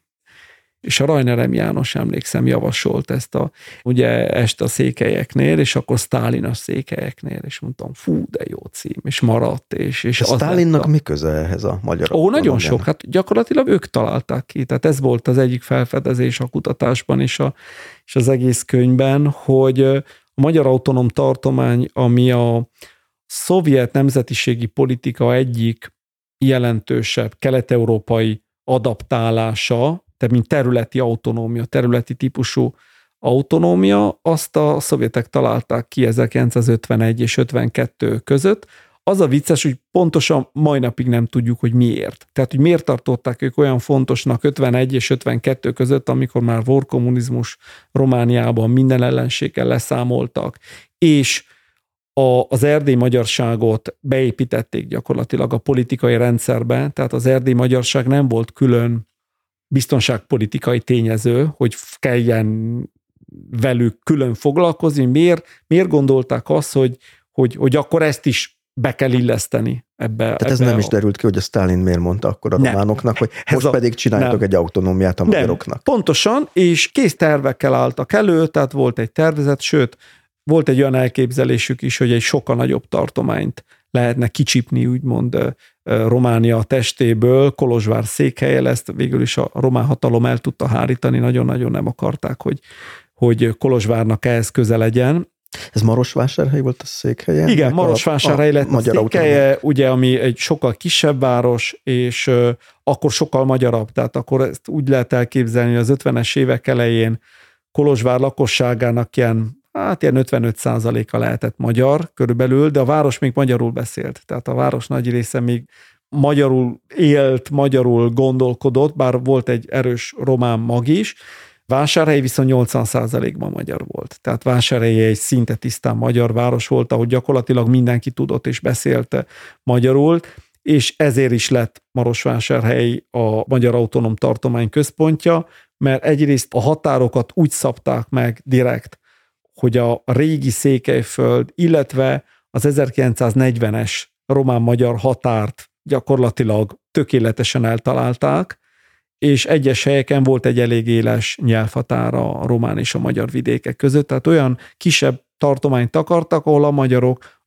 és a Rajnerem János, emlékszem, javasolt ezt a, ugye este a székelyeknél, és akkor Sztálin a székelyeknél, és mondtam, fú, de jó cím, és maradt, és, és a Sztálinnak a... mi köze ehhez a magyar? Ó, nagyon sok, hát gyakorlatilag ők találták ki, tehát ez volt az egyik felfedezés a kutatásban és, a, és az egész könyvben, hogy a magyar autonóm tartomány, ami a szovjet nemzetiségi politika egyik jelentősebb kelet-európai adaptálása, tehát mint területi autonómia, területi típusú autonómia, azt a szovjetek találták ki ezerkilencszázötvenegy és ötvenkettő között. Az a vicces, hogy pontosan mai napig nem tudjuk, hogy miért. Tehát, hogy miért tartották ők olyan fontosnak ötvenegy és ötvenkettő között, amikor már volt kommunizmus Romániában, minden ellenséggel leszámoltak, és a, az erdélyi magyarságot beépítették gyakorlatilag a politikai rendszerbe, tehát az erdélyi magyarság nem volt külön biztonságpolitikai tényező, hogy kelljen velük külön foglalkozni. Miért, miért gondolták azt, hogy, hogy, hogy akkor ezt is be kell illeszteni ebbe? Tehát ebbe ez nem a... is derült ki, hogy a Sztálin miért mondta akkor a nem. románoknak, hogy most a... pedig csináltok nem. egy autonómiát a magyaroknak. Nem. Pontosan, és kész tervekkel álltak elő, tehát volt egy tervezet, sőt, volt egy olyan elképzelésük is, hogy egy sokkal nagyobb tartományt lehetne kicsipni, úgymond Románia testéből, Kolozsvár székhelye lesz, végül is a román hatalom el tudta hárítani, nagyon-nagyon nem akarták, hogy, hogy Kolozsvárnak ehhez köze legyen. Ez Marosvásárhely volt a székhelye? Igen, Marosvásárhely lett a, a székhelye, ugye, ami egy sokkal kisebb város, és uh, akkor sokkal magyarabb, tehát akkor ezt úgy lehet elképzelni, hogy az ötvenes évek elején Kolozsvár lakosságának ilyen hát ilyen ötvenöt százaléka lehetett magyar körülbelül, de a város még magyarul beszélt. Tehát a város nagy része még magyarul élt, magyarul gondolkodott, bár volt egy erős román mag is. Vásárhely viszont nyolcvan százalékban magyar volt. Tehát Vásárhely egy szinte tisztán magyar város volt, ahol gyakorlatilag mindenki tudott és beszélte magyarul, és ezért is lett Marosvásárhely a Magyar Autonóm Tartomány központja, mert egyrészt a határokat úgy szabták meg direkt, hogy a régi Székelyföld, illetve az ezerkilencszáznegyvenes román-magyar határt gyakorlatilag tökéletesen eltalálták, és egyes helyeken volt egy elég éles nyelvhatára a román és a magyar vidékek között, tehát olyan kisebb tartományt akartak, ahol a magyarok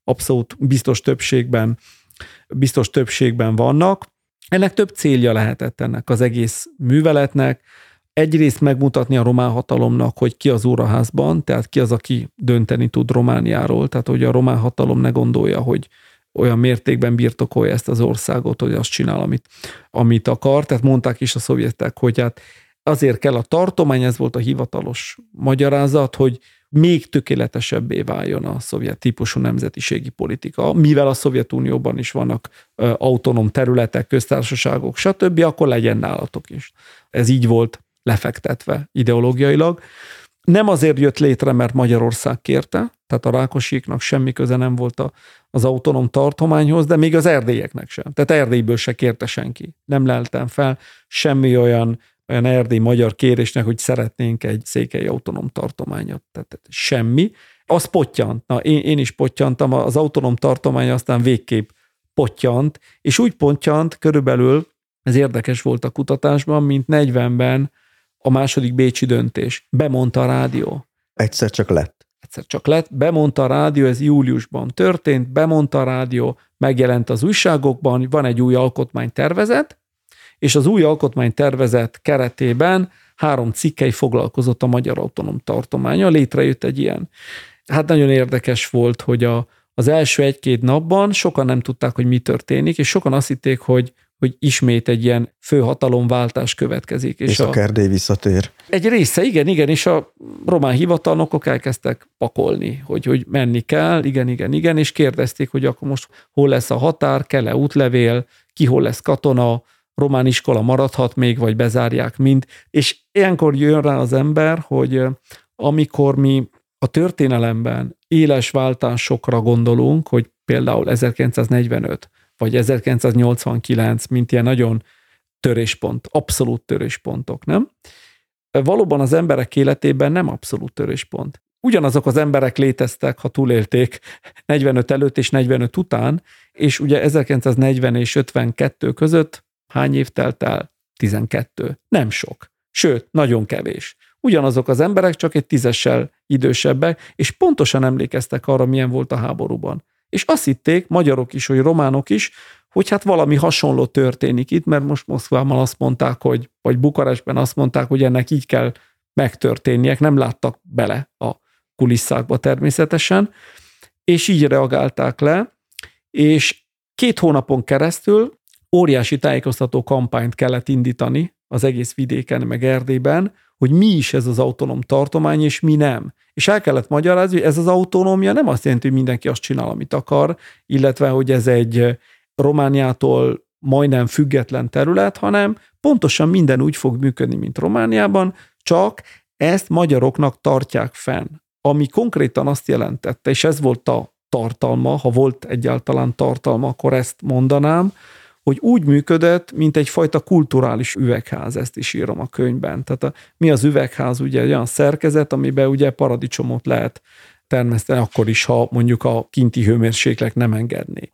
abszolút biztos többségben, biztos többségben vannak. Ennek több célja lehetett ennek az egész műveletnek. Egyrészt megmutatni a román hatalomnak, hogy ki az úraházban, tehát ki az, aki dönteni tud Romániáról, tehát hogy a román hatalom ne gondolja, hogy olyan mértékben birtokolja ezt az országot, hogy azt csinál, amit, amit akar. Tehát mondták is a szovjetek, hogy hát azért kell a tartomány, ez volt a hivatalos magyarázat, hogy még tökéletesebbé váljon a szovjet típusú nemzetiségi politika. Mivel a Szovjetunióban is vannak autonóm területek, köztársaságok, stb., akkor legyen nálatok is. Ez így volt lefektetve ideológiailag. Nem azért jött létre, mert Magyarország kérte, tehát a rákosiéknak semmi köze nem volt az autonóm tartományhoz, de még az erdélyeknek sem. Tehát Erdélyből se kérte senki. Nem leltem fel semmi olyan, olyan erdély magyar kérésnek, hogy szeretnénk egy székely autonóm tartományot. Tehát semmi. Az pottyant. Na, én, én is pottyantam, az autonóm tartomány aztán végképp pottyant, és úgy pottyant körülbelül, ez érdekes volt a kutatásban, mint negyvenben a második bécsi döntés. Bemondta a rádió. Egyszer csak lett. Egyszer csak lett. Bemondta a rádió, ez júliusban történt, bemondta a rádió, megjelent az újságokban, van egy új alkotmánytervezet, és az új alkotmánytervezet keretében három cikkely foglalkozott a Magyar Autonóm Tartománya, létrejött egy ilyen. Hát nagyon érdekes volt, hogy a, az első egy-két napban sokan nem tudták, hogy mi történik, és sokan azt hitték, hogy hogy ismét egy ilyen főhatalomváltás következik. És a Erdély visszatér. Egy része, igen, igen, és a román hivatalnokok elkezdtek pakolni, hogy, hogy menni kell, igen, igen, igen, és kérdezték, hogy akkor most hol lesz a határ, kell-e útlevél, ki hol lesz katona, román iskola maradhat még, vagy bezárják mind. És ilyenkor jön rá az ember, hogy amikor mi a történelemben éles váltásokra gondolunk, hogy például ezerkilencszáznegyvenöt, vagy ezerkilencszáznyolcvankilenc, mint ilyen nagyon töréspont, abszolút töréspontok, nem? Valóban az emberek életében nem abszolút töréspont. Ugyanazok az emberek léteztek, ha túlélték negyvenöt előtt és negyvenöt után, és ugye ezerkilencszáznegyven és ötvenkettő között hány év telt el? tizenkettő. Nem sok. Sőt, nagyon kevés. Ugyanazok az emberek, csak egy tízessel idősebbek, és pontosan emlékeztek arra, milyen volt a háborúban. És azt hitték, magyarok is, vagy románok is, hogy hát valami hasonló történik itt, mert most Moszkvában azt mondták, hogy, vagy Bukarestben azt mondták, hogy ennek így kell megtörténniek, nem láttak bele a kulisszákba természetesen, és így reagálták le, és két hónapon keresztül óriási tájékoztató kampányt kellett indítani az egész vidéken, meg Erdélyben, hogy mi is ez az autonóm tartomány, és mi nem. És el kellett magyarázni, hogy ez az autonómia nem azt jelenti, hogy mindenki azt csinál, amit akar, illetve, hogy ez egy Romániától majdnem független terület, hanem pontosan minden úgy fog működni, mint Romániában, csak ezt magyaroknak tartják fenn. Ami konkrétan azt jelentette, és ez volt a tartalma, ha volt egyáltalán tartalma, akkor ezt mondanám, hogy úgy működött, mint egyfajta kulturális üvegház, ezt is írom a könyvben. Tehát a, mi az üvegház, ugye olyan szerkezet, amiben ugye paradicsomot lehet termeszteni, akkor is, ha mondjuk a kinti hőmérséklet nem engedné.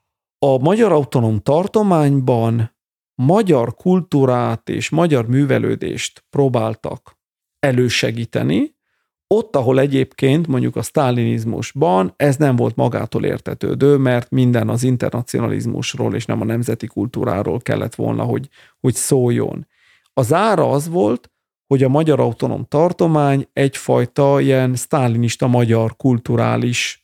A Magyar Autonóm Tartományban magyar kultúrát és magyar művelődést próbáltak elősegíteni, ott, ahol egyébként mondjuk a sztálinizmusban ez nem volt magától értetődő, mert minden az internacionalizmusról és nem a nemzeti kultúráról kellett volna, hogy, hogy szóljon. Az ára az volt, hogy a Magyar Autonóm Tartomány egyfajta ilyen sztálinista magyar kulturális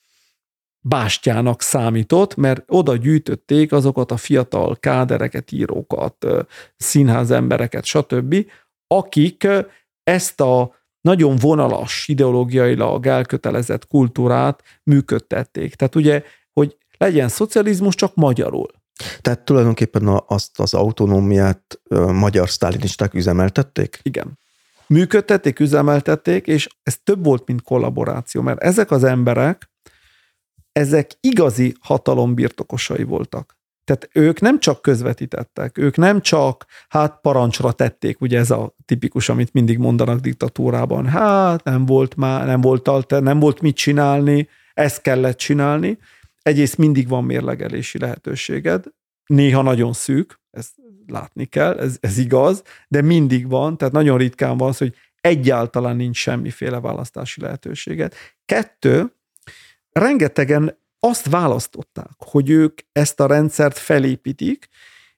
bástyának számított, mert oda gyűjtötték azokat a fiatal kádereket, írókat, színházembereket, stb., akik ezt a nagyon vonalas, ideológiailag elkötelezett kultúrát működtették. Tehát ugye, hogy legyen szocializmus, csak magyarul. Tehát tulajdonképpen azt az autonómiát magyar sztálinisták üzemeltették? Igen. Működtették, üzemeltették, és ez több volt, mint kollaboráció, mert ezek az emberek, ezek igazi hatalom birtokosai voltak. Tehát ők nem csak közvetítettek, ők nem csak hát parancsra tették, ugye ez a tipikus, amit mindig mondanak diktatúrában, hát nem volt már, nem volt alter, nem volt mit csinálni, ezt kellett csinálni. Egyrészt mindig van mérlegelési lehetőséged, néha nagyon szűk, ezt látni kell, ez, ez igaz, de mindig van, tehát nagyon ritkán van az, hogy egyáltalán nincs semmiféle választási lehetőséged. Kettő, rengetegen azt választották, hogy ők ezt a rendszert felépítik,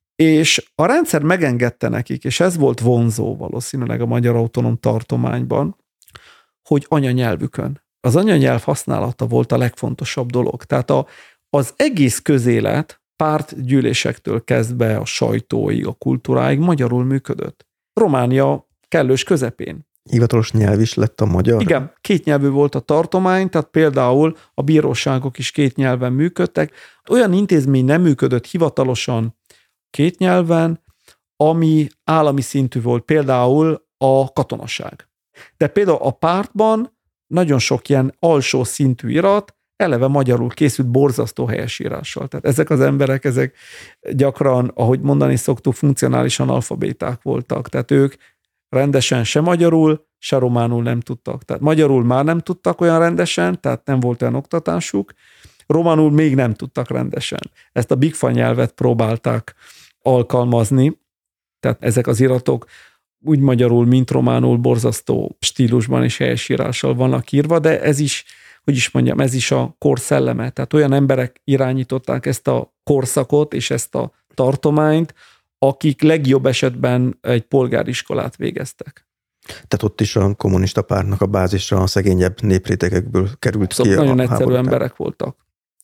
és a rendszer megengedte nekik, és ez volt vonzó valószínűleg a Magyar Autonóm Tartományban, hogy anyanyelvükön. Az anyanyelv használata volt a legfontosabb dolog. Tehát a, az egész közélet pártgyűlésektől kezdve a sajtóig, a kultúráig magyarul működött. Románia kellős közepén. Hivatalos nyelv is lett a magyar? Igen, kétnyelvű volt a tartomány, tehát például a bíróságok is két nyelven működtek. Olyan intézmény nem működött hivatalosan két nyelven, ami állami szintű volt, például a katonaság. De például a pártban nagyon sok ilyen alsó szintű irat eleve magyarul készült borzasztó helyesírással. Tehát ezek az emberek, ezek gyakran, ahogy mondani szoktuk, funkcionálisan alfabéták voltak. Tehát ők rendesen se magyarul, se románul nem tudtak. Tehát magyarul már nem tudtak olyan rendesen, tehát nem volt olyan oktatásuk, románul még nem tudtak rendesen. Ezt a bigfa nyelvet próbálták alkalmazni, tehát ezek az iratok úgy magyarul, mint románul borzasztó stílusban és helyesírással vannak írva, de ez is, hogy is mondjam, ez is a kor szelleme. Tehát olyan emberek irányították ezt a korszakot és ezt a tartományt, akik legjobb esetben egy polgáriskolát végeztek. Tehát ott is a kommunista pártnak a bázisa a szegényebb néprétegekből került szóval ki. Nagyon a egyszerű háborútán. emberek voltak.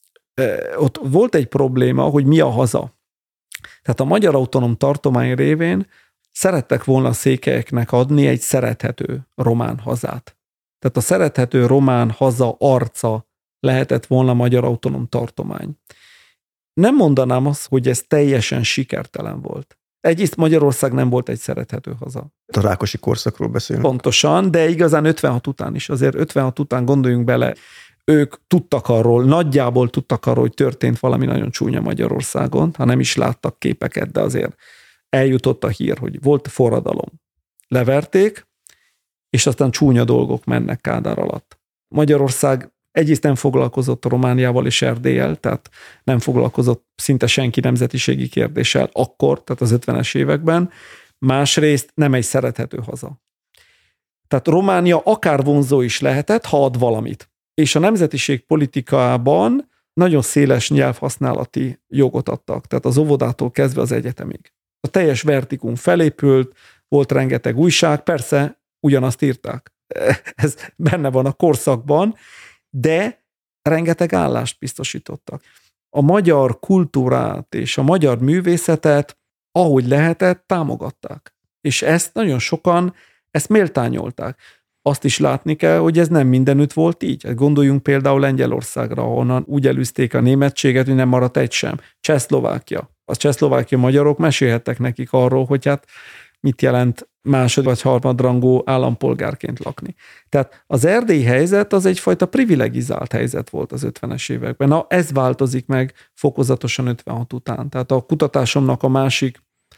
Ott volt egy probléma, hogy mi a haza. Tehát a Magyar Autonóm Tartomány révén szerettek volna a székelyeknek adni egy szerethető román hazát. Tehát a szerethető román haza arca lehetett volna a Magyar Autonóm Tartomány. Nem mondanám azt, hogy ez teljesen sikertelen volt. Egyrészt Magyarország nem volt egy szerethető haza. A Rákosi korszakról beszélünk. Pontosan, de igazán ötvenhat után is. Azért ötvenhat után gondoljunk bele, ők tudtak arról, nagyjából tudtak arról, hogy történt valami nagyon csúnya Magyarországon, ha nem is láttak képeket, de azért eljutott a hír, hogy volt forradalom. Leverték, és aztán csúnya dolgok mennek Kádár alatt. Magyarország egyrészt nem foglalkozott a Romániával és Erdéllyel, tehát nem foglalkozott szinte senki nemzetiségi kérdéssel akkor, tehát az ötvenes években, másrészt nem egy szerethető haza. Tehát Románia akár vonzó is lehetett, ha ad valamit. És a nemzetiség politikában nagyon széles nyelvhasználati jogot adtak, tehát az óvodától kezdve az egyetemig. A teljes vertikum felépült, volt rengeteg újság, persze ugyanazt írták. Ez benne van a korszakban, de rengeteg állást biztosítottak. A magyar kultúrát és a magyar művészetet, ahogy lehetett, támogatták. És ezt nagyon sokan, ezt méltányolták. Azt is látni kell, hogy ez nem mindenütt volt így. Gondoljunk például Lengyelországra, ahonnan úgy elűzték a németséget, hogy nem maradt egy sem. Csehszlovákia. A csehszlovákia magyarok mesélhettek nekik arról, hogy hát mit jelent másod vagy harmadrangú állampolgárként lakni. Tehát az erdélyi helyzet az egyfajta privilegizált helyzet volt az ötvenes években. Na, ez változik meg fokozatosan ötvenhat után. Tehát a kutatásomnak a másik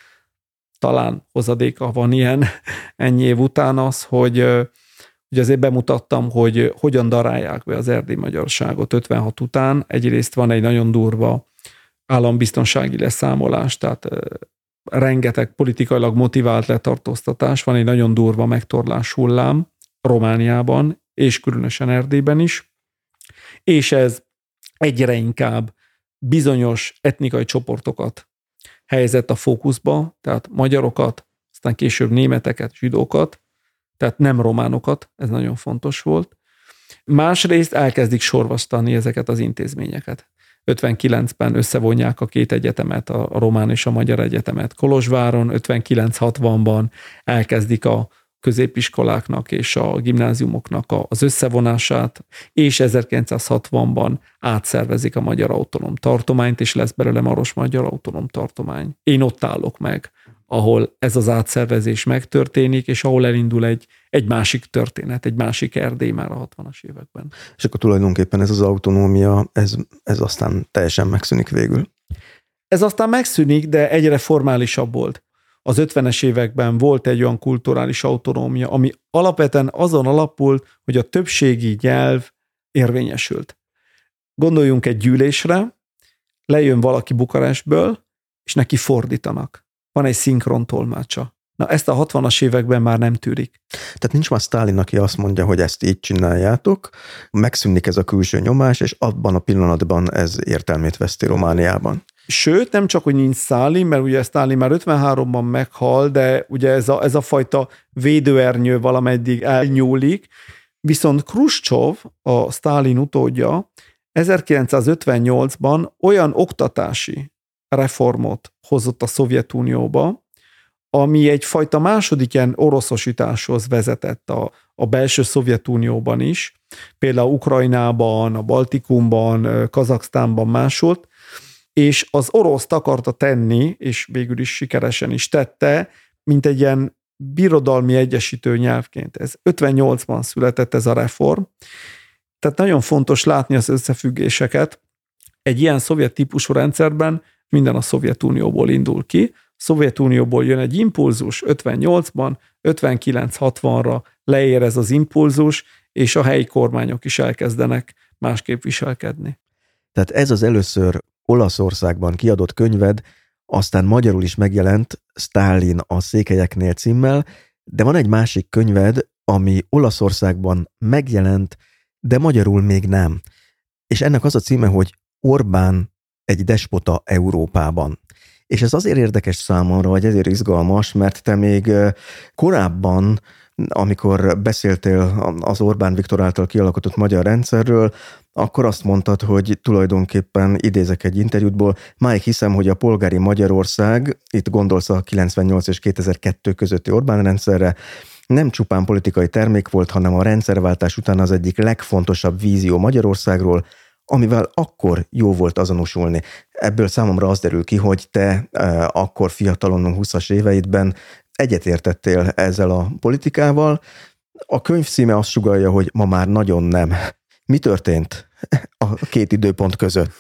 talán hozadéka van ilyen ennyi év után az, hogy, hogy azért bemutattam, hogy hogyan darálják be az erdélyi magyarságot ötvenhat után. Egyrészt van egy nagyon durva állambiztonsági leszámolás, tehát rengeteg politikailag motivált letartóztatás, van egy nagyon durva megtorlás hullám Romániában, és különösen Erdélyben is, és ez egyre inkább bizonyos etnikai csoportokat helyezett a fókuszba, tehát magyarokat, aztán később németeket, zsidókat, tehát nem románokat, ez nagyon fontos volt. Másrészt elkezdik sorvasztani ezeket az intézményeket. ötvenkilencben összevonják a két egyetemet, a román és a magyar egyetemet Kolozsváron, ötvenkilenc hatvanban elkezdik a középiskoláknak és a gimnáziumoknak az összevonását, és ezerkilencszázhatvanban átszervezik a Magyar Autonóm Tartományt, és lesz belőle Maros Magyar Autonóm Tartomány. Én ott állok meg, ahol ez az átszervezés megtörténik, és ahol elindul egy, egy másik történet, egy másik Erdély már a hatvanas években. És akkor tulajdonképpen ez az autonómia, ez, ez aztán teljesen megszűnik végül. Ez aztán megszűnik, de egyre formálisabb volt. Az ötvenes években volt egy olyan kulturális autonómia, ami alapvetően azon alapult, hogy a többségi nyelv érvényesült. Gondoljunk egy gyűlésre, lejön valaki Bukarestből, és neki fordítanak. Van egy szinkron tolmácsa. Na ezt a hatvanas években már nem tűrik. Tehát nincs már Sztálin, aki azt mondja, hogy ezt így csináljátok, megszűnik ez a külső nyomás, és abban a pillanatban ez értelmét veszti Romániában. Sőt, nem csak, hogy nincs Sztálin, mert ugye Sztálin már ötvenháromban meghal, de ugye ez a, ez a fajta védőernyő valameddig elnyúlik, viszont Kruscsov, a Sztálin utódja, ezerkilencszázötvennyolcban olyan oktatási reformot hozott a Szovjetunióba, ami egyfajta második ilyen oroszosításhoz vezetett a, a belső Szovjetunióban is, például Ukrajnában, a Baltikumban, Kazaksztánban másolt, és az oroszt akarta tenni, és végül is sikeresen is tette, mint egy ilyen birodalmi egyesítő nyelvként. Ez ötvennyolcban született ez a reform. Tehát nagyon fontos látni az összefüggéseket. Egy ilyen szovjet típusú rendszerben minden a Szovjetunióból indul ki. A Szovjetunióból jön egy impulzus ötvennyolcban, ötvenkilenc hatvanra leér ez az impulzus, és a helyi kormányok is elkezdenek másképp viselkedni. Tehát ez az először Olaszországban kiadott könyved, aztán magyarul is megjelent Sztálin a székelyeknél címmel, de van egy másik könyved, ami Olaszországban megjelent, de magyarul még nem. És ennek az a címe, hogy Orbán egy despota Európában. És ez azért érdekes számomra, vagy ezért izgalmas, mert te még korábban, amikor beszéltél az Orbán Viktor által kialakított magyar rendszerről, akkor azt mondtad, hogy tulajdonképpen idézek egy interjútból, máig hiszem, hogy a polgári Magyarország, itt gondolsz a kilencvennyolc és kétezer-kettő közötti Orbán rendszerre, nem csupán politikai termék volt, hanem a rendszerváltás után az egyik legfontosabb vízió Magyarországról, amivel akkor jó volt azonosulni. Ebből számomra az derül ki, hogy te e, akkor fiatalon, húszas éveidben egyetértettél ezzel a politikával. A könyv címe azt sugallja, hogy ma már nagyon nem. Mi történt a két időpont között?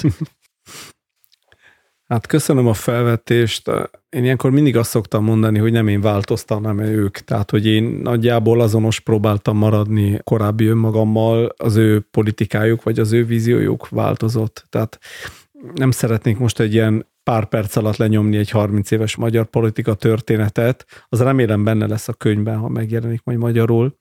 Hát köszönöm a felvetést. Én ilyenkor mindig azt szoktam mondani, hogy nem én változtam, hanem ők. Tehát, hogy én nagyjából azonos próbáltam maradni korábbi önmagammal, az ő politikájuk, vagy az ő víziójuk változott. Tehát nem szeretnék most egy ilyen pár perc alatt lenyomni egy harminc éves magyar politika történetet. Az remélem benne lesz a könyvben, ha megjelenik majd magyarul.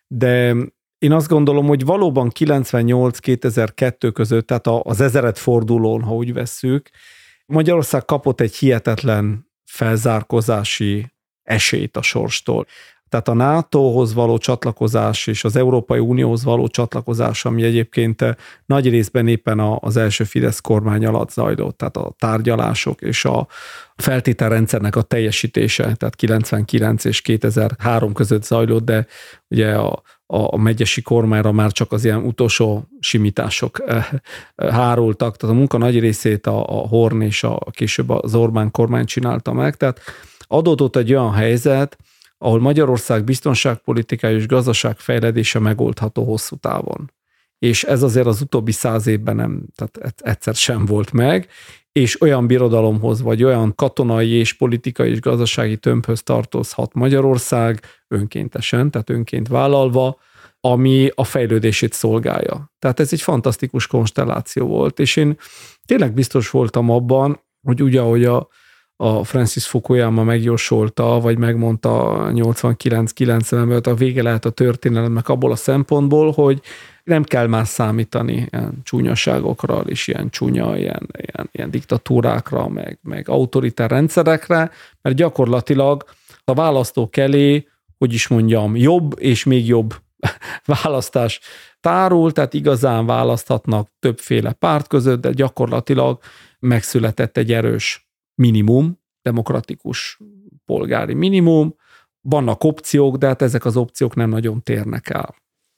De én azt gondolom, hogy valóban kilencvennyolc kétezer-kettő között, tehát az ezeret fordulón, ha úgy vesszük, Magyarország kapott egy hihetetlen felzárkózási esélyt a sorstól. Tehát a nátóhoz való csatlakozás és az Európai Unióhoz való csatlakozás, ami egyébként nagy részben éppen az első Fidesz kormány alatt zajlott, tehát a tárgyalások és a feltételrendszernek a teljesítése, tehát kilencvenkilenc és kétezer-három között zajlott, de ugye a, a megyesi kormányra már csak az ilyen utolsó simítások hárultak, tehát a munka nagy részét a, a Horn és a később az Orbán kormány csinálta meg, tehát adódott egy olyan helyzet, ahol Magyarország biztonságpolitikai és gazdaságfejlődése megoldható hosszú távon. És ez azért az utóbbi száz évben nem, tehát egyszer sem volt meg, és olyan birodalomhoz, vagy olyan katonai és politikai és gazdasági tömbhöz tartozhat Magyarország önkéntesen, tehát önként vállalva, ami a fejlődését szolgálja. Tehát ez egy fantasztikus konstelláció volt, és én tényleg biztos voltam abban, hogy ugye, ahogy a a Francis Fukuyama megjósolta, vagy megmondta nyolcvankilenc kilencvenben, a vége lehet a történelemnek abból a szempontból, hogy nem kell már számítani ilyen csúnyaságokra, és ilyen csúnya, ilyen, ilyen, ilyen diktatúrákra, meg, meg autoritár rendszerekre, mert gyakorlatilag a választók elé, hogy is mondjam, jobb és még jobb választás tárul, tehát igazán választhatnak többféle párt között, de gyakorlatilag megszületett egy erős minimum, demokratikus polgári minimum, vannak opciók, de hát ezek az opciók nem nagyon térnek el.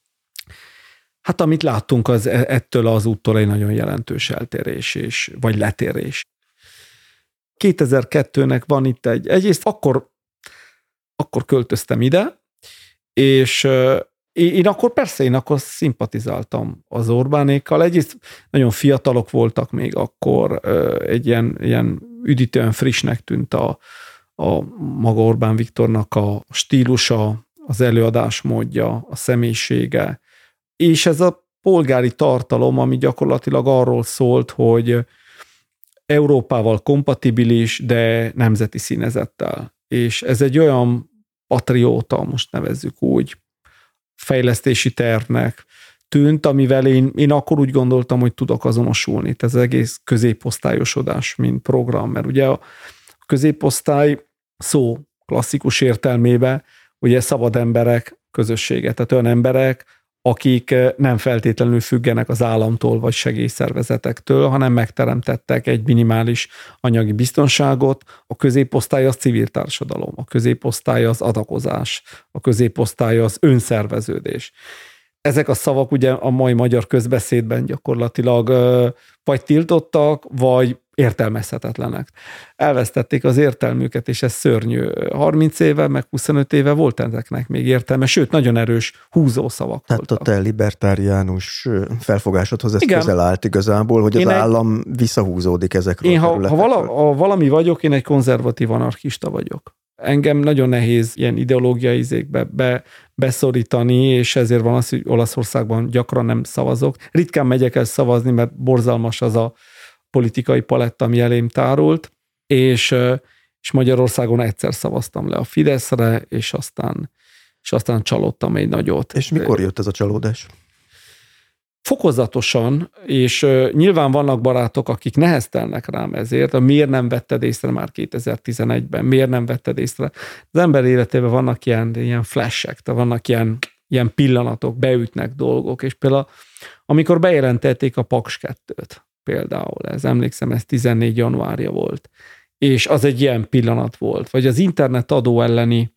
Hát amit láttunk, az ettől az úttól egy nagyon jelentős eltérés, és, vagy letérés. kétezer-kettőnek van itt egy, egyrészt akkor, akkor költöztem ide, és én akkor persze, én akkor szimpatizáltam az Orbánékkal. Egyrészt nagyon fiatalok voltak még akkor, egy ilyen, ilyen üdítően frissnek tűnt a, a maga Orbán Viktornak a stílusa, az előadásmódja, a személyisége, és ez a polgári tartalom, ami gyakorlatilag arról szólt, hogy Európával kompatibilis, de nemzeti színezettel. És ez egy olyan patrióta, most nevezzük úgy, fejlesztési tervnek tűnt, amivel én, én akkor úgy gondoltam, hogy tudok azonosulni. Tehát az egész középosztályosodás, mint program, mert ugye a középosztály szó klasszikus értelmében ugye szabad emberek közössége, tehát olyan emberek, akik nem feltétlenül függenek az államtól vagy segélyszervezetektől, hanem megteremtettek egy minimális anyagi biztonságot. A középosztály az civil társadalom, a középosztály az adakozás, a középosztály az önszerveződés. Ezek a szavak ugye a mai magyar közbeszédben gyakorlatilag vagy tiltottak, vagy értelmezhetetlenek. Elvesztették az értelmüket, és ez szörnyű. harminc éve, meg huszonöt éve volt ezeknek még értelme, sőt, nagyon erős húzószavak Tehát voltak. a te libertáriánus felfogásodhoz ez Igen. közel állt igazából, hogy Én az egy... állam visszahúzódik ezekről én, a ha, területekről. ha, vala, ha valami vagyok, én egy konzervatív anarchista vagyok. Engem nagyon nehéz ilyen ideológiai izékbe be, beszorítani, és ezért van az, hogy Olaszországban gyakran nem szavazok. Ritkán megyek el szavazni, mert borzalmas az a politikai paletta, ami elém tárult, és, és Magyarországon egyszer szavaztam le a Fideszre, és aztán, és aztán csalódtam egy nagyot. És mikor jött ez a csalódás? Fokozatosan, és uh, nyilván vannak barátok, akik neheztelnek rám ezért, a miért nem vetted észre már kétezer-tizenegyben, miért nem vetted észre. Az ember életében vannak ilyen, ilyen flashek, tehát vannak ilyen, ilyen pillanatok, beütnek dolgok, és például amikor bejelentették a Paks kettőt, például ez, emlékszem, ez tizennégy januárja volt, és az egy ilyen pillanat volt, vagy az internet adó elleni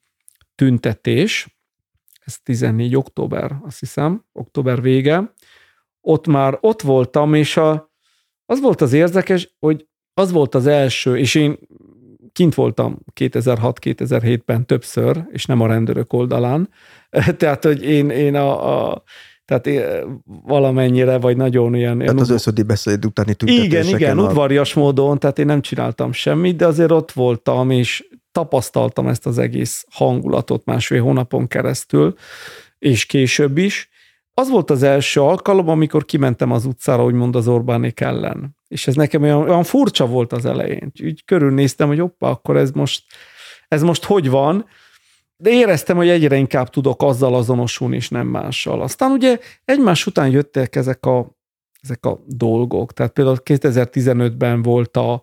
tüntetés, ez tizennégy október, azt hiszem, október vége, ott már ott voltam, és a, az volt az érzekes, hogy az volt az első, és én kint voltam kétezer-hat-kétezer-hétben többször, és nem a rendőrök oldalán, tehát, hogy én, én a, a tehát én valamennyire, vagy nagyon ilyen... Tehát az összödi beszéd utáni tüntetéseken. Igen, igen, a... udvarias módon, tehát én nem csináltam semmit, de azért ott voltam, és tapasztaltam ezt az egész hangulatot másfél hónapon keresztül, és később is. Az volt az első alkalom, amikor kimentem az utcára, úgymond az Orbánék ellen. És ez nekem olyan, olyan furcsa volt az elején. Úgy körülnéztem, hogy hoppá, akkor ez most, ez most hogy van? De éreztem, hogy egyre inkább tudok azzal azonosulni, és nem mással. Aztán ugye egymás után jöttek ezek a, ezek a dolgok. Tehát például kétezer-tizenötben volt a,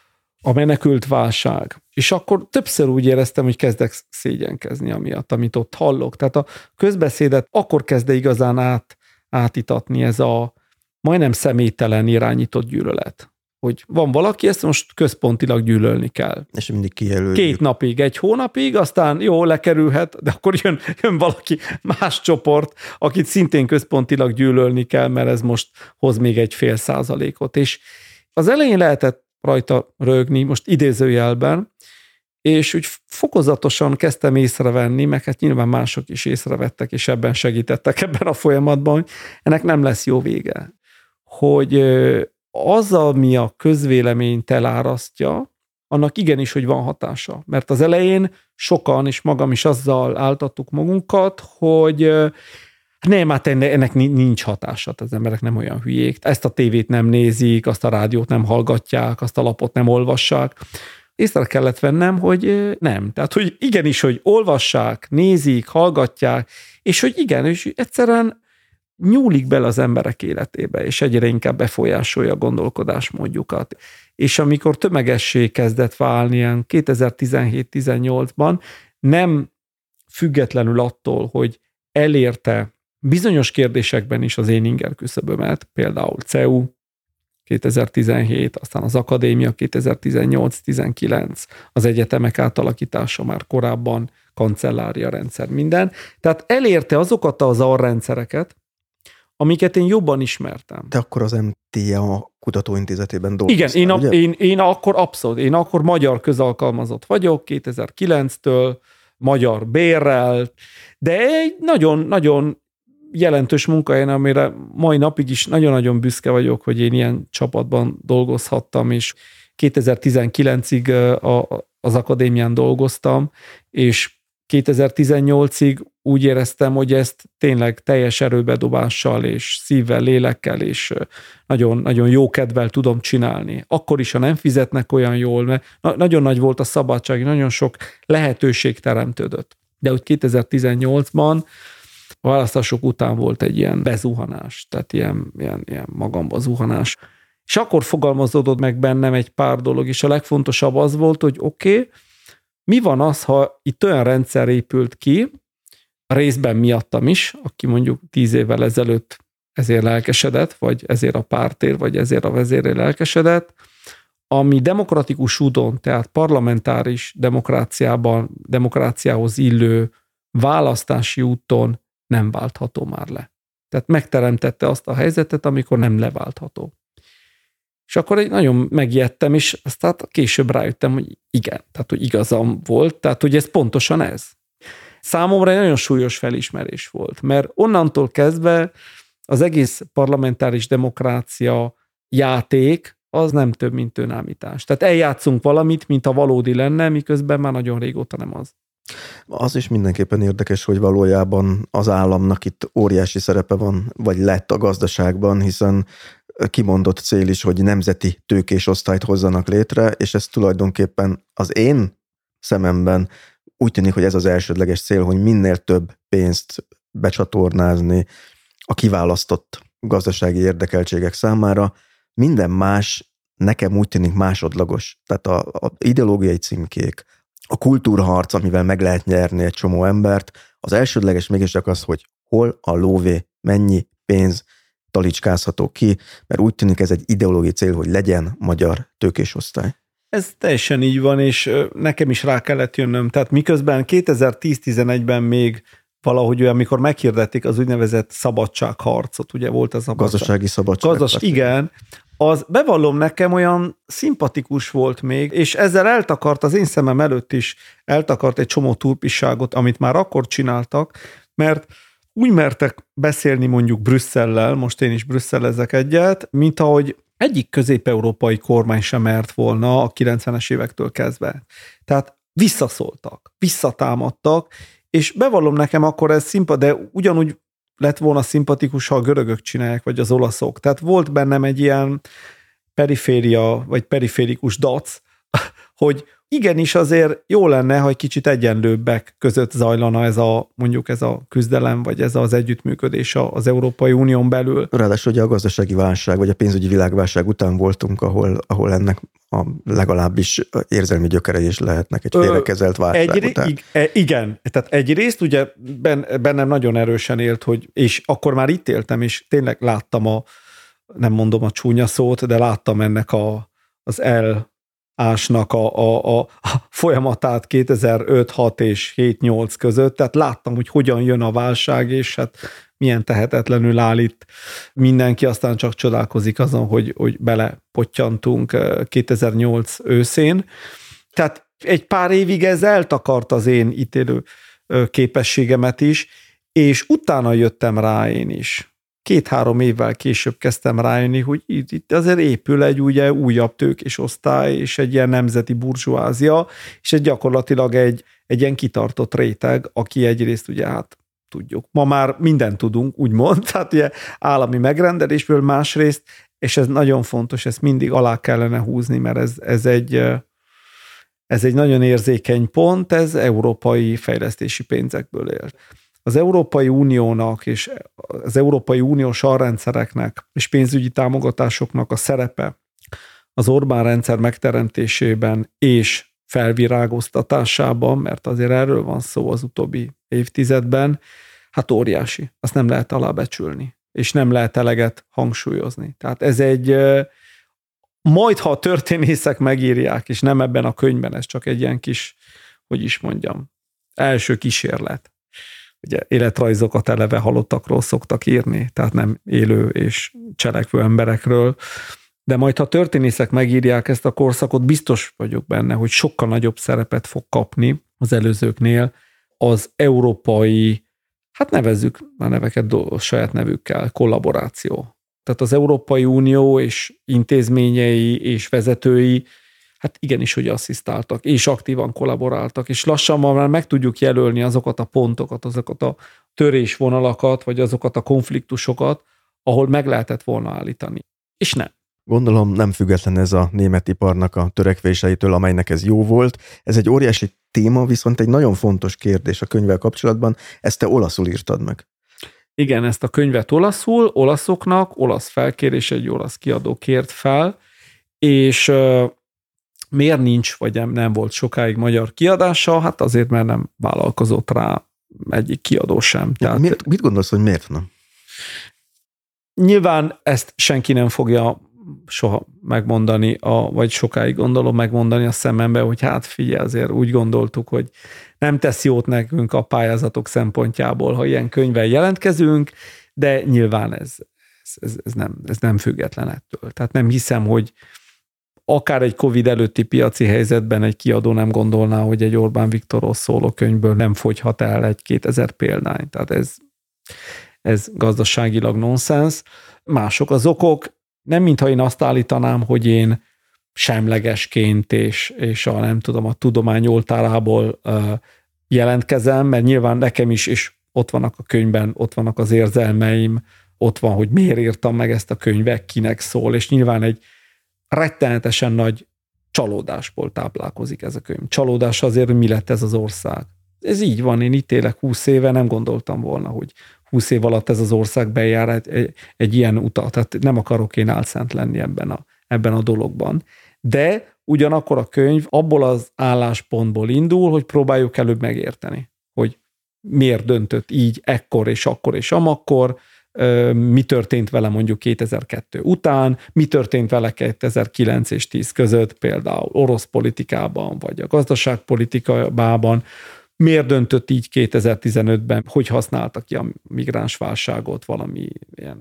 a menekült válság. És akkor többször úgy éreztem, hogy kezdek szégyenkezni amiatt, amit ott hallok. Tehát a közbeszédet akkor kezdte igazán át, átitatni ez a majdnem személytelen irányított gyűlölet. Hogy van valaki, ezt most központilag gyűlölni kell. És mindig kijelöljük. Két napig, egy hónapig, aztán jó, lekerülhet, de akkor jön, jön valaki más csoport, akit szintén központilag gyűlölni kell, mert ez most hoz még egy fél százalékot. És az elején lehetett rajta rögni, most idézőjelben, és úgy fokozatosan kezdtem észrevenni, meg hát nyilván mások is észrevettek, és ebben segítettek ebben a folyamatban, hogy ennek nem lesz jó vége. Hogy az, ami a közvéleményt elárasztja, annak igenis, hogy van hatása. Mert az elején sokan, és magam is azzal áltattuk magunkat, hogy nem, hát ennek nincs hatása, az emberek nem olyan hülyék. Ezt a tévét nem nézik, azt a rádiót nem hallgatják, azt a lapot nem olvassák. Észre kellett vennem, hogy nem. Tehát, hogy igenis, hogy olvassák, nézik, hallgatják, és hogy igen, és egyszerűen nyúlik bele az emberek életébe, és egyre inkább befolyásolja a gondolkodásmódjukat. És amikor tömegessé kezdett válni ilyen kétezer-tizenhét-tizennyolcban, nem függetlenül attól, hogy elérte bizonyos kérdésekben is az én inger küszöbömet, például cé e u kétezer-tizenhét, aztán az akadémia kétezer-tizennyolc-tizenkilenc, az egyetemek átalakítása már korábban, kancellária rendszer, minden. Tehát elérte azokat az alrendszereket, amiket én jobban ismertem. De akkor az em té á kutatóintézetében dolgoztál, igen, én, a, ugye? én, én akkor abszolút, én akkor magyar közalkalmazott vagyok, kétezer-kilenctől, magyar bérrel, de egy nagyon-nagyon jelentős munkahelyen, amire mai napig is nagyon-nagyon büszke vagyok, hogy én ilyen csapatban dolgozhattam, és kétezer-tizenkilencig az akadémián dolgoztam, és kétezer-tizennyolcig úgy éreztem, hogy ezt tényleg teljes erőbedobással és szívvel, lélekkel és nagyon, nagyon jó kedvel tudom csinálni. Akkor is, ha nem fizetnek olyan jól, mert nagyon nagy volt a szabadság, nagyon sok lehetőség teremtődött. De hogy kétezer-tizennyolcban a választások után volt egy ilyen bezuhanás, tehát ilyen, ilyen, ilyen magamba zuhanás. És akkor fogalmazódott meg bennem egy pár dolog, és a legfontosabb az volt, hogy oké, okay, mi van az, ha itt olyan rendszer épült ki, részben miattam is, aki mondjuk tíz évvel ezelőtt ezért lelkesedett, vagy ezért a pártért, vagy ezért a vezérért lelkesedett, ami demokratikus úton, tehát parlamentáris demokráciában, demokráciához illő választási úton nem váltható már le. Tehát megteremtette azt a helyzetet, amikor nem leváltható. És akkor egy nagyon megijedtem, és aztán később rájöttem, hogy igen, tehát hogy igazam volt, tehát hogy ez pontosan ez. Számomra egy nagyon súlyos felismerés volt, mert onnantól kezdve az egész parlamentáris demokrácia játék az nem több, mint önállítás. Tehát eljátszunk valamit, mint a valódi lenne, miközben már nagyon régóta nem az. Az is mindenképpen érdekes, hogy valójában az államnak itt óriási szerepe van, vagy lett a gazdaságban, hiszen kimondott cél is, hogy nemzeti tőkés osztályt hozzanak létre, és ez tulajdonképpen az én szememben úgy tűnik, hogy ez az elsődleges cél, hogy minél több pénzt becsatornázni a kiválasztott gazdasági érdekeltségek számára. Minden más nekem úgy tűnik másodlagos. Tehát a, a ideológiai címkék, a kultúrharc, amivel meg lehet nyerni egy csomó embert, az elsődleges mégiscsak az, hogy hol a lóvé, mennyi pénz talicskázható ki, mert úgy tűnik ez egy ideológiai cél, hogy legyen magyar tőkés osztály. Ez teljesen így van, és nekem is rá kellett jönnöm. Tehát miközben kétezer-tíz-tizenegyben még valahogy olyan, amikor meghirdették az úgynevezett szabadságharcot, ugye volt ez a gazdasági szabadság. Gazdas, igen, az bevallom nekem olyan szimpatikus volt még, és ezzel eltakart, az én szemem előtt is eltakart egy csomó turpisságot, amit már akkor csináltak, mert úgy mertek beszélni mondjuk Brüsszellel, most én is brüsszelezek egyet, mint ahogy egyik közép-európai kormány sem mert volna a kilencvenes évektől kezdve. Tehát visszaszóltak, visszatámadtak, és bevallom nekem akkor ez szimpa, de ugyanúgy lett volna szimpatikus, ha a görögök csinálják, vagy az olaszok. Tehát volt bennem egy ilyen periféria, vagy periférikus dac, hogy igenis azért jó lenne, ha egy kicsit egyenlőbbek között zajlana ez a, mondjuk ez a küzdelem, vagy ez az együttműködés az Európai Unión belül. Ráadásul ugye a gazdasági válság, vagy a pénzügyi világválság után voltunk, ahol, ahol ennek a legalábbis érzelmi gyökerei is lehetnek egy félrekezelt válság egy, után. Igen, tehát egyrészt ugye bennem nagyon erősen élt, hogy, és akkor már itt éltem, és tényleg láttam a, nem mondom a csúnya szót, de láttam ennek a, az el ásnak a, a, a folyamatát kétezer-öt hat és hét-nyolc között, tehát láttam, hogy hogyan jön a válság, és hát milyen tehetetlenül áll itt mindenki, aztán csak csodálkozik azon, hogy, hogy belepottyantunk kétezer-nyolc őszén. Tehát egy pár évig ez eltakart az én ítélő képességemet is, és utána jöttem rá én is. Két-három évvel később kezdtem rájönni, hogy itt azért épül egy ugye újabb tőkés osztály, és egy ilyen nemzeti burzsóázia, és egy gyakorlatilag egy, egy ilyen kitartott réteg, aki egyrészt ugye hát tudjuk. Ma már mindent tudunk, úgymond, tehát ugye állami megrendelésből, másrészt, és ez nagyon fontos, ezt mindig alá kellene húzni, mert ez, ez egy ez egy nagyon érzékeny pont, ez európai fejlesztési pénzekből él. Az Európai Uniónak és az Európai Uniós alrendszereknek és pénzügyi támogatásoknak a szerepe az Orbán rendszer megteremtésében és felvirágoztatásában, mert azért erről van szó az utóbbi évtizedben, hát óriási. Azt nem lehet alábecsülni, és nem lehet eleget hangsúlyozni. Tehát ez egy, majd ha a történészek megírják, és nem ebben a könyvben, ez csak egy ilyen kis, hogy is mondjam, első kísérlet. Ugye életrajzokat eleve halottakról szoktak írni, tehát nem élő és cselekvő emberekről, de majd ha történészek megírják ezt a korszakot, biztos vagyok benne, hogy sokkal nagyobb szerepet fog kapni az előzőknél az európai, hát nevezzük a neveket a saját nevükkel, kollaboráció. Tehát az Európai Unió és intézményei és vezetői hát igenis, hogy asszisztáltak, és aktívan kollaboráltak, és lassan már meg tudjuk jelölni azokat a pontokat, azokat a törésvonalakat, vagy azokat a konfliktusokat, ahol meg lehetett volna állítani. És nem. Gondolom nem független ez a német iparnak a törekvéseitől, amelynek ez jó volt. Ez egy óriási téma, viszont egy nagyon fontos kérdés a könyvvel kapcsolatban. Ezt te olaszul írtad meg. Igen, ezt a könyvet olaszul, olaszoknak, olasz felkérés, egy olasz kiadó kért fel, és uh, miért nincs, vagy nem, nem volt sokáig magyar kiadása? Hát azért, mert nem vállalkozott rá egyik kiadó sem. Tehát, miért, mit gondolsz, hogy miért nem? Nyilván ezt senki nem fogja soha megmondani, a, vagy sokáig gondolom megmondani a szemembe, hogy hát figyelj, azért úgy gondoltuk, hogy nem tesz jót nekünk a pályázatok szempontjából, ha ilyen könyvvel jelentkezünk, de nyilván ez, ez, ez, nem, ez nem független ettől. Tehát nem hiszem, hogy akár egy Covid előtti piaci helyzetben egy kiadó nem gondolná, hogy egy Orbán Viktorról szóló könyvből nem fogyhat el egy-kétezer példány. Tehát ez, ez gazdaságilag nonsens. Mások az okok, nem mintha én azt állítanám, hogy én semlegesként és, és a nem tudom, a tudomány oltárából uh, jelentkezem, mert nyilván nekem is, és ott vannak a könyvben, ott vannak az érzelmeim, ott van, hogy miért írtam meg ezt a könyvet, kinek szól, és nyilván egy rettenetesen nagy csalódásból táplálkozik ez a könyv. Csalódás azért, hogy mi lett ez az ország. Ez így van, én itt élek húsz éve, nem gondoltam volna, hogy húsz év alatt ez az ország bejár egy, egy, egy ilyen utat, tehát nem akarok én álszent lenni ebben a, ebben a dologban. De ugyanakkor a könyv abból az álláspontból indul, hogy próbáljuk előbb megérteni, hogy miért döntött így ekkor és akkor és amakkor, mi történt vele mondjuk kétezer-kettő után, mi történt vele kétezer-kilenc és tíz között, például orosz politikában, vagy a gazdaságpolitikában, miért döntött így kétezer-tizenötben, hogy használta ki a migránsválságot valami ilyen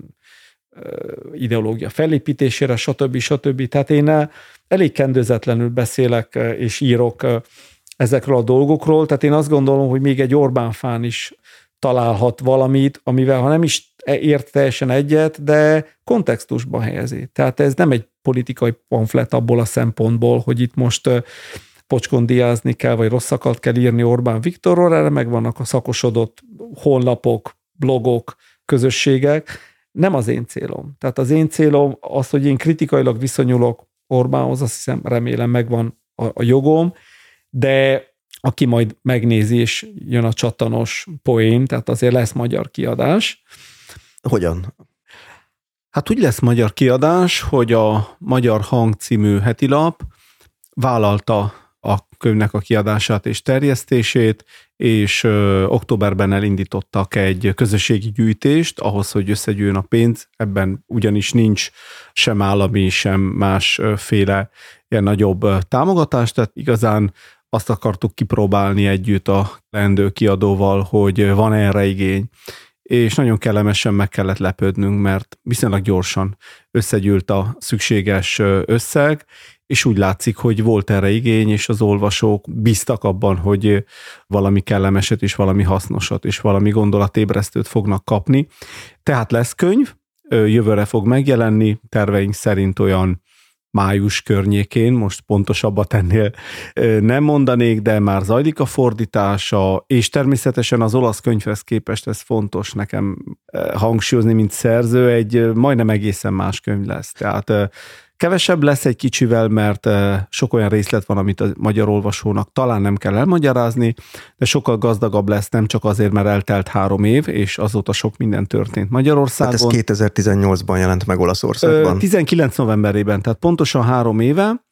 ideológia felépítésére, stb. stb. Tehát én elég kendőzetlenül beszélek és írok ezekről a dolgokról, tehát én azt gondolom, hogy még egy Orbán fán is találhat valamit, amivel ha nem is ért teljesen egyet, de kontextusba helyezi. Tehát ez nem egy politikai pamflet abból a szempontból, hogy itt most pocskondiázni kell, vagy rosszakat kell írni Orbán Viktorról, erre megvannak a szakosodott honlapok, blogok, közösségek. Nem az én célom. Tehát az én célom az, hogy én kritikailag viszonyulok Orbánhoz, azt hiszem, remélem megvan a, a jogom, de aki majd megnézi, és jön a csattanos poén, tehát azért lesz magyar kiadás. Hogyan? Hát úgy lesz magyar kiadás, hogy a Magyar Hang című hetilap vállalta a könyvnek a kiadását és terjesztését, és ö, októberben elindítottak egy közösségi gyűjtést, ahhoz, hogy összegyűjjön a pénz, ebben ugyanis nincs sem állami, sem másféle ilyen nagyobb támogatás, tehát igazán azt akartuk kipróbálni együtt a leendő kiadóval, hogy van erre igény, és nagyon kellemesen meg kellett lepődnünk, mert viszonylag gyorsan összegyűlt a szükséges összeg, és úgy látszik, hogy volt erre igény, és az olvasók bíztak abban, hogy valami kellemeset és valami hasznosat, és valami gondolatébresztőt fognak kapni. Tehát lesz könyv, jövőre fog megjelenni, terveink szerint olyan május környékén, most pontosabbat ennél nem mondanék, de már zajlik a fordítása, és természetesen az olasz könyvhez képest ez fontos nekem hangsúlyozni, mint szerző, egy majdnem egészen más könyv lesz. Tehát kevesebb lesz egy kicsivel, mert sok olyan részlet van, amit a magyar olvasónak talán nem kell elmagyarázni, de sokkal gazdagabb lesz, nem csak azért, mert eltelt három év, és azóta sok minden történt Magyarországon. Hát ez kétezer-tizennyolcban jelent meg Olaszországban. tizenkilenc novemberében, tehát pontosan három éve,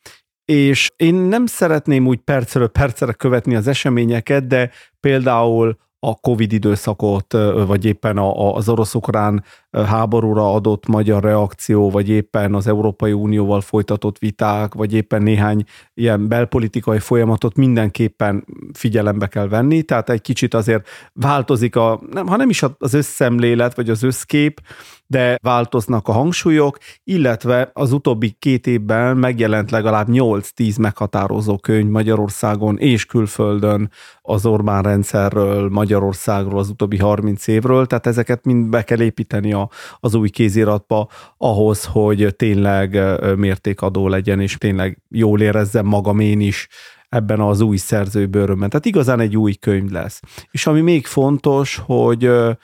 és én nem szeretném úgy percről percre követni az eseményeket, de például a Covid időszakot, vagy éppen az orosz-ukrán háborúra adott magyar reakció, vagy éppen az Európai Unióval folytatott viták, vagy éppen néhány ilyen belpolitikai folyamatot mindenképpen figyelembe kell venni, tehát egy kicsit azért változik, a, nem, ha nem is az összemlélet, vagy az összkép, de változnak a hangsúlyok, illetve az utóbbi két évben megjelent legalább nyolc-tíz meghatározó könyv Magyarországon és külföldön az Orbán rendszerről, Magyarországról az utóbbi harminc évről, tehát ezeket mind be kell építeni a, az új kéziratba ahhoz, hogy tényleg mértékadó legyen, és tényleg jól érezzem magam én is ebben az új szerzői bőrömben. Tehát igazán egy új könyv lesz. És ami még fontos, hogy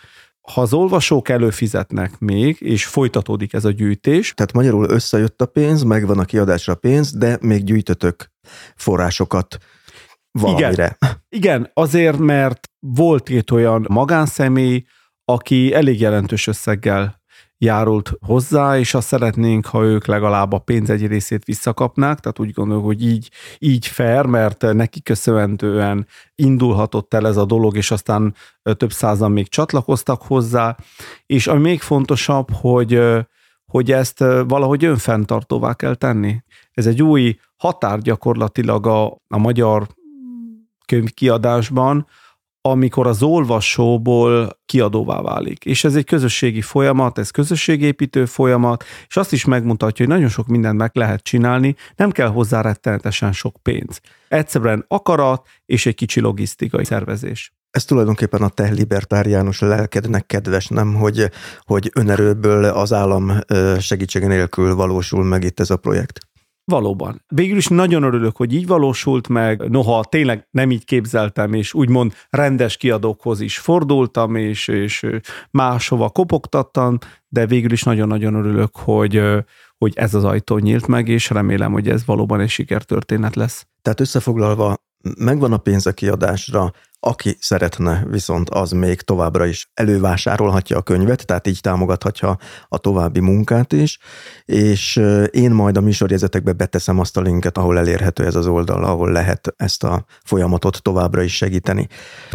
ha az olvasók előfizetnek még, és folytatódik ez a gyűjtés. Tehát magyarul összejött a pénz, megvan a kiadásra a pénz, de még gyűjtötök forrásokat valamire. Igen, Igen azért, mert volt két olyan magánszemély, aki elég jelentős összeggel járult hozzá, és azt szeretnénk, ha ők legalább a pénz egy részét visszakapnák, tehát úgy gondoljuk, hogy így, így fair, mert neki köszönhetően indulhatott el ez a dolog, és aztán több százan még csatlakoztak hozzá, és ami még fontosabb, hogy, hogy ezt valahogy önfenntartóvá kell tenni. Ez egy új határ gyakorlatilag a, a magyar könyvkiadásban, amikor az olvasóból kiadóvá válik. És ez egy közösségi folyamat, ez közösségépítő folyamat, és azt is megmutatja, hogy nagyon sok mindent meg lehet csinálni, nem kell hozzá rettenetesen sok pénz. Egyszerűen akarat és egy kicsi logisztikai szervezés. Ez tulajdonképpen a te libertáriánus lelkednek kedves, nem? Hogy, hogy önerőből az állam segítsége nélkül valósul meg itt ez a projekt. Valóban. Végül is nagyon örülök, hogy így valósult meg, noha tényleg nem így képzeltem, és úgymond rendes kiadókhoz is fordultam, és, és máshova kopogtattam, de végül is nagyon-nagyon örülök, hogy, hogy ez az ajtó nyílt meg, és remélem, hogy ez valóban egy sikertörténet lesz. Tehát összefoglalva, megvan a pénz a kiadásra, aki szeretne, viszont az még továbbra is elővásárolhatja a könyvet, tehát így támogathatja a további munkát is, és én majd a műsorjegyzetekbe beteszem azt a linket, ahol elérhető ez az oldal, ahol lehet ezt a folyamatot továbbra is segíteni.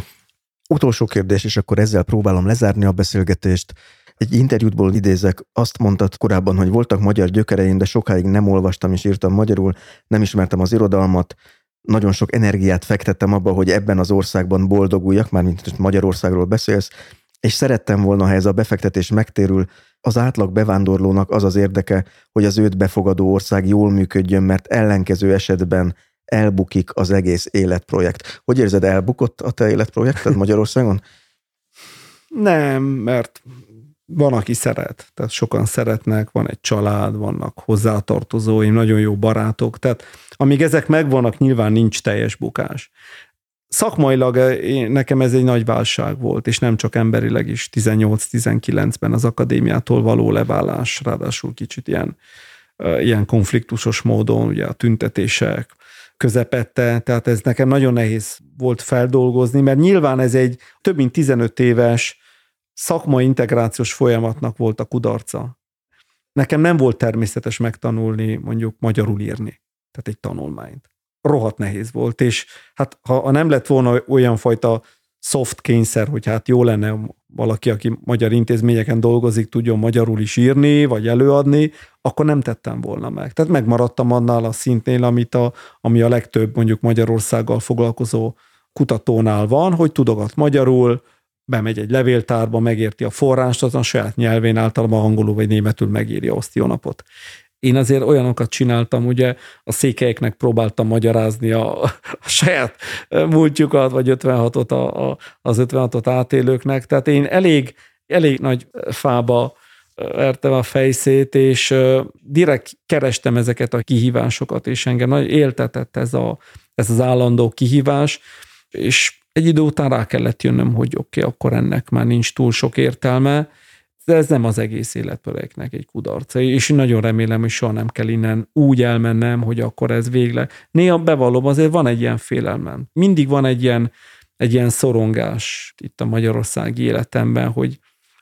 Utolsó kérdés, és akkor ezzel próbálom lezárni a beszélgetést. Egy interjútból idézek, azt mondtad korábban, hogy voltak magyar gyökereim, de sokáig nem olvastam és írtam magyarul, nem ismertem az irodalmat, nagyon sok energiát fektettem abba, hogy ebben az országban boldoguljak, mármint Magyarországról beszélsz, és szerettem volna, ha ez a befektetés megtérül, az átlag bevándorlónak az az érdeke, hogy az őt befogadó ország jól működjön, mert ellenkező esetben elbukik az egész életprojekt. Hogy érzed, elbukott a te életprojekted Magyarországon? Nem, mert van, aki szeret, tehát sokan szeretnek, van egy család, vannak hozzátartozóim, nagyon jó barátok, tehát amíg ezek megvannak, nyilván nincs teljes bukás. Szakmailag nekem ez egy nagy válság volt, és nem csak emberileg is, tizennyolc-tizenkilencben az akadémiától való leválás, ráadásul kicsit ilyen, ilyen konfliktusos módon, ugye a tüntetések közepette, tehát ez nekem nagyon nehéz volt feldolgozni, mert nyilván ez egy több mint tizenöt éves szakmai integrációs folyamatnak volt a kudarca. Nekem nem volt természetes megtanulni mondjuk magyarul írni, tehát egy tanulmányt. Rohadt nehéz volt, és hát ha nem lett volna olyan fajta soft kényszer, hogy hát jó lenne valaki, aki magyar intézményeken dolgozik, tudjon magyarul is írni, vagy előadni, akkor nem tettem volna meg. Tehát megmaradtam annál a szintnél, amit a, ami a legtöbb mondjuk Magyarországgal foglalkozó kutatónál van, hogy tudogat magyarul, bemegy egy levéltárba, megérti a forrást, azon a saját nyelvén általában angolul vagy németül megírja, azt jó napot. Én azért olyanokat csináltam, ugye a székelyeknek próbáltam magyarázni a, a saját múltjukat, vagy ötvenhatot a, a, az ötvenhatot átélőknek, tehát én elég, elég nagy fába vertem a fejszét, és direkt kerestem ezeket a kihívásokat, és engem nagy éltetett ez, a, ez az állandó kihívás, és egy idő után rá kellett jönnöm, hogy oké, okay, akkor ennek már nincs túl sok értelme, de ez nem az egész életprojektnek egy kudarca, és nagyon remélem, hogy soha nem kell innen úgy elmennem, hogy akkor ez végleg. Néha bevallom, azért van egy ilyen félelmem. Mindig van egy ilyen, egy ilyen szorongás itt a magyarországi életemben, hogy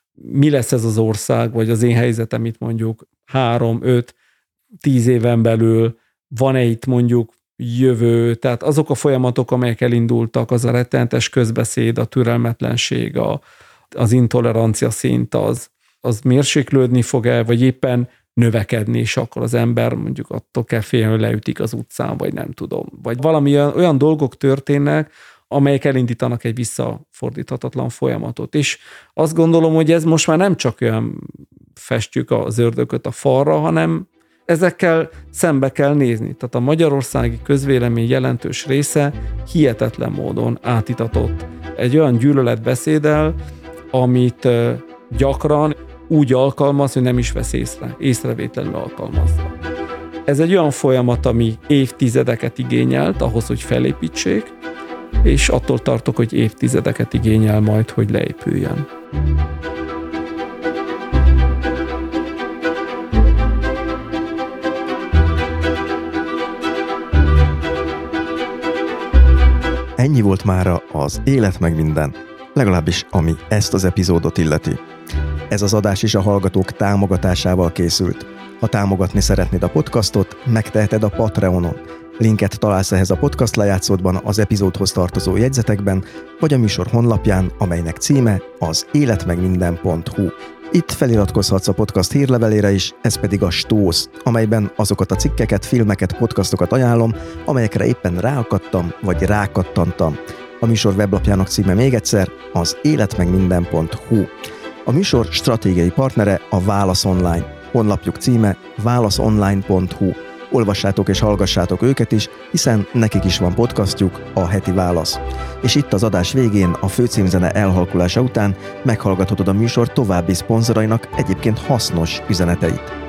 mi lesz ez az ország, vagy az én helyzetem itt mondjuk három, öt, tíz éven belül, van-e itt mondjuk jövő, tehát azok a folyamatok, amelyek elindultak, az a rettenetes közbeszéd, a türelmetlenség, a, az intolerancia szint, az, az mérséklődni fog-e, vagy éppen növekedni, és akkor az ember mondjuk attól kell félni, hogy leütik az utcán, vagy nem tudom. Vagy valami olyan, olyan dolgok történnek, amelyek elindítanak egy visszafordíthatatlan folyamatot. És azt gondolom, hogy ez most már nem csak olyan festjük az ördögöt a falra, hanem ezekkel szembe kell nézni. Tehát a magyarországi közvélemény jelentős része hihetetlen módon átitatott egy olyan gyűlöletbeszéddel, amit gyakran úgy alkalmaz, hogy nem is vesz észre, észrevétlenül alkalmazza. Ez egy olyan folyamat, ami évtizedeket igényelt ahhoz, hogy felépítsék, és attól tartok, hogy évtizedeket igényel majd, hogy leépüljön. ennyi volt mára az Élet meg minden, legalábbis ami ezt az epizódot illeti. Ez az adás is a hallgatók támogatásával készült. Ha támogatni szeretnéd a podcastot, megteheted a Patreonon. Linket találsz ehhez a podcast lejátszódban, az epizódhoz tartozó jegyzetekben, vagy a műsor honlapján, amelynek címe az életmegminden pont hu. Itt feliratkozhatsz a podcast hírlevelére is, ez pedig a Stósz, amelyben azokat a cikkeket, filmeket, podcastokat ajánlom, amelyekre éppen ráakadtam, vagy rákattantam. A műsor weblapjának címe még egyszer az életmegminden pont hu. A műsor stratégiai partnere a Válasz Online. Honlapjuk címe válasz online pont hu. Olvassátok és hallgassátok őket is, hiszen nekik is van podcastjuk, a Heti Válasz. És itt az adás végén, a főcímzene elhalkulása után meghallgathatod a műsor további szponzorainak egyébként hasznos üzeneteit.